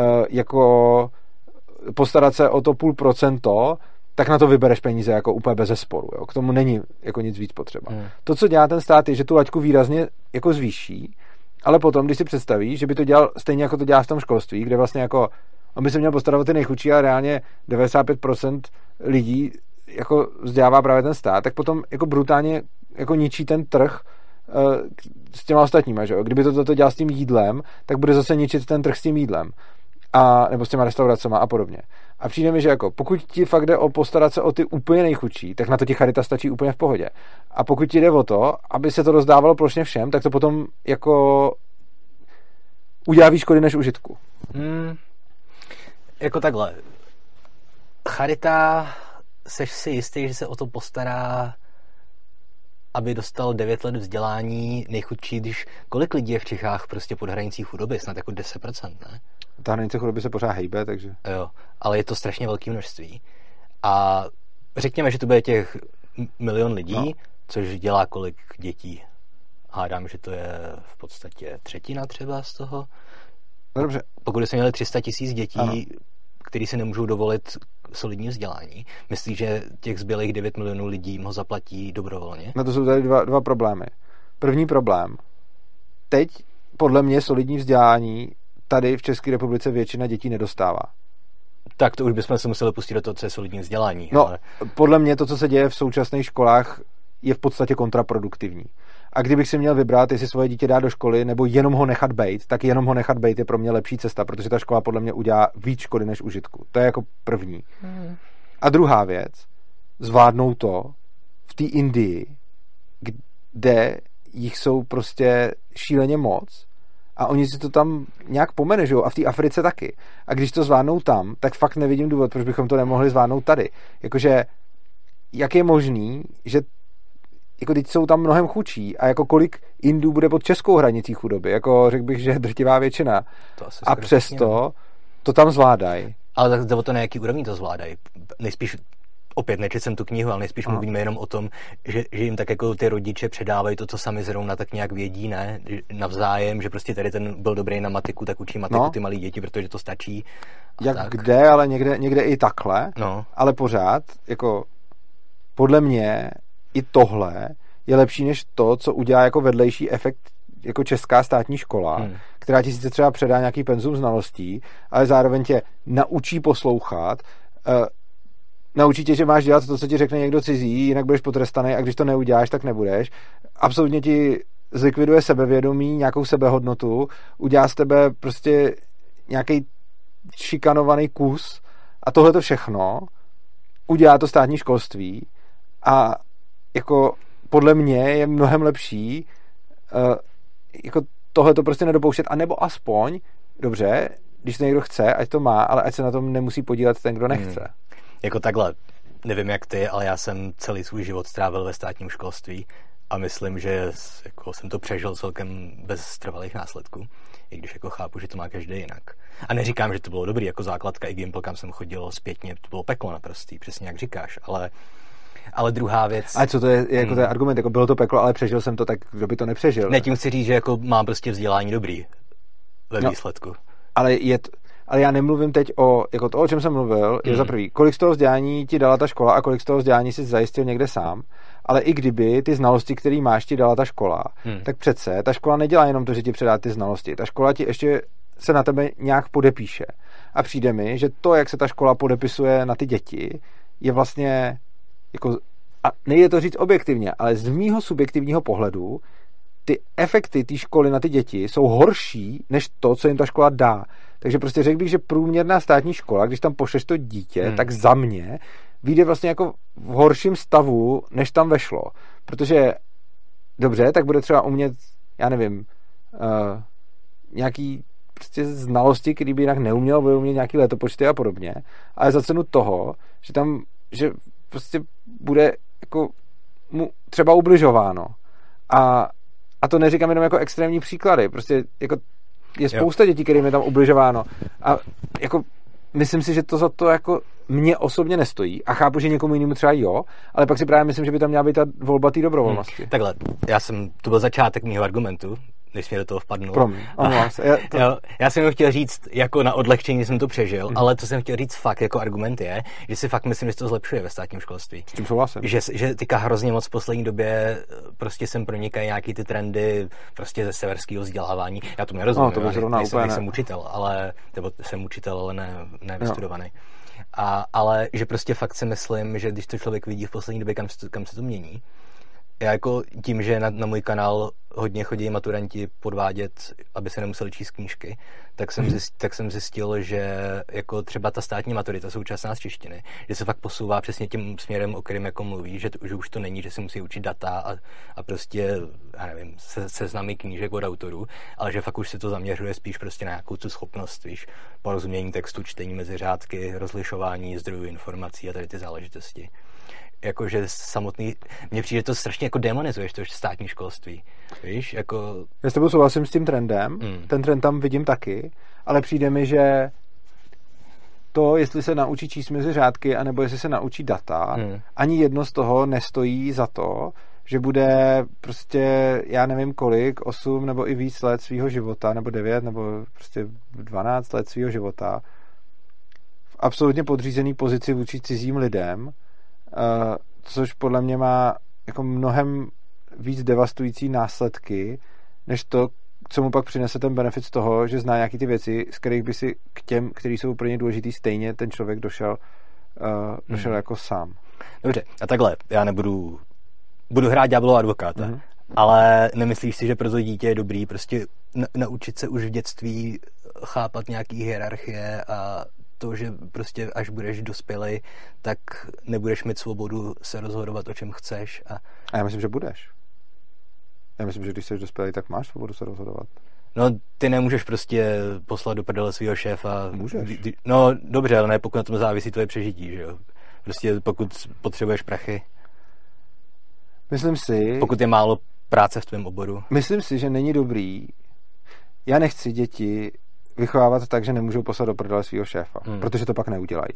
jako postarat se o to 0,5%, tak na to vybereš peníze jako úplně bez zesporu. Jo. K tomu není jako nic víc potřeba. To, co dělá ten stát, je, že tu laťku výrazně jako zvýší, ale potom, když si představíš, že by to dělal stejně jako to dělá v tom školství, kde vlastně jako on by se měl postarat o ty nejchudší, ale reálně 95% lidí jako vzdělává právě ten stát, tak potom jako brutálně jako ničí ten trh s těma ostatníma, že jo? Kdyby to dělal s tím jídlem, tak bude zase ničit ten trh s tím jídlem. A nebo s těma restauracema a podobně. A přijde mi, že jako pokud ti fakt jde o postarat se o ty úplně nejchudší, tak na to ti charita stačí úplně v pohodě. A pokud ti jde o to, aby se to rozdávalo plošně všem, tak to potom jako udělá víc škody než užitku. Jako takhle. Charita, seš si jistý, že se o to postará, aby dostal 9 let vzdělání nejchudší, když kolik lidí je v Čechách prostě pod hranicí chudoby? Snad jako 10%, ne? Ta hranice chudoby se pořád hejbe, takže... Jo, ale je to strašně velké množství. A řekněme, že tu bude těch 1 milion lidí, což dělá kolik dětí? Hádám, že to je v podstatě 1/3 třeba z toho. No, dobře. Pokud jsme měli 300 000 dětí, kteří si nemůžou dovolit solidní vzdělání, myslíš, že těch zbylých 9 milionů lidí ho zaplatí dobrovolně? No to jsou tady dva problémy. První problém. Teď podle mě solidní vzdělání tady v České republice většina dětí nedostává. Tak to už bychom se museli pustit do toho, co je solidní vzdělání. No, ale podle mě to, co se děje v současných školách, je v podstatě kontraproduktivní. A kdybych si měl vybrat, jestli svoje dítě dát do školy nebo jenom ho nechat bejt, tak jenom ho nechat bejt je pro mě lepší cesta, protože ta škola podle mě udělá víc škody než užitku. To je jako první. A druhá věc, zvládnou to v té Indii, kde jich jsou prostě šíleně moc a oni si to tam nějak pomenežujou a v té Africe taky. A když to zvládnou tam, tak fakt nevidím důvod, proč bychom to nemohli zvládnout tady. Jakože, jak je možný, že jako teď jsou tam mnohem chudší a jako kolik Indů bude pod českou hranicí chudoby, jako řekl bych, že drtivá většina. A přesto to tam zvládají. Ale tak to na jaký úrovni to zvládají? Nejspíš opět nečetl jsem tu knihu, ale nejspíš mluvíme jenom o tom, že jim tak jako ty rodiče předávají to, co sami zrovna tak nějak vědí, ne? Navzájem, že prostě tady ten byl dobrý na matiku, tak učí matiku ty malí děti, protože to stačí. Jak tak. Kde, ale někde i takhle. No. Ale pořád, jako podle mě i tohle je lepší než to, co udělá jako vedlejší efekt jako česká státní škola, která ti sice třeba předá nějaký penzum znalostí, ale zároveň tě naučí poslouchat, naučí tě, že máš dělat to, co ti řekne někdo cizí, jinak budeš potrestaný a když to neuděláš, tak nebudeš. Absolutně ti zlikviduje sebevědomí, nějakou sebehodnotu, udělá z tebe prostě nějaký šikanovaný kus a tohle to všechno udělá to státní školství a jako podle mě je mnohem lepší jako tohle to prostě nedopouštět, anebo aspoň, dobře, když to někdo chce, ať to má, ale ať se na tom nemusí podílet ten, kdo nechce. Jako takhle, nevím jak ty, ale já jsem celý svůj život strávil ve státním školství a myslím, že jako jsem to přežil celkem bez trvalých následků, i když jako chápu, že to má každý jinak. A neříkám, že to bylo dobrý, jako základka i Gimpl, kam jsem chodil zpětně, to bylo peklo naprostý, přesně jak říkáš, ale druhá věc... A co to je, jako to je argument, jako bylo to peklo, ale přežil jsem to, tak kdo by to nepřežil? Ne, tím chci říct, že jako mám prostě vzdělání dobrý ve výsledku. Ale já nemluvím teď o, jako to, o čem jsem mluvil, je za prvý, kolik z toho vzdělání ti dala ta škola a kolik z toho vzdělání si zajistil někde sám, ale i kdyby ty znalosti, které máš, ti dala ta škola, tak přece ta škola nedělá jenom to, že ti předá ty znalosti. Ta škola ti ještě se na tebe nějak podepíše. A přijde mi, že to, jak se ta škola podepisuje na ty děti, je vlastně jako, a nejde to říct objektivně, ale z mýho subjektivního pohledu ty efekty té školy na ty děti jsou horší, než to, co jim ta škola dá. Takže prostě řekl bych, že průměrná státní škola, když tam pošleš to dítě, tak za mě vyjde vlastně jako v horším stavu, než tam vešlo. Protože dobře, tak bude třeba umět, já nevím, nějaký prostě znalosti, který by jinak neuměl, bude umět nějaký letopočty a podobně, ale za cenu toho, že prostě bude jako mu třeba ubližováno. A to neříkám jenom jako extrémní příklady, prostě jako je spousta dětí, kterým je tam ubližováno. A jako myslím si, že to za to jako mě osobně nestojí. A chápu, že někomu jinému třeba jo, ale pak si právě myslím, že by tam měla být ta volba té dobrovolnosti. Takhle, to byl začátek mýho argumentu, než mě do toho vpadnul. Promiň, já jsem chtěl říct, jako na odlehčení jsem to přežil, ale co jsem chtěl říct fakt jako argument je, že si fakt myslím, že to zlepšuje ve státním školství. S tím souhlasím. Že teďka hrozně moc v poslední době prostě sem pronikají nějaký ty trendy prostě ze severského vzdělávání. Já tomu nerozumím, nejsem učitel, nebo jsem učitel, ale ne vystudovaný. Ale že prostě fakt si myslím, že když to člověk vidí v poslední době, kam se to mění, já jako tím, že na můj kanál hodně chodí maturanti podvádět, aby se nemuseli číst knížky, tak jsem zjistil, že jako třeba ta státní maturita současná z češtiny, že se fakt posouvá přesně tím směrem, o kterém jako mluví, že už to není, že se musí učit data a prostě, já nevím, seznamy knížek od autorů, ale že fakt už se to zaměřuje spíš prostě na nějakou tu schopnost, víš, porozumění textu, čtení mezi řádky, rozlišování zdrojů informací a tady ty záležitosti. Jakože samotný, mně přijde to strašně jako demonizuješ to státní školství, víš, jako... Já s tebou souhlasím s tím trendem, ten trend tam vidím taky, ale přijde mi, že to, jestli se naučí číst mezi řádky, anebo jestli se naučí data, ani jedno z toho nestojí za to, že bude prostě, já nevím kolik, 8 nebo i víc let svýho života, nebo 9, nebo prostě 12 let svýho života v absolutně podřízený pozici vůči cizím lidem, což podle mě má jako mnohem víc devastující následky, než to, co mu pak přinese ten benefit z toho, že zná nějaký ty věci, z kterých by si k těm, který jsou pro ně důležitý, stejně ten člověk došel jako sám. Dobře, a takhle, já budu hrát ďáblova advokáta. Ale nemyslíš si, že pro to dítě je dobrý prostě naučit se už v dětství chápat nějaký hierarchie a to, že prostě až budeš dospělej, tak nebudeš mít svobodu se rozhodovat, o čem chceš. A já myslím, že budeš. Já myslím, že když jsi dospělej, tak máš svobodu se rozhodovat. No, ty nemůžeš prostě poslat do prdele svýho šéfa. Můžeš. No, dobře, ale ne, pokud na tom závisí tvoje přežití, že jo. Prostě pokud potřebuješ prachy. Myslím si... Pokud je málo práce v tvém oboru. Myslím si, že není dobrý. Já nechci děti vychovávat tak, že nemůžou poslat do prdele svýho šéfa, protože to pak neudělají.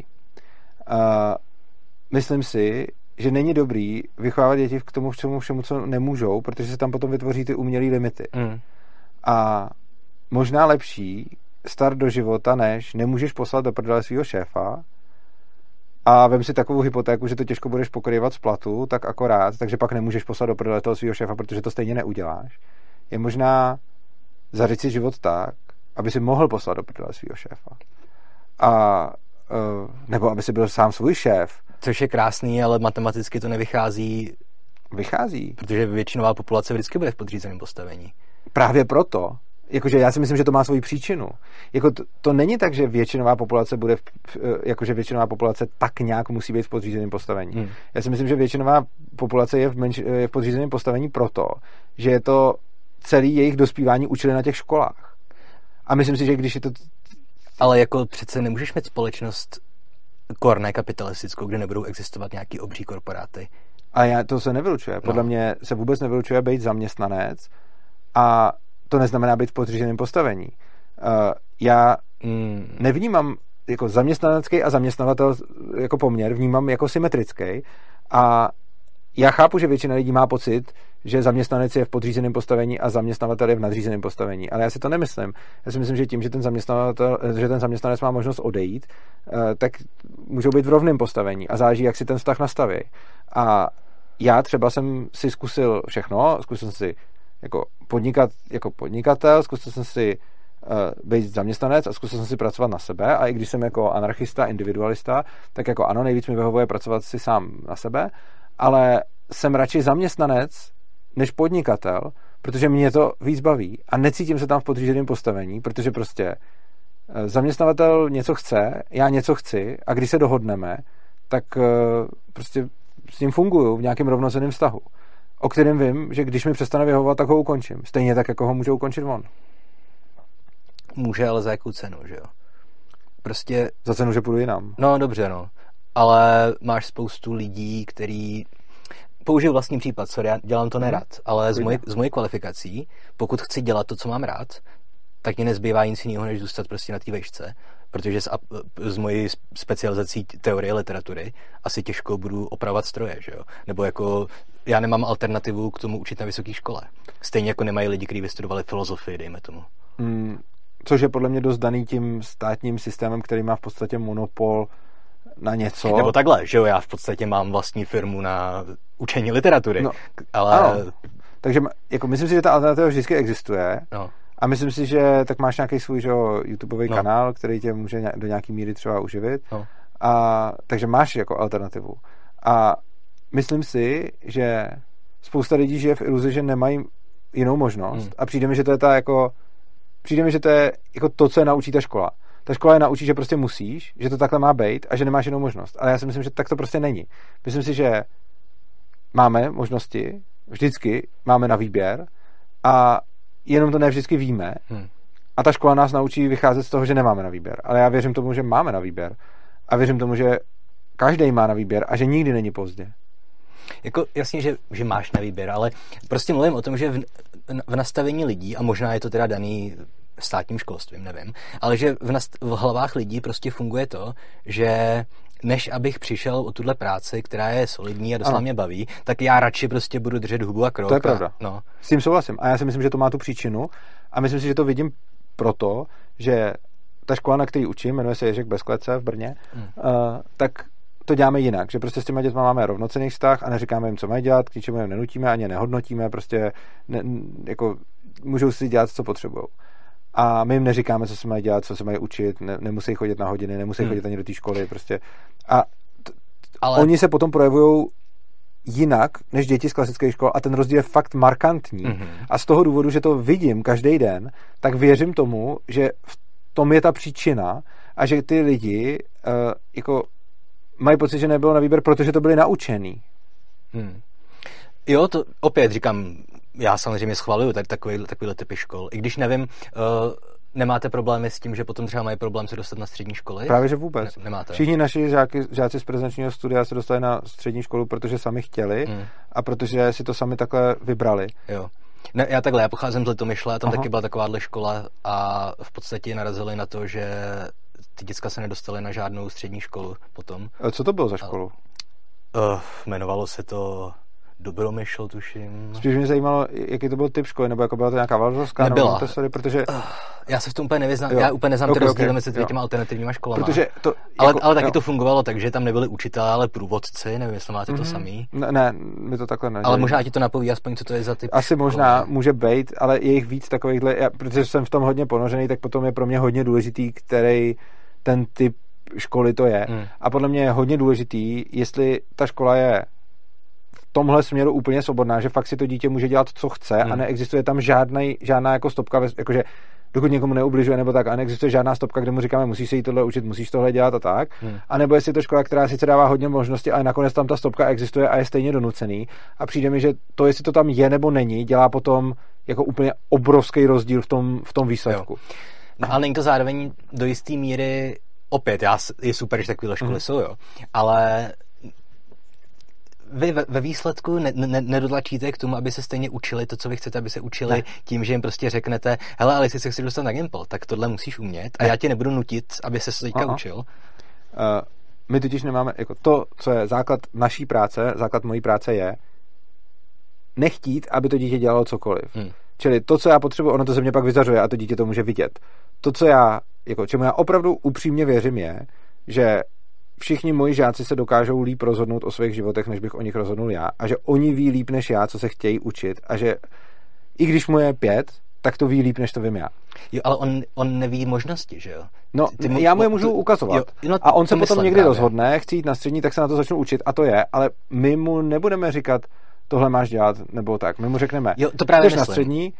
Myslím si, že není dobrý vychovávat děti k tomu všemu, co nemůžou, protože se tam potom vytvoří ty umělé limity. A možná lepší start do života, než nemůžeš poslat do prdele svýho šéfa a vem si takovou hypotéku, že to těžko budeš pokrývat z platu, tak akorát, takže pak nemůžeš poslat do prdele toho svýho šéfa, protože to stejně neuděláš. Je možná zařít si život tak, aby si mohl poslat do prdele svýho šéfa. Nebo aby si byl sám svůj šéf. Což je krásný, ale matematicky to nevychází. Vychází. Protože většinová populace vždycky bude v podřízeném postavení. Právě proto. Jakože já si myslím, že to má svoji příčinu. Jako to není tak, že většinová populace bude, jakože většinová populace tak nějak musí být v podřízeném postavení. Já si myslím, že většinová populace je v podřízeném postavení proto, že je to celý jejich dospívání učili na těch školách. A myslím si, že když je to... Ale jako přece nemůžeš mít společnost korné kapitalistickou, kde nebudou existovat nějaký obří korporáty. A to se nevylučuje. Podle mě se vůbec nevylučuje být zaměstnanec a to neznamená být v podřízeném postavení. Já nevnímám jako zaměstnanecký a zaměstnavatel jako poměr, vnímám jako symetrický a já chápu, že většina lidí má pocit, že zaměstnanec je v podřízeném postavení a zaměstnavatel je v nadřízeném postavení. Ale já si to nemyslím. Já si myslím, že tím, že ten zaměstnanec má možnost odejít, tak můžou být v rovném postavení a záleží, jak si ten vztah nastaví. A já třeba jsem si zkusil všechno, zkusil jsem si podnikat jako podnikatel, zkusil jsem si být zaměstnanec a zkusil jsem si pracovat na sebe a i když jsem jako anarchista, individualista, tak jako ano, nejvíc mi vyhovuje pracovat si sám na sebe, ale jsem radši zaměstnanec než podnikatel, protože mě to víc baví a necítím se tam v podřízeném postavení, protože prostě zaměstnavatel něco chce, já něco chci a když se dohodneme, tak prostě s ním funguju v nějakém rovnocenném vztahu, o kterém vím, že když mi přestane vyhovovat, tak ho ukončím. Stejně tak, jako ho může ukončit on. Může, ale za jakou cenu, že jo? Prostě... Za cenu, že půjdu jinam. No, dobře, no. Ale máš spoustu lidí, který... Použiju vlastní případ, sorry, já dělám to nerad, ale z mojí kvalifikací, pokud chci dělat to, co mám rád, tak mě nezbývá nic jiného, než zůstat prostě na té vejšce, protože z mojí specializací teorie literatury asi těžko budu opravovat stroje, že jo? Nebo jako já nemám alternativu k tomu učit na vysoké škole. Stejně jako nemají lidi, kteří vystudovali filozofii, dejme tomu. Což je podle mě dost daný tím státním systémem, který má v podstatě monopol na něco. Nebo takhle, že jo, já v podstatě mám vlastní firmu na učení literatury. No, ale... Ano. Takže jako myslím si, že ta alternativa vždycky existuje. No. A myslím si, že tak máš nějaký svůj YouTubeový kanál, který tě může do nějaký míry třeba uživit. No. A takže máš jako alternativu. A myslím si, že spousta lidí žije v iluzi, že nemají jinou možnost. A přijde mi, že to je jako to, co je naučí ta škola. Ta škola je naučí, že prostě musíš, že to takhle má být a že nemáš jinou možnost. Ale já si myslím, že tak to prostě není. Myslím si, že máme možnosti, vždycky máme na výběr a jenom to ne vždycky víme. A ta škola nás naučí vycházet z toho, že nemáme na výběr. Ale já věřím tomu, že máme na výběr. A věřím tomu, že každý má na výběr a že nikdy není pozdě. Jako jasně, že máš na výběr, ale prostě mluvím o tom, že v nastavení lidí, a možná je to teda daný státním školstvím, nevím, ale že v hlavách lidí prostě funguje to, že než abych přišel o tuhle práci, která je solidní a dost mě baví, tak já radši prostě budu držet hubu a krok. To je pravda. No. S tím souhlasím. A já si myslím, že to má tu příčinu a myslím si, že to vidím proto, že ta škola, na který učím, jmenuje se Ježek bez klece v Brně, tak to děláme jinak, že prostě s těma dětma máme rovnocenný vztah a neříkáme jim, co mají dělat, k ničemu jim nenutíme, ani nehodnotíme, prostě jako můžou si dělat, co potřebují. A my jim neříkáme, co se mají dělat, co se mají učit, nemusí chodit na hodiny, nemusí chodit ani do té školy, prostě. A ale oni se potom projevují jinak než děti z klasické školy a ten rozdíl je fakt markantní. A z toho důvodu, že to vidím každý den, tak věřím tomu, že v tom je ta příčina a že ty lidi jako mají pocit, že nebylo na výběr, protože to byli naučený. Jo, to opět říkám, já samozřejmě schvaluju takovýhle typy škol. I když nevím, nemáte problémy s tím, že potom třeba mají problém se dostat na střední školy? Právě, že vůbec. Nemáte. Všichni naši žáci z prezenčního studia se dostali na střední školu, protože sami chtěli a protože si to sami takhle vybrali. Jo. Ne, já pocházím z Litomyšle a tam taky byla takováhle škola a v podstatě narazili na to, že ty děcka se nedostaly na žádnou střední školu potom. Co to bylo za školu? Jmenovalo se to Dobromyšl, tuším. Spíš mě zajímalo, jaký to byl typ školy, nebo jako byla to nějaká Waldorfská? Nebyla. Montessori, protože... Já se v tom úplně nevyznám, já úplně neznám ty rozdíly mezi těma alternativníma školama. Protože to, ale taky to fungovalo tak, že tam nebyli učitelé, ale průvodci, nevím, jestli máte to samý. Ne, mi to takhle nedělí. Ale možná ti to napoví aspoň, co to je za typ asi školy. Možná může být, ale je jich víc takovýchhle, protože jsem v tom hodně ponořený, tak potom je pro mě hodně důležitý, který ten typ školy to je. A podle mě je hodně důležitý, jestli ta škola je v tomhle směru úplně svobodná, že fakt si to dítě může dělat, co chce a neexistuje tam žádná jako stopka, jakože dokud někomu neubližuje nebo tak, a neexistuje žádná stopka, kde mu říkáme, musíš se jí tohle učit, musíš tohle dělat a tak. A nebo jestli to škola, která sice dává hodně možností, ale nakonec tam ta stopka existuje a je stejně donucený. A přijde mi, že to, jestli to tam je nebo není, dělá potom jako úplně obrovský rozdíl v tom výsledku. Jo. No ale není to zároveň do jisté míry opět, je super, že takovéhle školy jsou, jo. Ale vy ve výsledku nedotlačíte k tomu, aby se stejně učili to, co vy chcete, aby se učili tím, že jim prostě řeknete, hele, ale jestli se chci dostat na Gimple, tak tohle musíš umět a já tě nebudu nutit, aby se teďka učil. My totiž nemáme, jako to, co je základ naší práce, základ mojí práce je nechtít, aby to dítě dělalo cokoliv. Čili to, co já potřebuji, ono to ze mě pak vyzařuje a to dítě to může vidět. To, co já, jako čemu já opravdu upřímně věřím, je, že všichni moji žáci se dokážou líp rozhodnout o svých životech, než bych o nich rozhodnul já. A že oni ví líp než já, co se chtějí učit. A že i když mu je 5, tak to ví líp, než to vím já. Jo, ale on neví možnosti, že jo? No, já mu je můžu ukazovat. Jo, a on se potom někdy rozhodne, chci jít na střední, tak se na to začnu učit. A to je. Ale my mu nebudeme říkat, tohle máš dělat, nebo tak. My mu řekneme, jdeš na střední,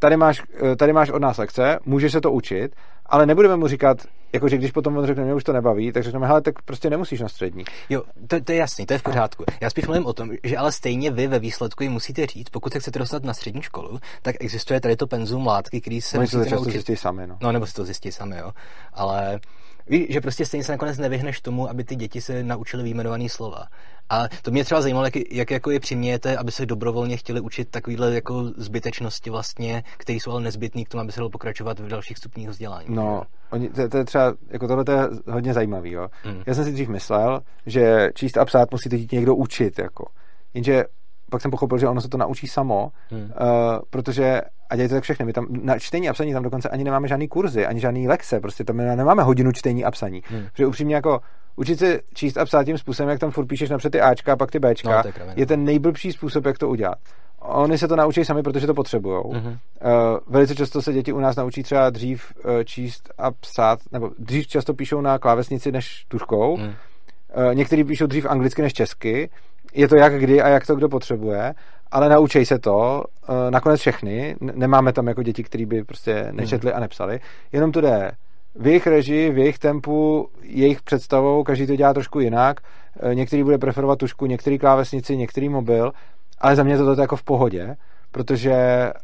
tady máš od nás lekce, můžeš se to učit, ale nebudeme mu říkat, jakože když potom on řekne, mě už to nebaví, tak řekneme, hele, tak prostě nemusíš na střední. Jo, to je jasný, to je v pořádku. Já spíš mluvím o tom, že ale stejně vy ve výsledku jim musíte říct, pokud se chcete dostat na střední školu, tak existuje tady to penzum látky, který se musíte naučit. Zjistí sami, no. No, nebo si to zjistí sami, jo. Ale víš, že prostě stejně se nakonec nevyhneš tomu, aby ty děti se naučily vyjmenovaný slova. A to mě třeba zajímalo, jak jako je přimějete, aby se dobrovolně chtěli učit takovýhle jako zbytečnosti vlastně, které jsou ale nezbytné k tomu, aby se dalo pokračovat v dalších stupních vzdělání. No, to je třeba, jako tohle je hodně zajímavý, jo. Já jsem si dřív myslel, že číst a psát musí to dítě někdo učit, jako. Jenže pak jsem pochopil, že ono se to naučí samo, protože, a dělají to tak všechny, my tam na čtení a psaní tam dokonce ani nemáme žádný kurzy, ani žádný lekce, prostě tam nemáme hodinu čtení a psaní. Protože upřímně jako učit se číst a psát tím způsobem, jak tam furt píšeš napřed ty Ačka a pak ty Bčka, je ten nejblbší způsob, jak to udělat. Oni se to naučí sami, protože to potřebujou. Velice často se děti u nás naučí třeba dřív číst a psát, nebo dřív často píšou na klávesnici než tužkou. Někteří píšou dřív anglicky než česky. Je to jak kdy a jak to kdo potřebuje, ale naučej se to. Nakonec všechny. Nemáme tam jako děti, který by prostě nečetli a nepsali. Jenom to jde v jejich režii, v jejich tempu, jejich představou, každý to dělá trošku jinak. Některý bude preferovat tužku, některý klávesnici, některý mobil, ale za mě to jako v pohodě, protože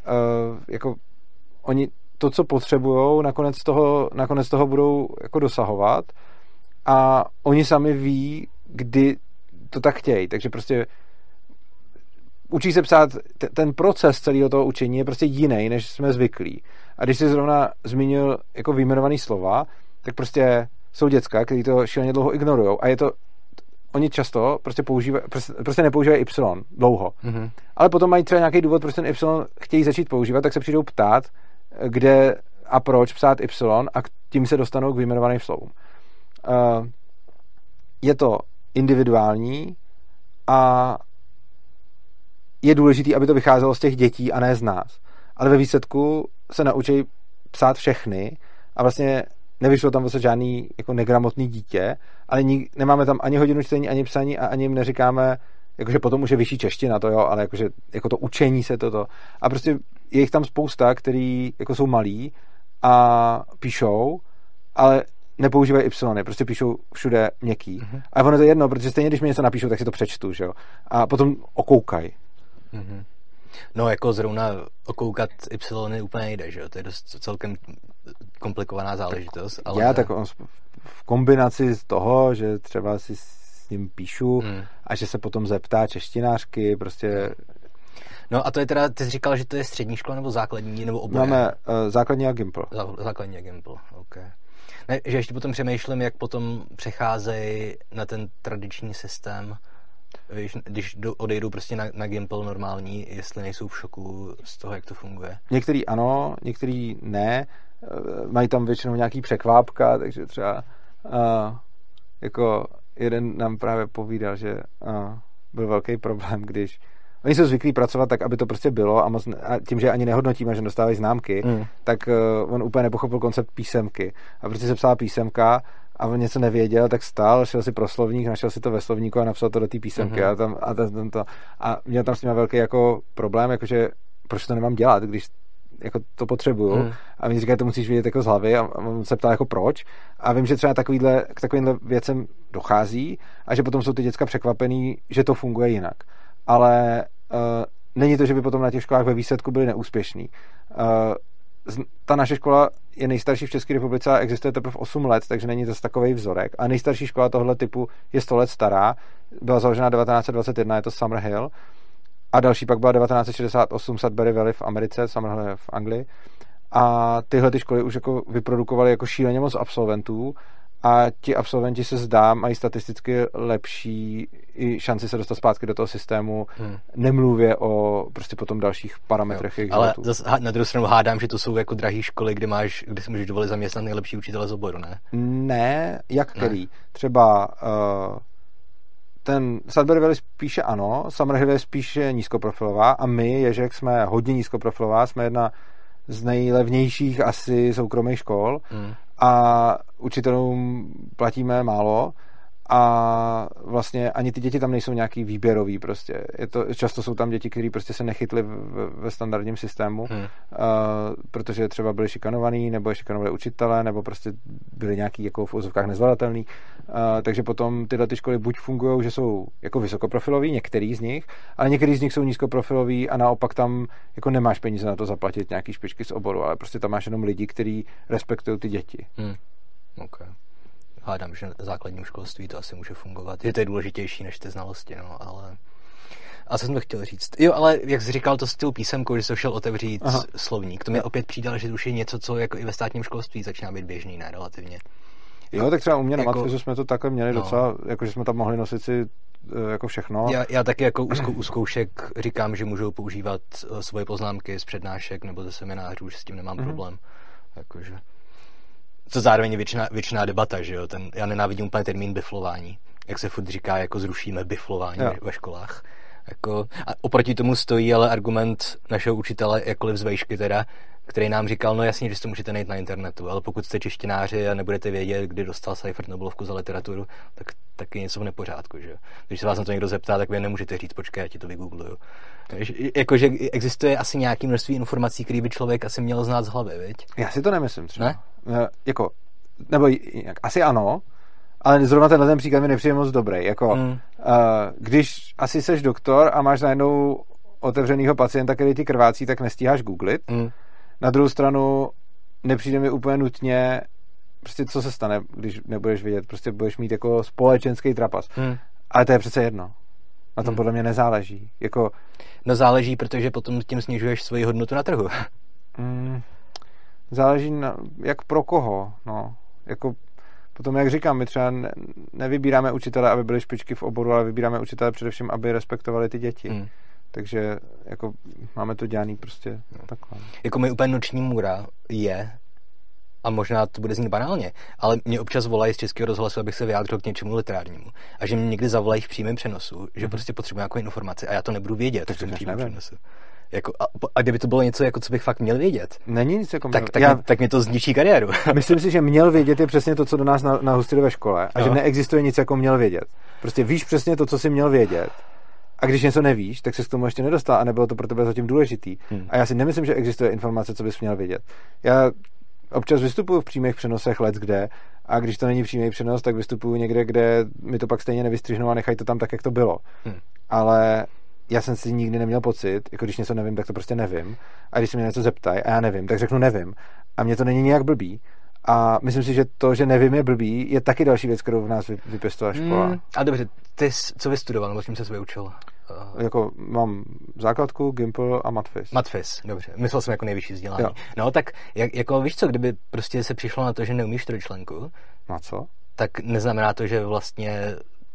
jako oni to, co potřebujou, nakonec toho budou jako dosahovat a oni sami ví, kdy to tak chtějí, takže prostě učí se psát, ten proces celého toho učení je prostě jiný, než jsme zvyklí. A když jsi zrovna zmínil jako vyjmenovaný slova, tak prostě jsou děcka, kteří to šíleně dlouho ignorujou a je to, oni často prostě nepoužívají Y dlouho. Ale potom mají třeba nějaký důvod, proč ten Y chtějí začít používat, tak se přijdou ptát, kde a proč psát Y a tím se dostanou k vyjmenovaným slovům. Je to individuální a je důležitý, aby to vycházelo z těch dětí a ne z nás. Ale ve výsledku se naučí psát všechny a vlastně nevyšlo tam vlastně žádný jako negramotný dítě, ale nemáme tam ani hodinu čtení, ani psaní a ani jim neříkáme, jakože potom už je vyšší čeština, to jo, ale jakože jako to učení se toto. A prostě je jich tam spousta, který jako jsou malí a píšou, ale nepoužívají Y, prostě píšou všude měkký. A ono to je jedno, protože stejně, když mi něco napíšou, tak si to přečtu, že jo. A potom okoukají. No, jako zrovna okoukat Y úplně nejde, že jo? To je dost celkem komplikovaná záležitost. Ale... Já tak v kombinaci z toho, že třeba si s ním píšu a že se potom zeptá češtinářky, prostě... No a to je teda, ty jsi říkal, že to je střední škola nebo základní, nebo oboje? Máme základní a Gimpl. Základní a Gimpl, ok. Ne, že ještě potom přemýšlím, jak potom přecházejí na ten tradiční systém, víš, když odejdou prostě na Gimpl normální, jestli nejsou v šoku z toho, jak to funguje. Některý ano, některý ne. Mají tam většinou nějaký překvápka, takže třeba jako jeden nám právě povídal, že byl velký problém, když oni jsou zvyklí pracovat tak, aby to prostě bylo a tím, že ani nehodnotíme, že dostávají známky, tak on úplně nepochopil koncept písemky. A prostě se psala písemka a on něco nevěděl, tak stál, šel si pro slovník, našel si to ve slovníku a napsal to do té písemky. A měl tam s tím velký jako problém, jakože proč to nemám dělat, když jako to potřebuju. A mi říkají, to musíš vědět jako z hlavy a on se ptá jako proč. A vím, že třeba k takovýmhle věcem dochází a že potom jsou ty děcka překvapený, že to funguje jinak. Ale není to, že by potom na těch školách ve výsledku byli neúspěšní. Ta naše škola je nejstarší v České republice a existuje teprve 8 let, takže není to takový vzorek. A nejstarší škola tohoto typu je 100 let stará, byla založena 1921, je to Summerhill. A další pak byla 1968 Sudbury Valley v Americe, Summerhill v Anglii. A tyhle ty školy už jako vyprodukovaly jako šíleně moc absolventů a ti absolventi se zdá, mají statisticky lepší i šanci se dostat zpátky do toho systému, nemluvě o prostě potom dalších parametrech jejich ale životů. Ale na druhou stranu hádám, že to jsou jako drahé školy, kde si můžeš dovolit zaměstnat nejlepší učitele z oboru, ne? Ne, jak který? Třeba ten Sudbury Valley spíše ano, Summerhill je spíše nízkoprofilová a my, Ježek, jsme hodně nízkoprofilová, jsme jedna z nejlevnějších asi soukromých škol a učitelům platíme málo a vlastně ani ty děti tam nejsou nějaký výběrový prostě. Často jsou tam děti, kteří prostě se nechytli ve standardním systému, protože třeba byli šikanovaný, nebo je šikanovali učitelé, nebo prostě byli nějaký jako v úzovkách nezvladatelný. Takže potom tyhle ty školy buď fungují, že jsou jako vysokoprofilový, některý z nich, ale některý z nich jsou nízkoprofilový a naopak tam jako nemáš peníze na to zaplatit nějaký špičky z oboru, ale prostě tam máš jenom lidi, kteří respektují ty děti. Okay. Hádám, že na základním školství to asi může fungovat. Je to důležitější než ty znalosti, no, ale... A co jsem to chtěl říct? Jo, ale jak jsi říkal to s tou písemkou, že jsi šel otevřít slovník, to mi opět přidalo, že to už je něco, co jako i ve státním školství začíná být běžný, ne, relativně. Jo, tak třeba u mě na matfizu jsme to takhle měli docela, jako že jsme tam mohli nosit si jako všechno. Já taky jako u zkoušek říkám, že můžou používat svoje poznámky z přednášek nebo ze seminářů, už s tím nemám problém. Jakože... To zároveň je věčná debata, že jo? Já nenávidím úplně termín biflování. Jak se furt říká, jako zrušíme biflování ve školách. Jako, a oproti tomu stojí ale argument našeho učitele, jakkoliv z vejšky teda, který nám říkal, no jasně, že to můžete najít na internetu, ale pokud jste češtináři a nebudete vědět, kdy dostal Seifert Nobelovku za literaturu, tak taky něco v nepořádku, že jo? Když se vás na to někdo zeptá, tak vy nemůžete říct, počkej, já ti to vygoogluju. Jakože existuje asi nějaké množství informací, které by člověk asi měl znát z hlavy, viď? Já si to nemyslím třeba. Ne? Jako, nebo asi ano, ale zrovna tenhle ten příklad mi nepřijde moc dobrý. Jako, když asi seš doktor a máš najednou otevřenýho pacienta, který ti krvácí, tak nestíháš googlit. Na druhou stranu nepřijde mi úplně nutně prostě co se stane, když nebudeš vědět, prostě budeš mít jako společenský trapas. Ale to je přece jedno. Na tom podle mě nezáleží. Jako... No záleží, protože potom tím snižuješ svoji hodnotu na trhu. Záleží na, jak pro koho. No. Jako potom, jak říkám, my třeba nevybíráme učitele, aby byli špičky v oboru, ale vybíráme učitele především, aby respektovali ty děti. Takže jako máme to dělaný prostě takhle. Jako mi úplně noční můra je, a možná to bude znít banálně, ale mě občas volají z Českého rozhlasu, abych se vyjádřil k něčemu literárnímu. A že mě někdy zavolají v přímém přenosu, že prostě potřebuji nějakou informaci a já to nebudu vědět v tom přímém přenosu. Jako, a kdyby to bylo něco, jako co bych fakt měl vědět. Není nic jako tak mě to zničí kariéru. Myslím si, že měl vědět je přesně to, co do nás nahustili ve škole a že neexistuje nic jako měl vědět. Prostě víš přesně to, co jsi měl vědět. A když něco nevíš, tak se k tomu ještě nedostal a nebylo to pro tebe zatím důležitý. A já si nemyslím, že existuje informace, co bys měl vědět. Já občas vystupuju v přímých přenosech leckde a když to není přímý přenos, tak vystupuju někde, kde mi to pak stejně nevystřihnou a nechají to tam tak, jak to bylo. Ale já jsem si nikdy neměl pocit, jako když něco nevím, tak to prostě nevím. A když se mě něco zeptají a já nevím, tak řeknu nevím. A mně to není nějak blbý. A myslím si, že to, že nevím, je blbý, je taky další věc, kterou v nás vypěstovala škola. A dobře, ty co vystudoval, nebo čím se vyučil? Jako mám základku, Gimpl a Matfis. Matfis, dobře. Myslel jsem jako nejvyšší vzdělání. Jo. No tak, jako víš co, kdyby prostě se přišlo na to, že neumíš trojčlenku, Na co? tak neznamená to, že vlastně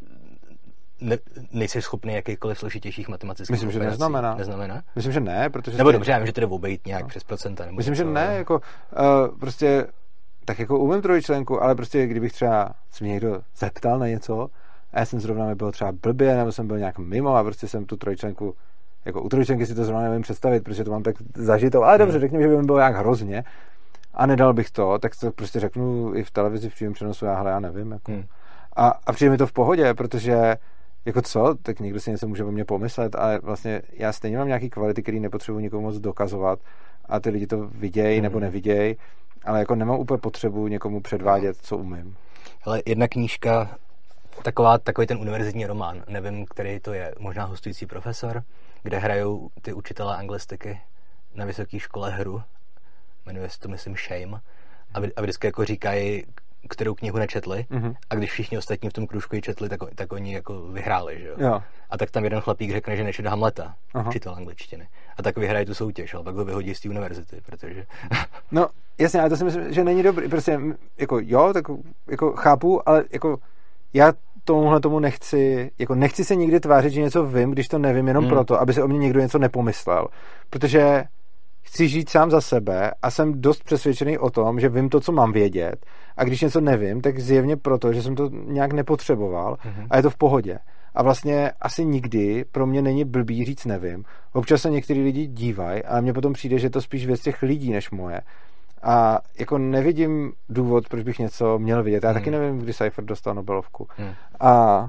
nejsi schopný jakýchkoliv složitějších matematických Myslím, že neznamená. Neznamená? Myslím, že ne, protože... Nebo dobře, já vím, že to jde obejít nějak přes procenta. Nebo myslím, něco, že ne, jako prostě tak jako umím trojčlenku, ale prostě kdybych třeba se mě někdo zeptal na něco a já jsem zrovna mi byl třeba blbě, nebo jsem byl nějak mimo a prostě jsem tu trojčlenku, jako u trojčlenky si to zrovna nevím představit, protože to mám tak zažitou, ale dobře, řekni mi, že by mi bylo nějak hrozně a nedal bych to, tak to prostě řeknu i v televizi v přímém přenosu, já nevím, jako. A přijde mi to v pohodě, protože jako co, tak někdo si něco může o mě pomyslet, ale vlastně já stejně mám nějaký kvality, který nepotřebuji nikomu moc dokazovat a ty lidi to vidějí nebo nevidějí, ale jako nemám úplně potřebu někomu předvádět, co umím. Hele, jedna knížka, takový ten univerzitní román, nevím, který to je, možná Hostující profesor, kde hrajou ty učitelé anglistiky na vysoké škole hru, jmenuje se to, myslím, Shame, a vždycky jako říkají, kterou knihu nečetli, a když všichni ostatní v tom kroužku ji četli, tak oni jako vyhráli, že jo? Jo. A tak tam jeden chlapík řekne, že nečet Hamleta, učitel angličtiny. A tak vyhrají tu soutěž, ale pak ho vyhodí z té univerzity, protože... No, jasně, ale to si myslím, že není dobrý, prostě, jako jo, tak jako chápu, ale jako já tomu nechci, jako nechci se nikdy tvářit, že něco vím, když to nevím, jenom proto, aby se o mě někdo něco nepomyslel, protože chci žít sám za sebe a jsem dost přesvědčený o tom, že vím to, co mám vědět, a když něco nevím, tak zjevně proto, že jsem to nějak nepotřeboval a je to v pohodě. A vlastně asi nikdy pro mě není blbý říct nevím. Občas se některý lidi dívají, ale mně potom přijde, že je to spíš věc těch lidí než moje. A jako nevidím důvod, proč bych něco měl vidět. Já taky nevím, kdy Seifert dostal Nobelovku. A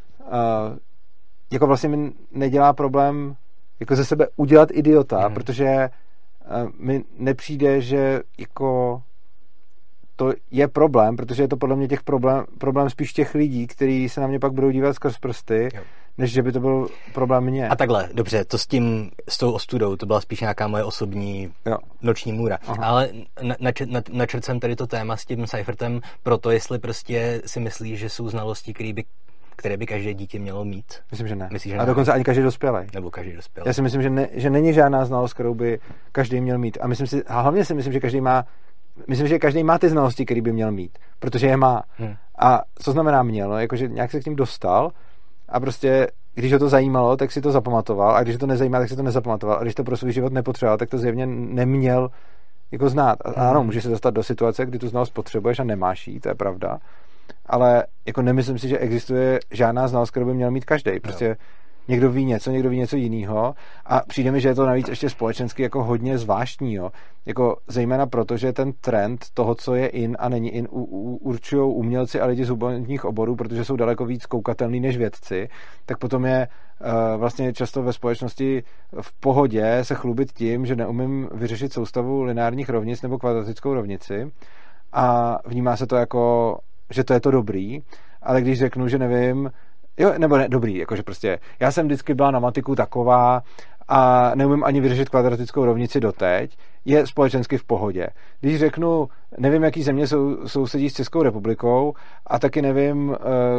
jako vlastně mi nedělá problém jako ze sebe udělat idiota, protože mi nepřijde, že jako to je problém, protože je to podle mě problém spíš těch lidí, kteří se na mě pak budou dívat skrz prsty, než že by to byl problém mě. A takhle, dobře, to s tou ostudou, to byla spíš nějaká moje osobní noční můra. Ale načrt jsem tady to téma s tím Seifertem proto, jestli prostě si myslíš, že jsou znalosti, které by každé dítě mělo mít. Myslím, že ne. Myslíš, že a dokonce ani každý dospělý. Nebo každý dospělý. Já si myslím, že není žádná znalost, kterou by každý měl mít. A hlavně si myslím, že každý má ty znalosti, které by měl mít, protože je má. A co znamená měl? No, jakože nějak se k tím dostal a prostě, když ho to zajímalo, tak si to zapamatoval, a když ho to nezajímá, tak si to nezapamatoval, a když to pro svůj život nepotřeboval, tak to zjevně neměl jako znát. A ano, může se dostat do situace, kdy tu znalost potřebuješ a nemáš jí, to je pravda. Ale jako nemyslím si, že existuje žádná znalost, kterou by měl mít každý. Prostě někdo ví něco jiného a přijde mi, že je to navíc ještě společensky jako hodně zvláštního. Jako zejména proto, že ten trend toho, co je in a není in, určují umělci a lidi z humanitních oborů, protože jsou daleko víc koukatelní než vědci, tak potom je vlastně často ve společnosti v pohodě se chlubit tím, že neumím vyřešit soustavu lineárních rovnic nebo kvadratickou rovnici a vnímá se to jako, že to je to dobrý, ale když řeknu, že nevím, nebo ne, dobrý, jakože prostě já jsem vždycky byla na matiku taková a neumím ani vyřešit kvadratickou rovnici doteď, je společensky v pohodě. Když řeknu, nevím, jaký země sousedí s Českou republikou a taky nevím,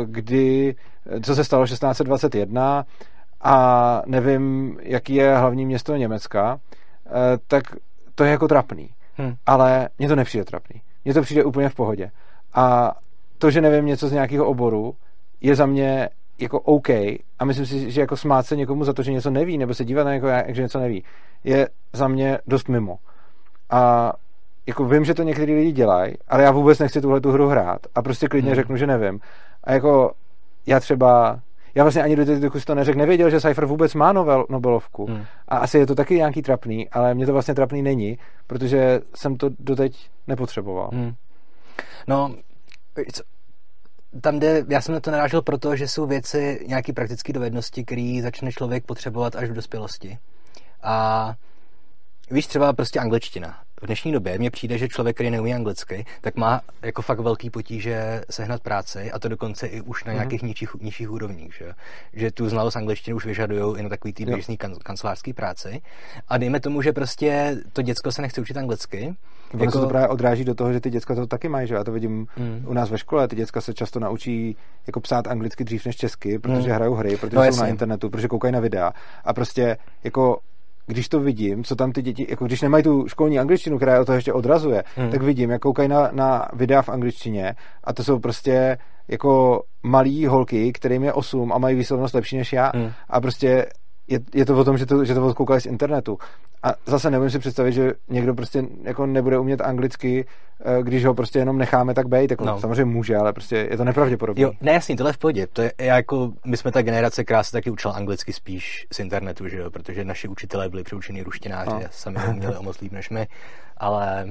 co se stalo 1621 a nevím, jaký je hlavní město Německa, tak to je jako trapný. Ale mně to nepřijde trapný. Mně to přijde úplně v pohodě. A to, že nevím něco z nějakého oboru, je za mě jako OK a myslím si, že jako smát se někomu za to, že něco neví, nebo se dívat na někoho, že něco neví, je za mě dost mimo. A jako vím, že to některý lidi dělají, ale já vůbec nechci tu hru hrát a prostě klidně řeknu, že nevím. A jako já vlastně ani dokud to neřekl, nevěděl, že Seifert vůbec má Nobelovku. A asi je to taky nějaký trapný, ale mě to vlastně trapný není, protože jsem to doteď nepotřeboval. No, tam jde, já jsem na to narážel proto, že jsou věci, nějaké praktické dovednosti, které začne člověk potřebovat až v dospělosti. A víš, třeba prostě angličtina. V dnešní době mně přijde, že člověk, který neumí anglicky, tak má jako fakt velký potíže sehnat práci, a to dokonce i už na nějakých nižších úrovních, že tu znalost angličtiny už vyžadujou i na takový ty běžný kancelářský práci. A dejme tomu, že prostě to děcko se nechce učit anglicky. Ono se to právě odráží do toho, že ty děcka to taky mají, že? Já to vidím u nás ve škole, ty děcka se často naučí jako psát anglicky dřív než česky, protože hrajou hry, protože jsou na internetu, protože koukají na videa a prostě jako když to vidím, co tam ty děti, jako když nemají tu školní angličtinu, která je o to ještě odrazuje, tak vidím, jak koukají na videa v angličtině, a to jsou prostě jako malí holky, kterým je 8 a mají výslovnost lepší než já. A prostě je to o tom, že to odkoukali z internetu. A zase nevím si představit, že někdo prostě jako nebude umět anglicky, když ho prostě jenom necháme tak bejt. Jako samozřejmě může, ale prostě je to nepravděpodobné. Jo, ne, jasný, tohle je v pohodě. To je jako, my jsme ta generace, která se taky učila anglicky spíš z internetu, že jo, protože naši učitelé byli přeučení ruštináři a sami uměli o moc líp než my, ale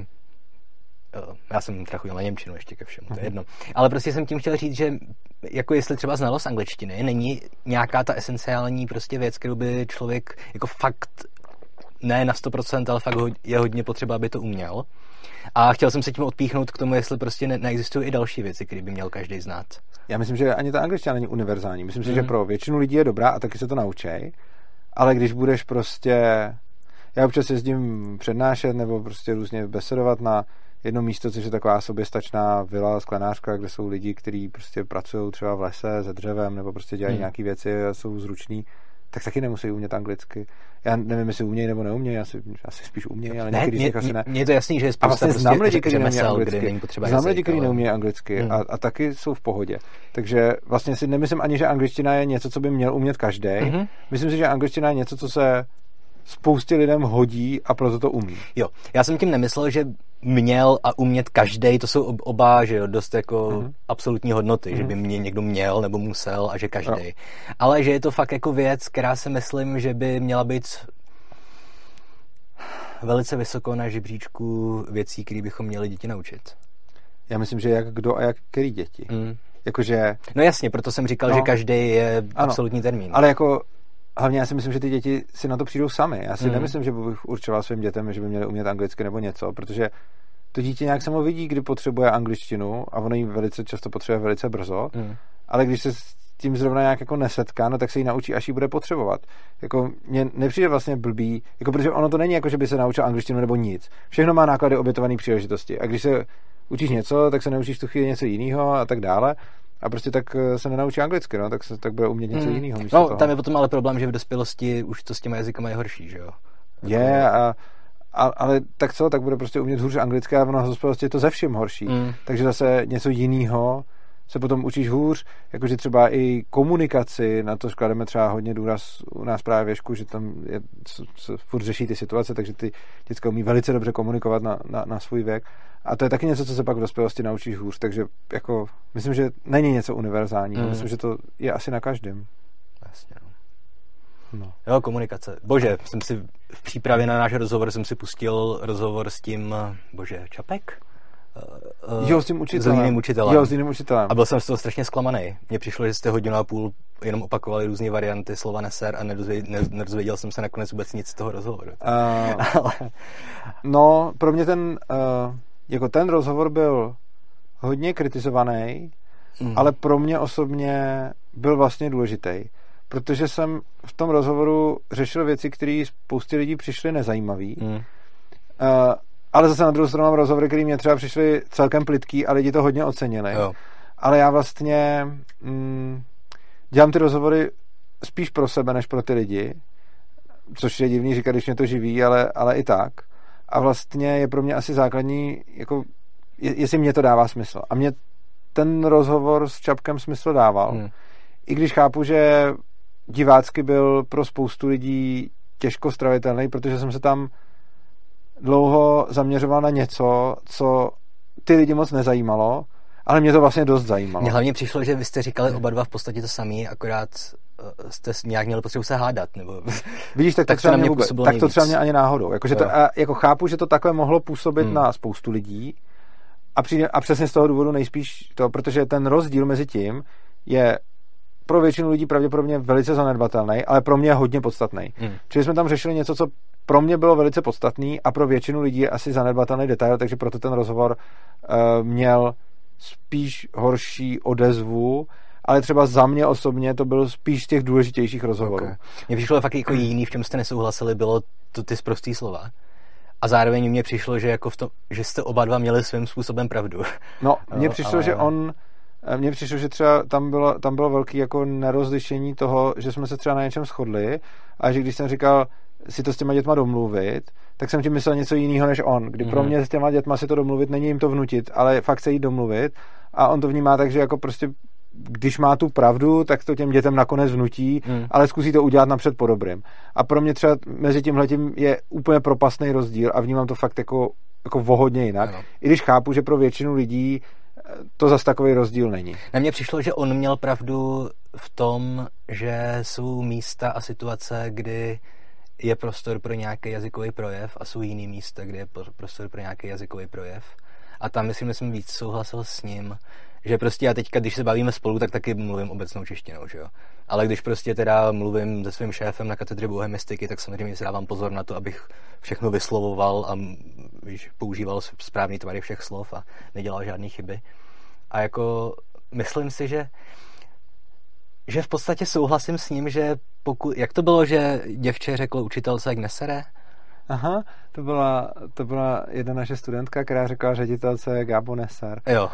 já jsem trochu na němčinu ještě ke všemu, to je jedno. Ale prostě jsem tím chtěl říct, že jako jestli třeba znalost angličtiny není nějaká ta esenciální prostě věc, kterou by člověk jako fakt ne na 100%, ale fakt je hodně potřeba, aby to uměl. A chtěl jsem se tím odpíchnout k tomu, jestli prostě neexistují i další věci, které by měl každý znát. Já myslím, že ani ta angličtina není univerzální. Myslím si, že pro většinu lidí je dobrá a taky se to naučej. Ale když budeš prostě... Já občas jezdím přednášet nebo prostě různě besedovat na jedno místo, což je taková soběstačná vila, sklenářka, kde jsou lidi, kteří prostě pracují třeba v lese se dřevem nebo prostě dělají nějaké věci a jsou zruční, tak taky nemusí umět anglicky. Já nevím, jestli umějí nebo neumějí, asi spíš umějí, ale někdy z nich asi ne. Mně je to jasný, že je spousta vlastně znám lidi, kteří neumějí anglicky. Znám lidi, kteří neumějí anglicky a taky jsou v pohodě. Takže vlastně si nemyslím ani, že angličtina je něco, co by měl umět každý. Myslím si, že angličtina je něco, co se spoustě lidem hodí a proto to umí. Jo, já jsem tím nemyslel, že měl a umět každej, to jsou oba, že jo, dost jako absolutní hodnoty, že by mě někdo měl nebo musel a že každej. Ale že je to fakt jako věc, která si myslím, že by měla být velice vysoko na žebříčku věcí, které bychom měli děti naučit. Já myslím, že jak kdo a jak který děti. Jakože... No jasně, proto jsem říkal, že každej je absolutní termín. Ale jako hlavně já si myslím, že ty děti si na to přijdou sami. Já si nemyslím, že bych určoval svým dětem, že by měli umět anglicky nebo něco, protože to dítě nějak samo vidí, kdy potřebuje angličtinu a ono ji velice často potřebuje velice brzo, ale když se s tím zrovna nějak jako nesetká, no tak se ji naučí, až ji bude potřebovat. Jako mně nepřijde vlastně blbý, jako protože ono to není jako, že by se naučil angličtinu nebo nic. Všechno má náklady obětované příležitosti. A když se učíš něco, tak se naučíš v tu chvíli něco jiného a tak dále. A prostě tak se nenaučí anglicky, no, tak bude umět něco jiného. No, toho. Tam je potom ale problém, že v dospělosti už to s těma jazykama je horší, že jo? Je, ale tak co, tak bude prostě umět hůř anglicky a v dospělosti je to ze vším horší. Takže zase něco jiného se potom učíš hůř, jakože třeba i komunikaci, na to sklademe třeba hodně důraz u nás právě věšku, že tam se furt řeší ty situace, takže ty děcka umí velice dobře komunikovat na svůj věk. A to je taky něco, co se pak v dospělosti naučíš hůř, takže jako myslím, že není něco univerzálního. Myslím, že to je asi na každém. Jasně, no. Jo, komunikace. Bože, jsem si v přípravě na náš rozhovor jsem si pustil rozhovor s tím, Čapek? Jo, s tím učitelem. S jiným učitelem. A byl jsem z toho strašně zklamaný. Mně přišlo, že jste 1,5 hodiny jenom opakovali různé varianty slova neser a nedozvěděl jsem se nakonec vůbec nic z toho rozhovoru. No, pro mě ten rozhovor byl hodně kritizovaný, ale pro mě osobně byl vlastně důležitý, protože jsem v tom rozhovoru řešil věci, které spoustě lidí přišly nezajímavý. Ale zase na druhou stranu mám rozhovory, které mě třeba přišly celkem plytký a lidi to hodně ocenili. Jo. Ale já vlastně dělám ty rozhovory spíš pro sebe, než pro ty lidi, což je divný říkat, když mě to živí, ale i tak. A vlastně je pro mě asi základní, jako, jestli mě to dává smysl. A mě ten rozhovor s Čapkem smysl dával. I když chápu, že divácky byl pro spoustu lidí těžko stravitelný, protože jsem se tam dlouho zaměřoval na něco, co ty lidi moc nezajímalo, ale mě to vlastně dost zajímalo. Mně hlavně přišlo, že vy jste říkali oba dva v podstatě to samé, akorát jste nějak měli potřebu se hádat, nebo... Vidíš, tak to třeba mě ani náhodou. Jako chápu, že to takhle mohlo působit na spoustu lidí, a přesně z toho důvodu nejspíš to, protože ten rozdíl mezi tím je pro většinu lidí pravděpodobně velice zanedbatelný, ale pro mě je hodně podstatný. Čili jsme tam řešili něco, co pro mě bylo velice podstatný a pro většinu lidí je asi zanedbatelný detail, takže proto ten rozhovor měl spíš horší odezvu, ale třeba za mě osobně to byl spíš z těch důležitějších rozhovorů. Okay. Mně přišlo fakt jako jiný, v čem jste nesouhlasili, bylo to ty sprostý slova. A zároveň mně přišlo, že jako že jste oba dva měli svým způsobem pravdu. No, mně přišlo, mně přišlo, že třeba tam bylo velký jako nerozlišení toho, že jsme se třeba na něčem shodli a že když jsem říkal si to s těma dětma domluvit, tak jsem tím myslel něco jiného než on. Kdy pro mě s těma dětma si to domluvit není jim to vnutit, ale fakt se jí domluvit a on to vnímá tak, že jako prostě když má tu pravdu, tak to těm dětem nakonec vnutí, ale zkusí to udělat napřed po dobrým. A pro mě třeba mezi tímhletím je úplně propastný rozdíl a vnímám to fakt jako vohodně jinak. Ano. I když chápu, že pro většinu lidí to zas takový rozdíl není. Na mě přišlo, že on měl pravdu v tom, že jsou místa a situace, kdy je prostor pro nějaký jazykový projev a jsou jiný místa, kde je prostor pro nějaký jazykový projev. A tam myslím, že jsem víc souhlasil s ním, že prostě já teďka, když se bavíme spolu, tak taky mluvím obecnou češtinou, že jo. Ale když prostě teda mluvím se svým šéfem na katedře bohemistiky, tak samozřejmě si dávám pozor na to, abych všechno vyslovoval a používal správný tvary všech slov a nedělal žádný chyby. A jako myslím si, že v podstatě souhlasím s ním, že jak to bylo, že děvče řeklo učitelce, jak nesere? Aha, to byla jedna naše studentka, která řekla ředitelce Gábo neser. Jo.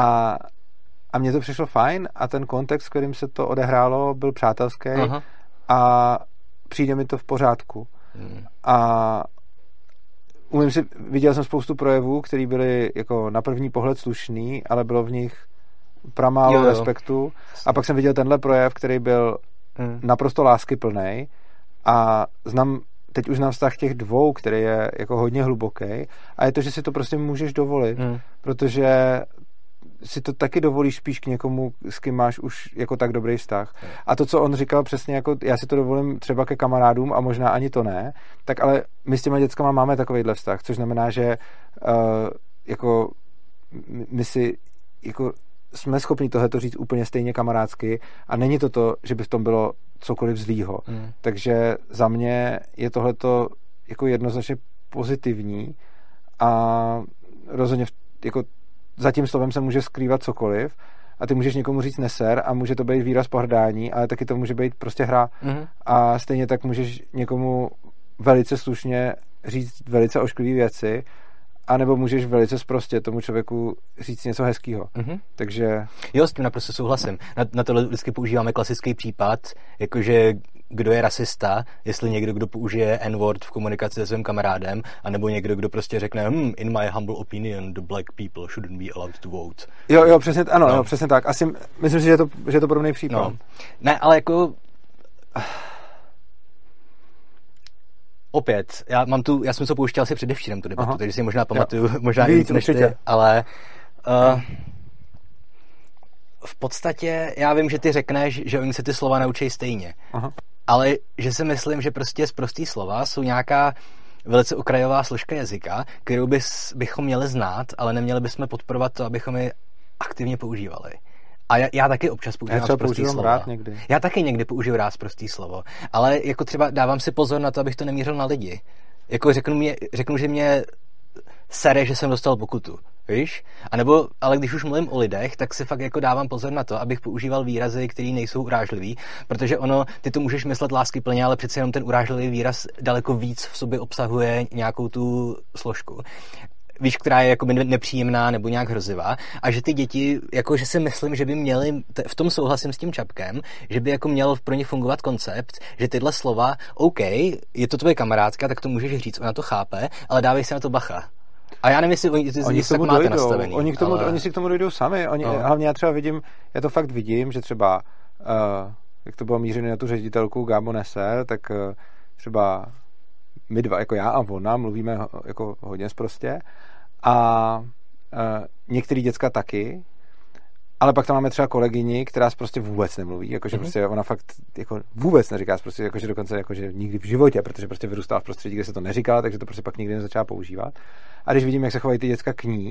A mně to přišlo fajn a ten kontext, v kterým se to odehrálo, byl přátelský. Aha. A přijde mi to v pořádku. A viděl jsem spoustu projevů, které byly jako na první pohled slušný, ale bylo v nich pramálo respektu. A pak jsem viděl tenhle projev, který byl naprosto láskyplnej a teď už znám vztah těch dvou, který je jako hodně hluboký a je to, že si to prostě můžeš dovolit, protože si to taky dovolíš spíš k někomu, s kým máš už jako tak dobrý vztah. A to, co on říkal přesně, jako já si to dovolím třeba ke kamarádům a možná ani to ne, tak ale my s těma dětskama máme takovejhle vztah, což znamená, že jako my si jako jsme schopni tohleto říct úplně stejně kamarádsky a není to, že by v tom bylo cokoliv zlýho. Takže za mě je tohleto jako jednoznačně pozitivní a rozhodně jako za tím slovem se může skrývat cokoliv a ty můžeš někomu říct neser a může to být výraz pohrdání, ale taky to může být prostě hra. A stejně tak můžeš někomu velice slušně říct velice ošklivé věci, anebo můžeš velice sprostě tomu člověku říct něco hezkýho. Takže... Jo, s tím naprosto souhlasím. Na tohle vždycky používáme klasický případ, jakože kdo je rasista, jestli někdo, kdo použije N-word v komunikaci se svým kamarádem, anebo někdo, kdo prostě řekne in my humble opinion, the black people shouldn't be allowed to vote. Jo, přesně, ano, jo, přesně tak. Asi myslím si, že je to podobný případ. No. Ne, ale jako... Opět, já jsem to pouštěl asi předevčírem tu debatu, takže si možná pamatuju, možná víc než ty, ale v podstatě já vím, že ty řekneš, že oni se ty slova naučí stejně. Ale že si myslím, že prostě sprostý slova jsou nějaká velice okrajová složka jazyka, kterou bychom měli znát, ale neměli bychom podporovat to, abychom ji aktivně používali. A já taky občas používám sprostý slovo. Rád někdy. Já taky někdy použiju rád sprostý slovo, ale jako třeba dávám si pozor na to, abych to nemířil na lidi. Jako řeknu, že mě sere, že jsem dostal pokutu, víš? Ale když už mluvím o lidech, tak si fakt jako dávám pozor na to, abych používal výrazy, které nejsou urážlivý, protože ty to můžeš myslet láskyplně, ale přece jenom ten urážlivý výraz daleko víc v sobě obsahuje nějakou tu složku. Víš, která je jako nepříjemná nebo nějak hrozivá a že ty děti, jako že si myslím, že by měly, v tom souhlasím s tím Čapkem, že by jako měl pro ně fungovat koncept, že tyhle slova, OK, je to tvoje kamarádka, tak to můžeš říct, ona to chápe, ale dávej si na to bacha. A já nevím, jestli oni tak máte nastavený. Oni si k tomu dojdou sami. Hlavně já to fakt vidím, že třeba, jak to bylo mířené na tu ředitelku Gábo Neser, tak třeba my dva, jako já a ona, mluvíme jako hodně sprostě a některý děcka taky, ale pak tam máme třeba kolegyni, která prostě vůbec nemluví, jakože prostě ona fakt jako vůbec neříká prostě, jakože dokonce jakože nikdy v životě, protože prostě vyrůstala v prostředí, kde se to neříká, takže to prostě pak nikdy nezačala používat. A když vidím, jak se chovají ty děcka k ní,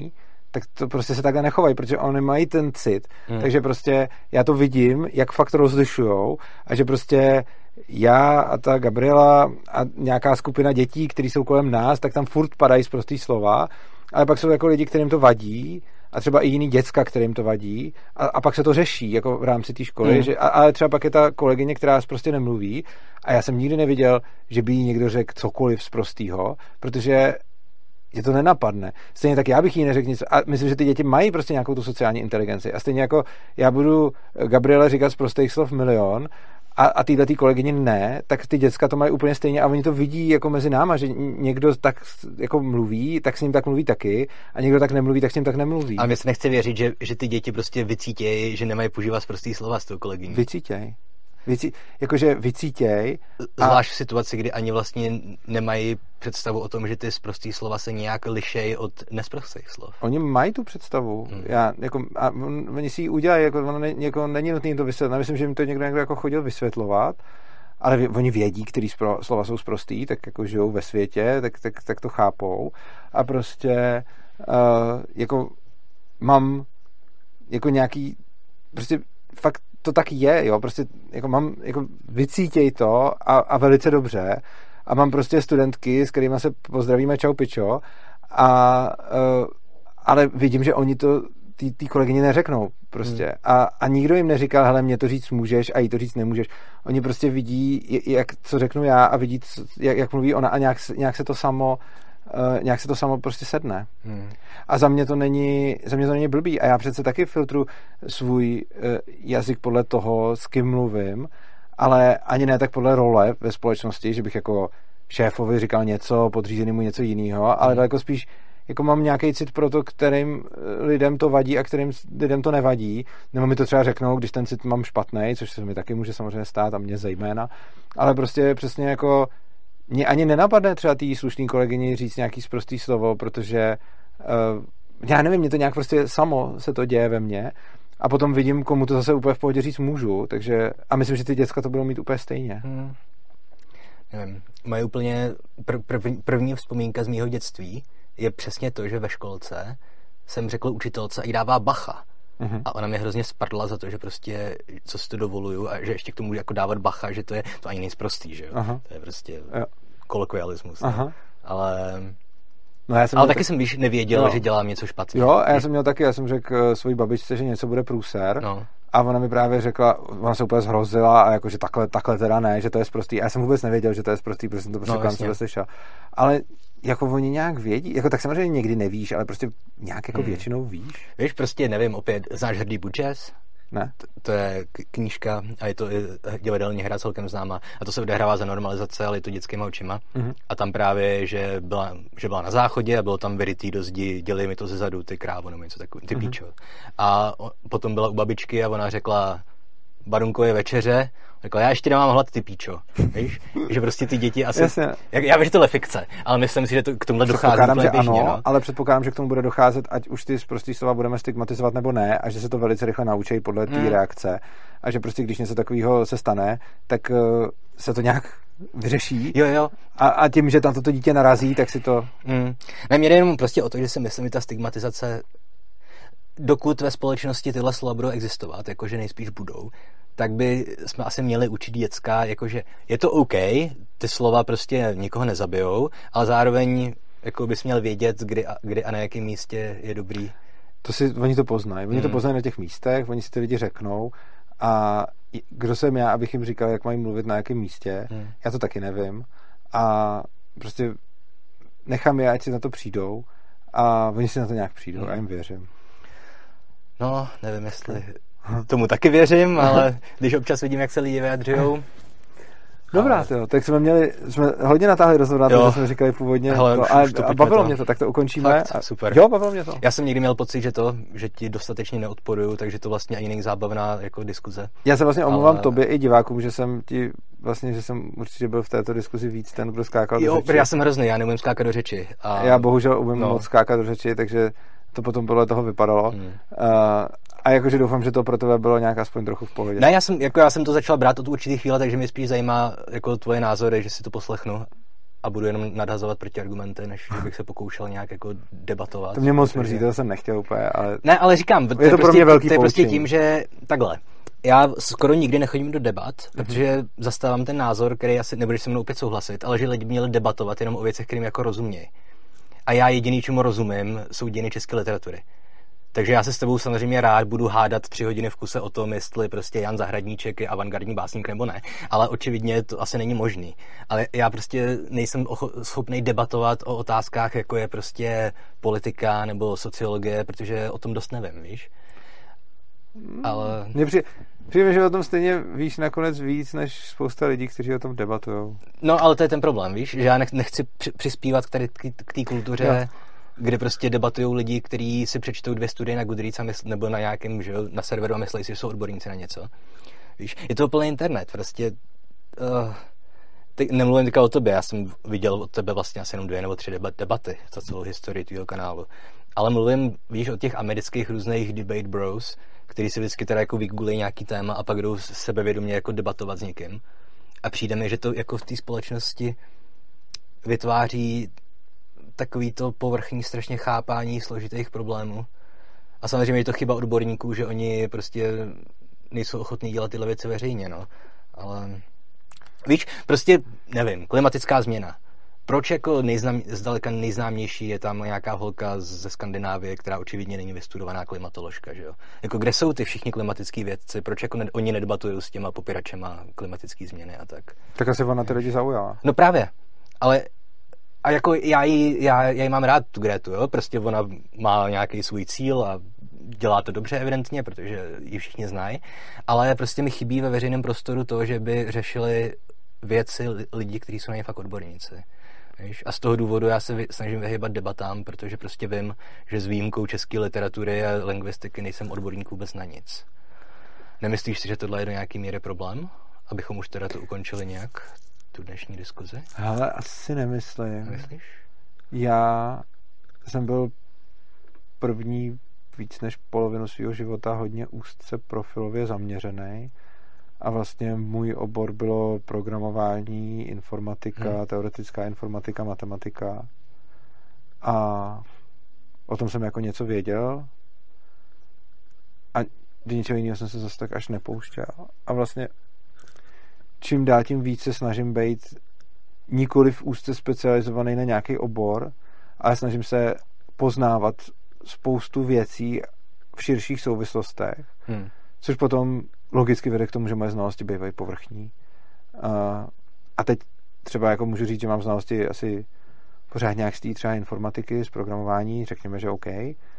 tak to prostě se takhle nechovají, protože oni mají ten cit, takže prostě já to vidím, jak fakt rozlišujou a že prostě já a ta Gabriela a nějaká skupina dětí, kteří jsou kolem nás, tak tam furt padají z prostý slova, ale pak jsou jako lidi, kterým to vadí a třeba i jiný děcka, kterým to vadí a pak se to řeší jako v rámci té školy, ale třeba pak je ta kolegyně, která prostě nemluví a já jsem nikdy neviděl, že by jí někdo řekl cokoliv z prostýho, protože je to nenapadne. Stejně tak já bych jí neřekl nic a myslím, že ty děti mají prostě nějakou tu sociální inteligenci a stejně jako já budu Gabriele říkat z prostých slov milion a týhle kolegyni ne, tak ty děcka to mají úplně stejně a oni to vidí jako mezi náma, že někdo tak jako mluví, tak s ním tak mluví taky a někdo tak nemluví, tak s ním tak nemluví. A mě se nechce věřit, že ty děti prostě vycítějí, že nemají používat prostý slova s tou kolegyní. Vycítěj. Jakože vycítěj. Zvlášť v situaci, kdy ani vlastně nemají představu o tom, že ty sprostý slova se nějak lišejí od nesprostých slov. Oni mají tu představu. Oni si ji udělají, jako není nutné jim to vysvětlit. Myslím, že jim to někdo jako chodil vysvětlovat, ale oni vědí, který slova jsou sprostý, tak jako žijou ve světě, tak to chápou. A prostě jako mám jako nějaký prostě fakt to tak je, jo, prostě jako mám, jako vycítěj to a velice dobře a mám prostě studentky, s kterými se pozdravíme čau pičo ale vidím, že oni to ty kolegyně neřeknou prostě a nikdo jim neříkal, hele, mě to říct můžeš a jí to říct nemůžeš. Oni prostě vidí, co řeknu já a vidí, jak mluví ona a nějak se to samo prostě sedne. A za mě to není blbý. A já přece taky filtru svůj jazyk podle toho, s kým mluvím, ale ani ne tak podle role ve společnosti, že bych jako šéfovi říkal něco, podřízenému něco jiného, ale daleko spíš jako mám nějaký cit pro to, kterým lidem to vadí a kterým lidem to nevadí. Nebo mi to třeba řeknou, když ten cit mám špatnej, což se mi taky může samozřejmě stát a mě zejména. Ale prostě přesně jako mě ani nenapadne třeba tý slušný kolegyni říct nějaký sprostý slovo, protože já nevím, mě to nějak prostě samo se to děje ve mně a potom vidím, komu to zase úplně v pohodě říct můžu, takže a myslím, že ty děcka to budou mít úplně stejně. Nevím, moje úplně první vzpomínka z mýho dětství je přesně to, že ve školce jsem řekl učitelce, ať dává bacha. A ona mě hrozně spadla za to, že prostě, co si to dovoluju a že ještě k tomu jako dávat bacha, že to ani nic prostý, že jo. To je prostě kolokvialismus. Ale taky jsem, víš, nevěděl, že dělám něco špatně. Jo, a já jsem řekl svojí babičce, že něco bude průser. A ona mi právě řekla, ona se úplně zhrozila a jako, že takhle teda ne, že to je sprostý. A já jsem vůbec nevěděl, že to je sprostý, protože jsem to prostě kolem sebe slyšel. Ale jako oni nějak vědí, jako tak samozřejmě někdy nevíš, ale prostě nějak jako většinou víš. Víš, prostě nevím, opět, znáš Hrdý Budžes? Ne. To je knížka a je to divadelní hra celkem známá. A to se odehrává za normalizace, ale je to dětskýma očima. A tam právě, že byla na záchodě a bylo tam vyrytý do zdi, dělej mi to ze zadu, ty krávo, nebo něco takového, ty píčo. A potom byla u babičky a ona řekla, Barunko, je večeře. Řekla, já ještě nemám hlad, ty píčo. Víš? Že prostě ty děti asi... Já vím, že to je fikce, ale myslím si, že to k tomuhle dochází úplně běžně. Ano, ale předpokládám, že k tomu bude docházet, ať už ty prostý slova budeme stigmatizovat nebo ne, a že se to velice rychle naučí podle té reakce. A že prostě, když něco takového se stane, tak se to nějak vyřeší. Jo. A tím, že tam toto dítě narazí, tak si to... Ne, mě jde jenom prostě o to, že si myslím, že ta stigmatizace, dokud ve společnosti tyhle slova budou existovat, jakože nejspíš budou, tak by jsme asi měli učit děcka, jakože je to OK, ty slova prostě nikoho nezabijou, ale zároveň jako bys měl vědět, kdy a na jakém místě je dobrý. Oni to poznají. Oni to poznají na těch místech, oni si ty lidi řeknou a kdo jsem já, abych jim říkal, jak mají mluvit na jakém místě, já to taky nevím a prostě nechám je, ať si na to přijdou a oni si na to nějak přijdou, já jim věřím. No, nevím, jestli tomu taky věřím, ale když občas vidím, jak se lidi vyjadřujou. Dobrá, tak jsme hodně natáhli rozhovor, protože jsme říkali původně. Hele, a bavilo mě to, tak to ukončíme. Fakt, super. Jo, bavilo mě to. Já jsem někdy měl pocit, že ti dostatečně neodporuju, takže to vlastně ani není zábavná jako diskuze. Já se vlastně omlouvám tobě i divákům, že jsem určitě byl v této diskuzi víc ten, kdo skákal do řeči. Já jsem hrozný, já neumím skákat do řeči. Já bohužel umím moc skákat do řeči, takže to potom podle toho vypadalo. A jakože doufám, že to pro tebe bylo nějak aspoň trochu v pohodě. Ne, já jsem to začal brát od určitých chvíle, takže mě spíš zajímá jako tvoje názory, že si to poslechnu. a budu jenom nadhazovat protiargumenty, než bych se pokoušel nějak jako debatovat. To mě moc mrzí, to jsem nechtěl úplně, ale... Ne, ale říkám, to je pro mě velký to je prostě tím, že takhle. Já skoro nikdy nechodím do debat, protože zastávám ten názor, který asi nebudeš se mnou opět souhlasit, ale že lidi měli debatovat jenom o věcech, kterým jako rozumějí. A já jediný, čemu rozumím, jsou dějiny české literatury. Takže já se s tebou samozřejmě rád budu hádat 3 hodiny v kuse o tom, jestli prostě Jan Zahradníček je avantgardní básník nebo ne. Ale očividně to asi není možný. Ale já prostě nejsem schopný debatovat o otázkách, jako je prostě politika nebo sociologie, protože o tom dost nevím, víš? Ale... Přijde, že o tom stejně víš nakonec víc, než spousta lidí, kteří o tom debatujou. No, ale to je ten problém, víš? Že já nechci přispívat k té kultuře, jo, kde prostě debatujou lidi, kteří si přečtou 2 studie na Goodreads nebo na nějakém, že na serveru a myslí si, že jsou odborníci na něco. Víš? Je to plný internet, prostě... Nemluvím teďka o tobě, já jsem viděl od tebe vlastně asi jenom 2 nebo 3 debaty za celou historii tvýho kanálu. Ale mluvím, víš, o těch amerických různých debate bros, který si vždycky teda jako vygooglí nějaký téma a pak jdou sebevědomě jako debatovat s někým. A přijde mi, že to jako v té společnosti vytváří takový to povrchní strašně chápání složitých problémů. A samozřejmě je to chyba odborníků, že oni prostě nejsou ochotní dělat tyhle věci veřejně, no. Ale víš, prostě nevím, klimatická změna. Proč jako zdaleka nejznámější je tam nějaká holka ze Skandinávie, která očividně není vystudovaná klimatoložka, že jo? Jako kde jsou ty všichni klimatický vědci? Proč jako oni nedebatují s těma popíračema klimatické změny a tak? Tak asi ona ty lidi zaujala. No právě, ale a jako já ji mám rád, tu Gretu, jo? Prostě ona má nějaký svůj cíl a dělá to dobře evidentně, protože ji všichni znají, ale prostě mi chybí ve veřejném prostoru to, že by řešili věci lidí, kteří jsou na ně fakt odborníci. Víš? A z toho důvodu já se snažím vyhýbat debatám, protože prostě vím, že s výjimkou české literatury a lingvistiky nejsem odborník vůbec na nic. Nemyslíš si, že tohle je do nějaký míry problém? Abychom už teda to ukončili nějak, tu dnešní diskuzi? Ale asi nemyslím. Nemyslíš? Já jsem byl první víc než polovinu svého života hodně úzce profilově zaměřený. A vlastně můj obor bylo programování, informatika, teoretická informatika, matematika. A o tom jsem jako něco věděl. A do ničeho jiného jsem se zase tak až nepouštěl. A vlastně čím dál tím víc se snažím být nikoliv úzce specializovaný na nějaký obor, ale snažím se poznávat spoustu věcí v širších souvislostech. Což potom logicky vede k tomu, že moje znalosti bývají povrchní. A teď třeba jako můžu říct, že mám znalosti asi pořád nějak z té třeba informatiky, z programování, řekněme, že OK.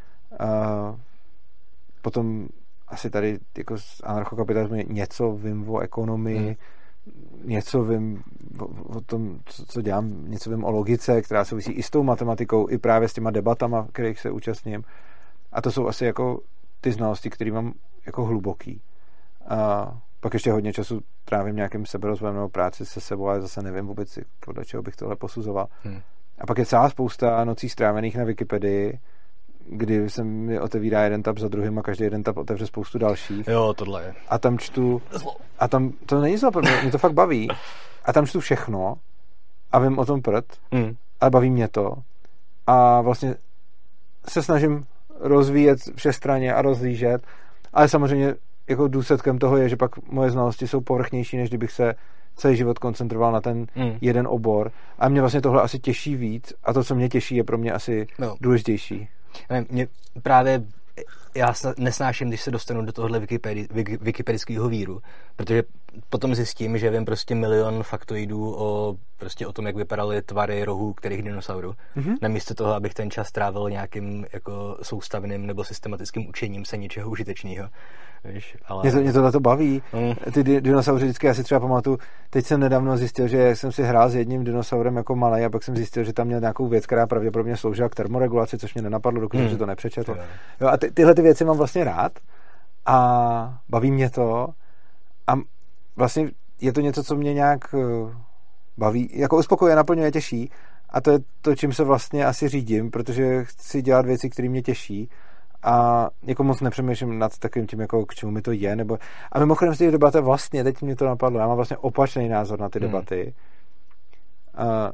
Potom asi tady jako z anarchokapitalismu něco vím o ekonomii, něco vím o tom, co dělám, něco vím o logice, která souvisí i s tou matematikou, i právě s těma debatama, kterých se účastním. A to jsou asi jako ty znalosti, které mám jako hluboký. A pak ještě hodně času trávím nějakým seberozvojem nebo práci se sebou, ale zase nevím vůbec, podle čeho bych tohle posuzoval. A pak je celá spousta nocí strávených na Wikipedii, kdy se mi otevírá jeden tab za druhým a každý jeden tab otevře spoustu dalších. Jo, tohle je. A tam čtu... A tam to není zlo, protože mě to fakt baví. A tam čtu všechno a vím o tom prd. A baví mě to. A vlastně se snažím rozvíjet všestranně a rozlížet. Ale samozřejmě jako důsledkem toho je, že pak moje znalosti jsou povrchnější, než kdybych se celý život koncentroval na ten jeden obor. A mě vlastně tohle asi těší víc a to, co mě těší, je pro mě asi důležitější. Mě právě já nesnáším, když se dostanu do tohohle wikipedického víru, protože potom zjistím, že vím prostě milion faktoidů o tom, jak vypadaly tvary rohů kterých dinosaurů. Namísto toho, abych ten čas trávil nějakým jako soustavným nebo systematickým učením se něčeho užitečného. Víš, ale... Mě to baví. Ty dinosaury vždycky, já si třeba pamatuju, teď jsem nedávno zjistil, že jsem si hrál s jedním dinosaurem jako malej a pak jsem zjistil, že tam měl nějakou věc, která pravděpodobně sloužila k termoregulaci, což mě nenapadlo, dokud jsem si to nepřečetl. Jo, a tyhle ty věci mám vlastně rád a baví mě to a vlastně je to něco, co mě nějak baví, jako uspokojuje, naplňuje, těší a to je to, čím se vlastně asi řídím, protože chci dělat věci, které mě těší a jako moc nepřemýšlím nad takovým tím, jako k čemu mi to je, nebo a mimochodem z těch debat vlastně, teď mě to napadlo, já mám vlastně opačný názor na ty debaty.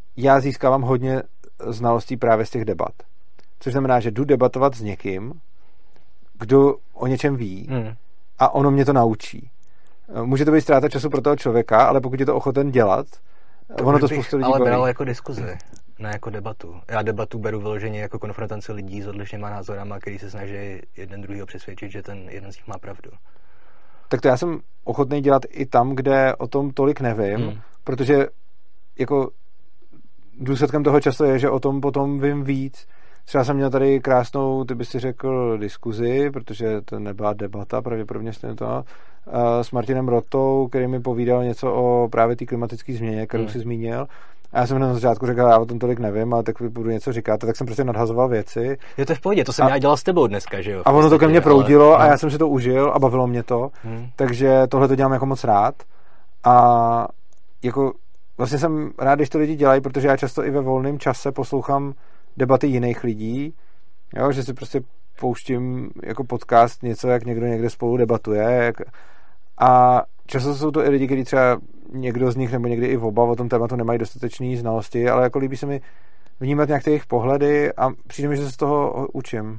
já získávám hodně znalostí právě z těch debat. Což znamená, že jdu debatovat s někým, kdo o něčem ví a ono mě to naučí. Může to být ztráta času pro toho člověka, ale pokud je to ochoten dělat, ono to spoustu lidí ale baví. bral jako diskuzi, ne jako debatu. Já debatu beru vyloženě jako konfrontaci lidí s odlišnýma názorama, který se snaží jeden druhýho přesvědčit, že ten jeden z nich má pravdu. Tak to já jsem ochotný dělat i tam, kde o tom tolik nevím, protože jako důsledkem toho často je, že o tom potom vím víc. Třeba jsem měl tady krásnou, ty bys si řekl, diskuzi, protože to nebyla debata, pravděpodobně jste to, s Martinem Rotou, který mi povídal něco o právě té klimatické změně, kterou si zmínil. A já jsem na začátku řekl, já o tom tolik nevím, ale tak budu něco říkat, tak jsem prostě nadhazoval věci. Je to v pohodě, to jsem já dělal s tebou dneska, že jo? A ono to ke mně proudilo a já jsem si to užil a bavilo mě to, takže tohle to dělám jako moc rád. A jako vlastně jsem rád, když to lidi dělají, protože já často i ve volném čase poslouchám debaty jiných lidí, jo, že si prostě pouštím jako podcast něco, jak někdo někde spolu debatuje. A často jsou to i lidi, kteří třeba někdo z nich nebo někdy i oba o tom tématu nemají dostatečné znalosti, ale jako líbí se mi vnímat nějak ty jejich pohledy a přijde mi, že se z toho učím.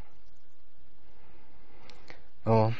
No.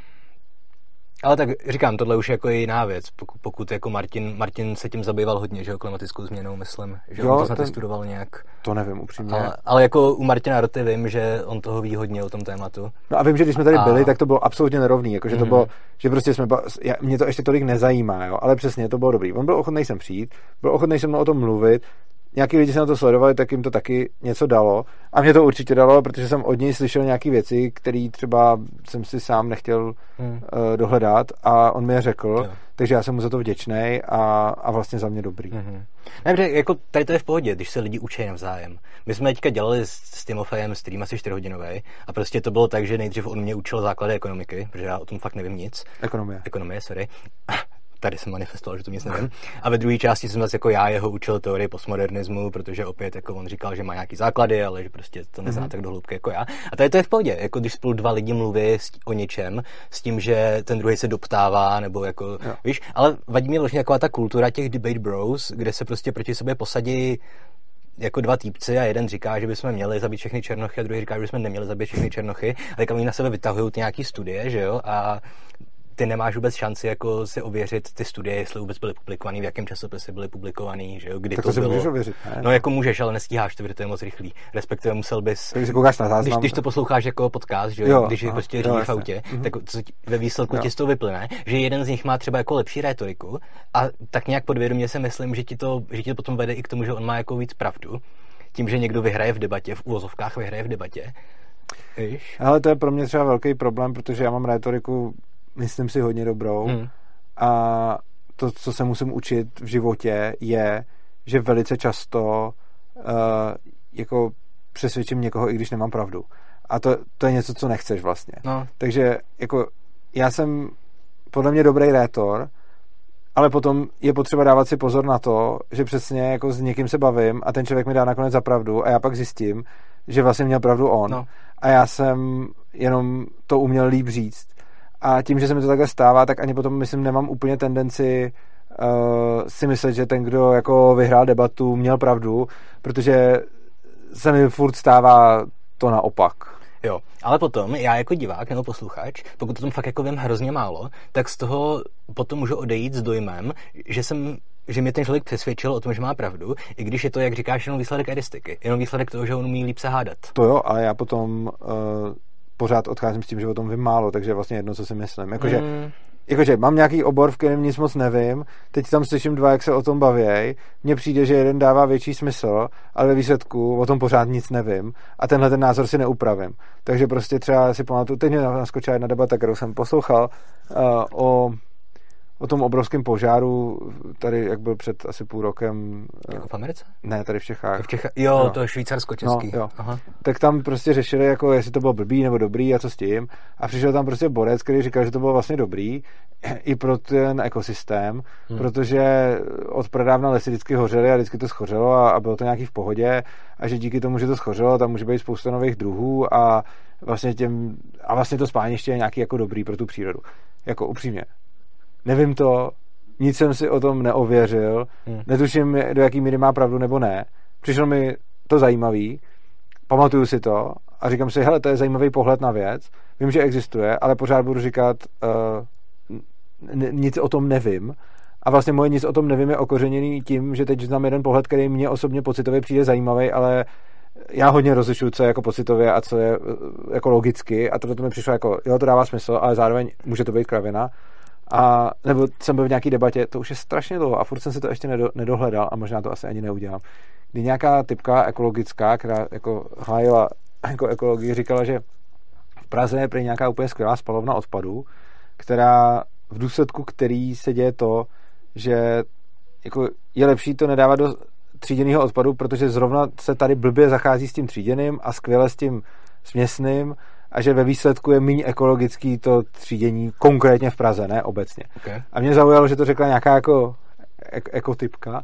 Ale tak říkám, tohle už jako je jiná věc, pokud jako Martin se tím zabýval hodně, že jo, klimatickou změnou, myslím, že on to snad studoval nějak. To nevím, upřímně. Ale jako u Martina Roty vím, že on toho ví hodně o tom tématu. No a vím, že když jsme tady byli, tak to bylo absolutně nerovný, jakože to bylo, že prostě mě to ještě tolik nezajímá, jo, ale přesně, to bylo dobrý. On byl ochotný sem přijít, byl ochotný se mnou o tom mluvit, nějaký lidi se na to sledovali, tak jim to taky něco dalo. A mě to určitě dalo, protože jsem od něj slyšel nějaké věci, které třeba jsem si sám nechtěl dohledat a on mi je řekl, jo. Takže já jsem mu za to vděčnej a vlastně za mě dobrý. Ne, jako tady to je v pohodě, když se lidi učí navzájem. My jsme teďka dělali s Timofejem stream asi 4hodinový a prostě to bylo tak, že nejdřív on mě učil základy ekonomiky, protože já o tom fakt nevím nic. Ekonomie, sorry. Tady jsem manifestoval, že to nic nevím. A ve druhé části jsem zase jako já jeho učil teorii postmodernismu, protože opět jako on říkal, že má nějaký základy, ale že prostě to nezná tak do hloubky jako já. A tady to je v pohodě, jako když spolu dva lidi mluví o něčem s tím, že ten druhý se doptává, nebo jako, víš, ale vadí mi vlastně taková ta kultura těch debate bros, kde se prostě proti sobě posadí jako dva týpci a jeden říká, že bychom měli zabít všechny černochy a druhý říká, že bychom neměli zabít všechny černochy, ale kam oni na sebe vytahují ty nějaký studie, že jo, a ty nemáš vůbec šanci jako si ověřit ty studie, jestli vůbec byly publikovaný, v jakém časopise byly publikovaný, že jo, kdy tak to si bylo. Můžeš ověřit, ne? No jako můžeš, ale nestíháš to, protože to je moc rychlý. Respektive musel bys. Takže si koukáš na záznam. Když to posloucháš jako podcast, že jo, když prostě řídíš v autě, tak ve výsledku ti z toho vyplyne, že jeden z nich má třeba jako lepší rétoriku a tak nějak podvědomě si myslím, že ti to potom vede i k tomu, že on má jako víc pravdu. Tím, že někdo vyhraje v debatě, v uvozovkách vyhraje v debatě. Víš? Ale to je pro mě třeba velký problém, protože já mám rétoriku, myslím si, hodně dobrou. A to, co se musím učit v životě, je, že velice často jako přesvědčím někoho, i když nemám pravdu. A to je něco, co nechceš vlastně. No. Takže jako já jsem podle mě dobrý rétor, ale potom je potřeba dávat si pozor na to, že přesně jako s někým se bavím a ten člověk mi dá nakonec za pravdu a já pak zjistím, že vlastně měl pravdu on. No. A já jsem jenom to uměl líp říct. A tím, že se mi to takhle stává, tak ani potom, myslím, nemám úplně tendenci si myslet, že ten, kdo jako vyhrál debatu, měl pravdu, protože se mi furt stává to naopak. Jo, ale potom já jako divák nebo posluchač, pokud o tom fakt jako vím hrozně málo, tak z toho potom můžu odejít s dojmem, že mě ten člověk přesvědčil o tom, že má pravdu, i když je to, jak říkáš, jenom výsledek eristiky, jenom výsledek toho, že on umí líp se hádat. To jo, ale já potom pořád odcházím s tím, že o tom vím málo, takže vlastně jedno, co si myslím. Jakože mám nějaký obor, v kterém nic moc nevím, teď tam slyším dva, jak se o tom bavěj, mně přijde, že jeden dává větší smysl, ale ve výsledku o tom pořád nic nevím a tenhle ten názor si neupravím. Takže prostě třeba si pamatuju, teď mě naskočila jedna debata, kterou jsem poslouchal o tom obrovském požáru, tady, jak byl před asi půl rokem. Jako v Americe? Ne, tady v Čechách. Jo, no. To je švýcarsko-český. No, aha. Tak tam prostě řešili, jako jestli to bylo blbý nebo dobrý a co s tím. A přišel tam prostě borec, který říkal, že to bylo vlastně dobrý i pro ten ekosystém, protože od pradávna lesy vždycky hořely a vždycky to schořelo a bylo to nějaký v pohodě a že díky tomu, že to schořelo, tam může být spousta nových druhů a vlastně to spálniště je nějaký jako dobrý pro tu přírodu. Jako upřímně. Nevím to, nic jsem si o tom neověřil, netuším, do jaký míry má pravdu nebo ne. Přišlo mi to zajímavý, pamatuju si to a říkám si, hele, to je zajímavý pohled na věc, vím, že existuje, ale pořád budu říkat, nic o tom nevím. A vlastně moje nic o tom nevím je okořeněný tím, že teď znám jeden pohled, který mě osobně pocitově přijde zajímavý, ale já hodně rozlišuju, co je jako pocitově a co je jako logicky a tohle to mi přišlo jako, jo, to dává smysl, ale zároveň může to být kravina. A nebo jsem byl v nějaký debatě, to už je strašně dlouho a furt jsem si to ještě nedohledal a možná to asi ani neudělám. Kdy nějaká typka ekologická, která jako hájila jako ekologii, říkala, že v Praze je prý nějaká úplně skvělá spalovna odpadů, která v důsledku který se děje to, že jako je lepší to nedávat do tříděného odpadu, protože zrovna se tady blbě zachází s tím tříděným a skvěle s tím směsným a že ve výsledku je méně ekologický to třídění konkrétně v Praze, ne obecně. Okay. A mě zaujalo, že to řekla nějaká jako ekotypka,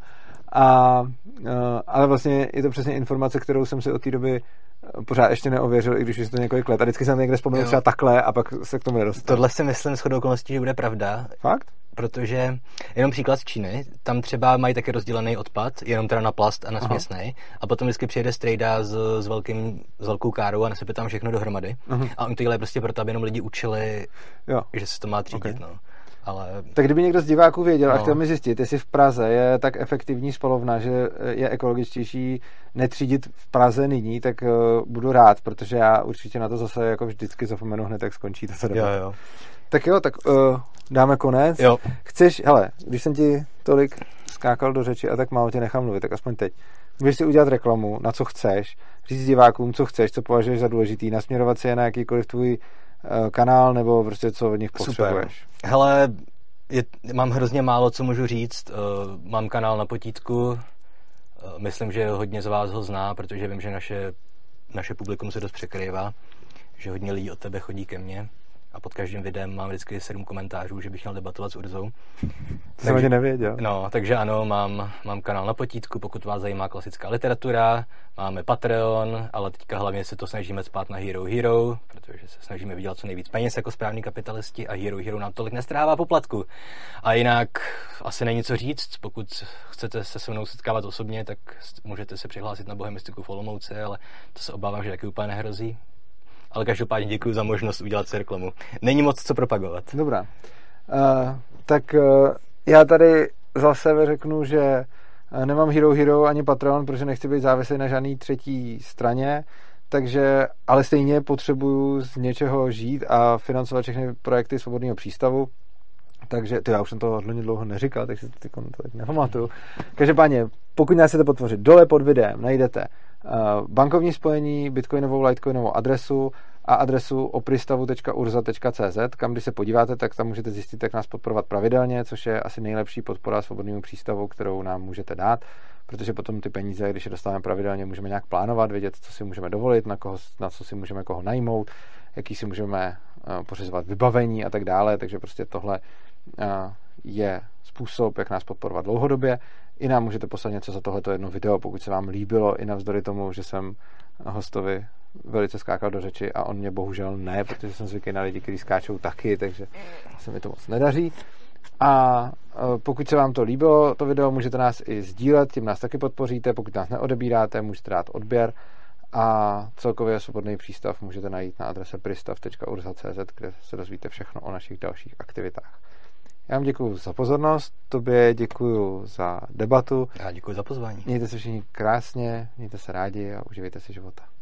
ale vlastně je to přesně informace, kterou jsem si od té doby pořád ještě neověřil, i když už je to několik let. A vždycky jsem někde vzpomněl třeba takhle a pak se k tomu nedostal. Tohle si myslím shodou okolností, že bude pravda. Fakt? Protože, jenom příklad z Číny, tam třeba mají taky rozdělený odpad, jenom teda na plast a na směsnej, a potom vždycky přijede strejda s velkou károu a nasype tam všechno dohromady. A oni to dělají prostě proto, aby jenom lidi učili, že se to má třídit. Okay. No. Ale... Tak kdyby někdo z diváků věděl a chtěl mi zjistit, jestli v Praze je tak efektivní spalovna, že je ekologičtější netřídit v Praze nyní, tak budu rád, protože já určitě na to zase jako vždycky zapomenu hned, jak skončí to debata. Jo. Tak jo, tak dáme konec. Jo. Chceš, hele, když jsem ti tolik skákal do řeči a tak málo tě nechám mluvit, tak aspoň teď. Můžeš si udělat reklamu, na co chceš, říct divákům, co chceš, co považuješ za důležitý, nasměrovat si je na jakýkoliv tvůj kanál, nebo prostě co od nich potřebuješ. Super. Hele, mám hrozně málo, co můžu říct. Mám kanál na potítku. Myslím, že hodně z vás ho zná, protože vím, že naše publikum se dost překrývá, že hodně lidí od tebe chodí ke mně. A pod každým videem mám vždycky 7 komentářů, že bych měl debatovat s Urzou. To jsem ani nevěděl. No, takže ano, mám kanál na potítku, pokud vás zajímá klasická literatura, máme Patreon, ale teďka hlavně se to snažíme spát na Hero Hero, protože se snažíme vydělat co nejvíc peněz jako správní kapitalisti a Hero Hero nám tolik nestrává poplatku. A jinak asi není co říct, pokud chcete se mnou setkávat osobně, tak můžete se přihlásit na Bohemistiku v Olomouci, ale to se obávám, že taky úplně nehrozí. Ale každopádně děkuji za možnost udělat si reklamu. Není moc co propagovat. Dobrá. Já tady za sebe řeknu, že nemám Hero Hero ani Patreon, protože nechci být závislý na žádný třetí straně, takže ale stejně potřebuju z něčeho žít a financovat všechny projekty Svobodného přístavu. Takže, já už jsem to hodně dlouho neříkal, takže to tak nepamatuju. Každopádně, pokud nás chcete podpořit, dole pod videem najdete bankovní spojení, bitcoinovou, litecoinovou adresu a adresu opristavu.urza.cz, kam když se podíváte, tak tam můžete zjistit, jak nás podporovat pravidelně, což je asi nejlepší podpora Svobodnému přístavu, kterou nám můžete dát, protože potom ty peníze, když je dostáváme pravidelně, můžeme nějak plánovat, vědět, co si můžeme dovolit, na co si můžeme koho najmout, jaký si můžeme pořizovat vybavení a tak dále, takže prostě tohle je způsob, jak nás podporovat dlouhodobě. I nám můžete poslat něco za tohleto jedno video, pokud se vám líbilo, i navzdory tomu, že jsem hostovi velice skákal do řeči a on mě bohužel ne, protože jsem zvyklý na lidi, kteří skáčou taky, takže se mi to moc nedaří. A pokud se vám to líbilo, to video, můžete nás i sdílet, tím nás taky podpoříte, pokud nás neodebíráte, můžete dát odběr a celkově Svobodný přístav můžete najít na adrese pristav.urza.cz, kde se dozvíte všechno o našich dalších aktivitách. Já vám děkuji za pozornost, tobě děkuji za debatu. Já děkuji za pozvání. Mějte se všichni krásně, mějte se rádi a uživejte si života.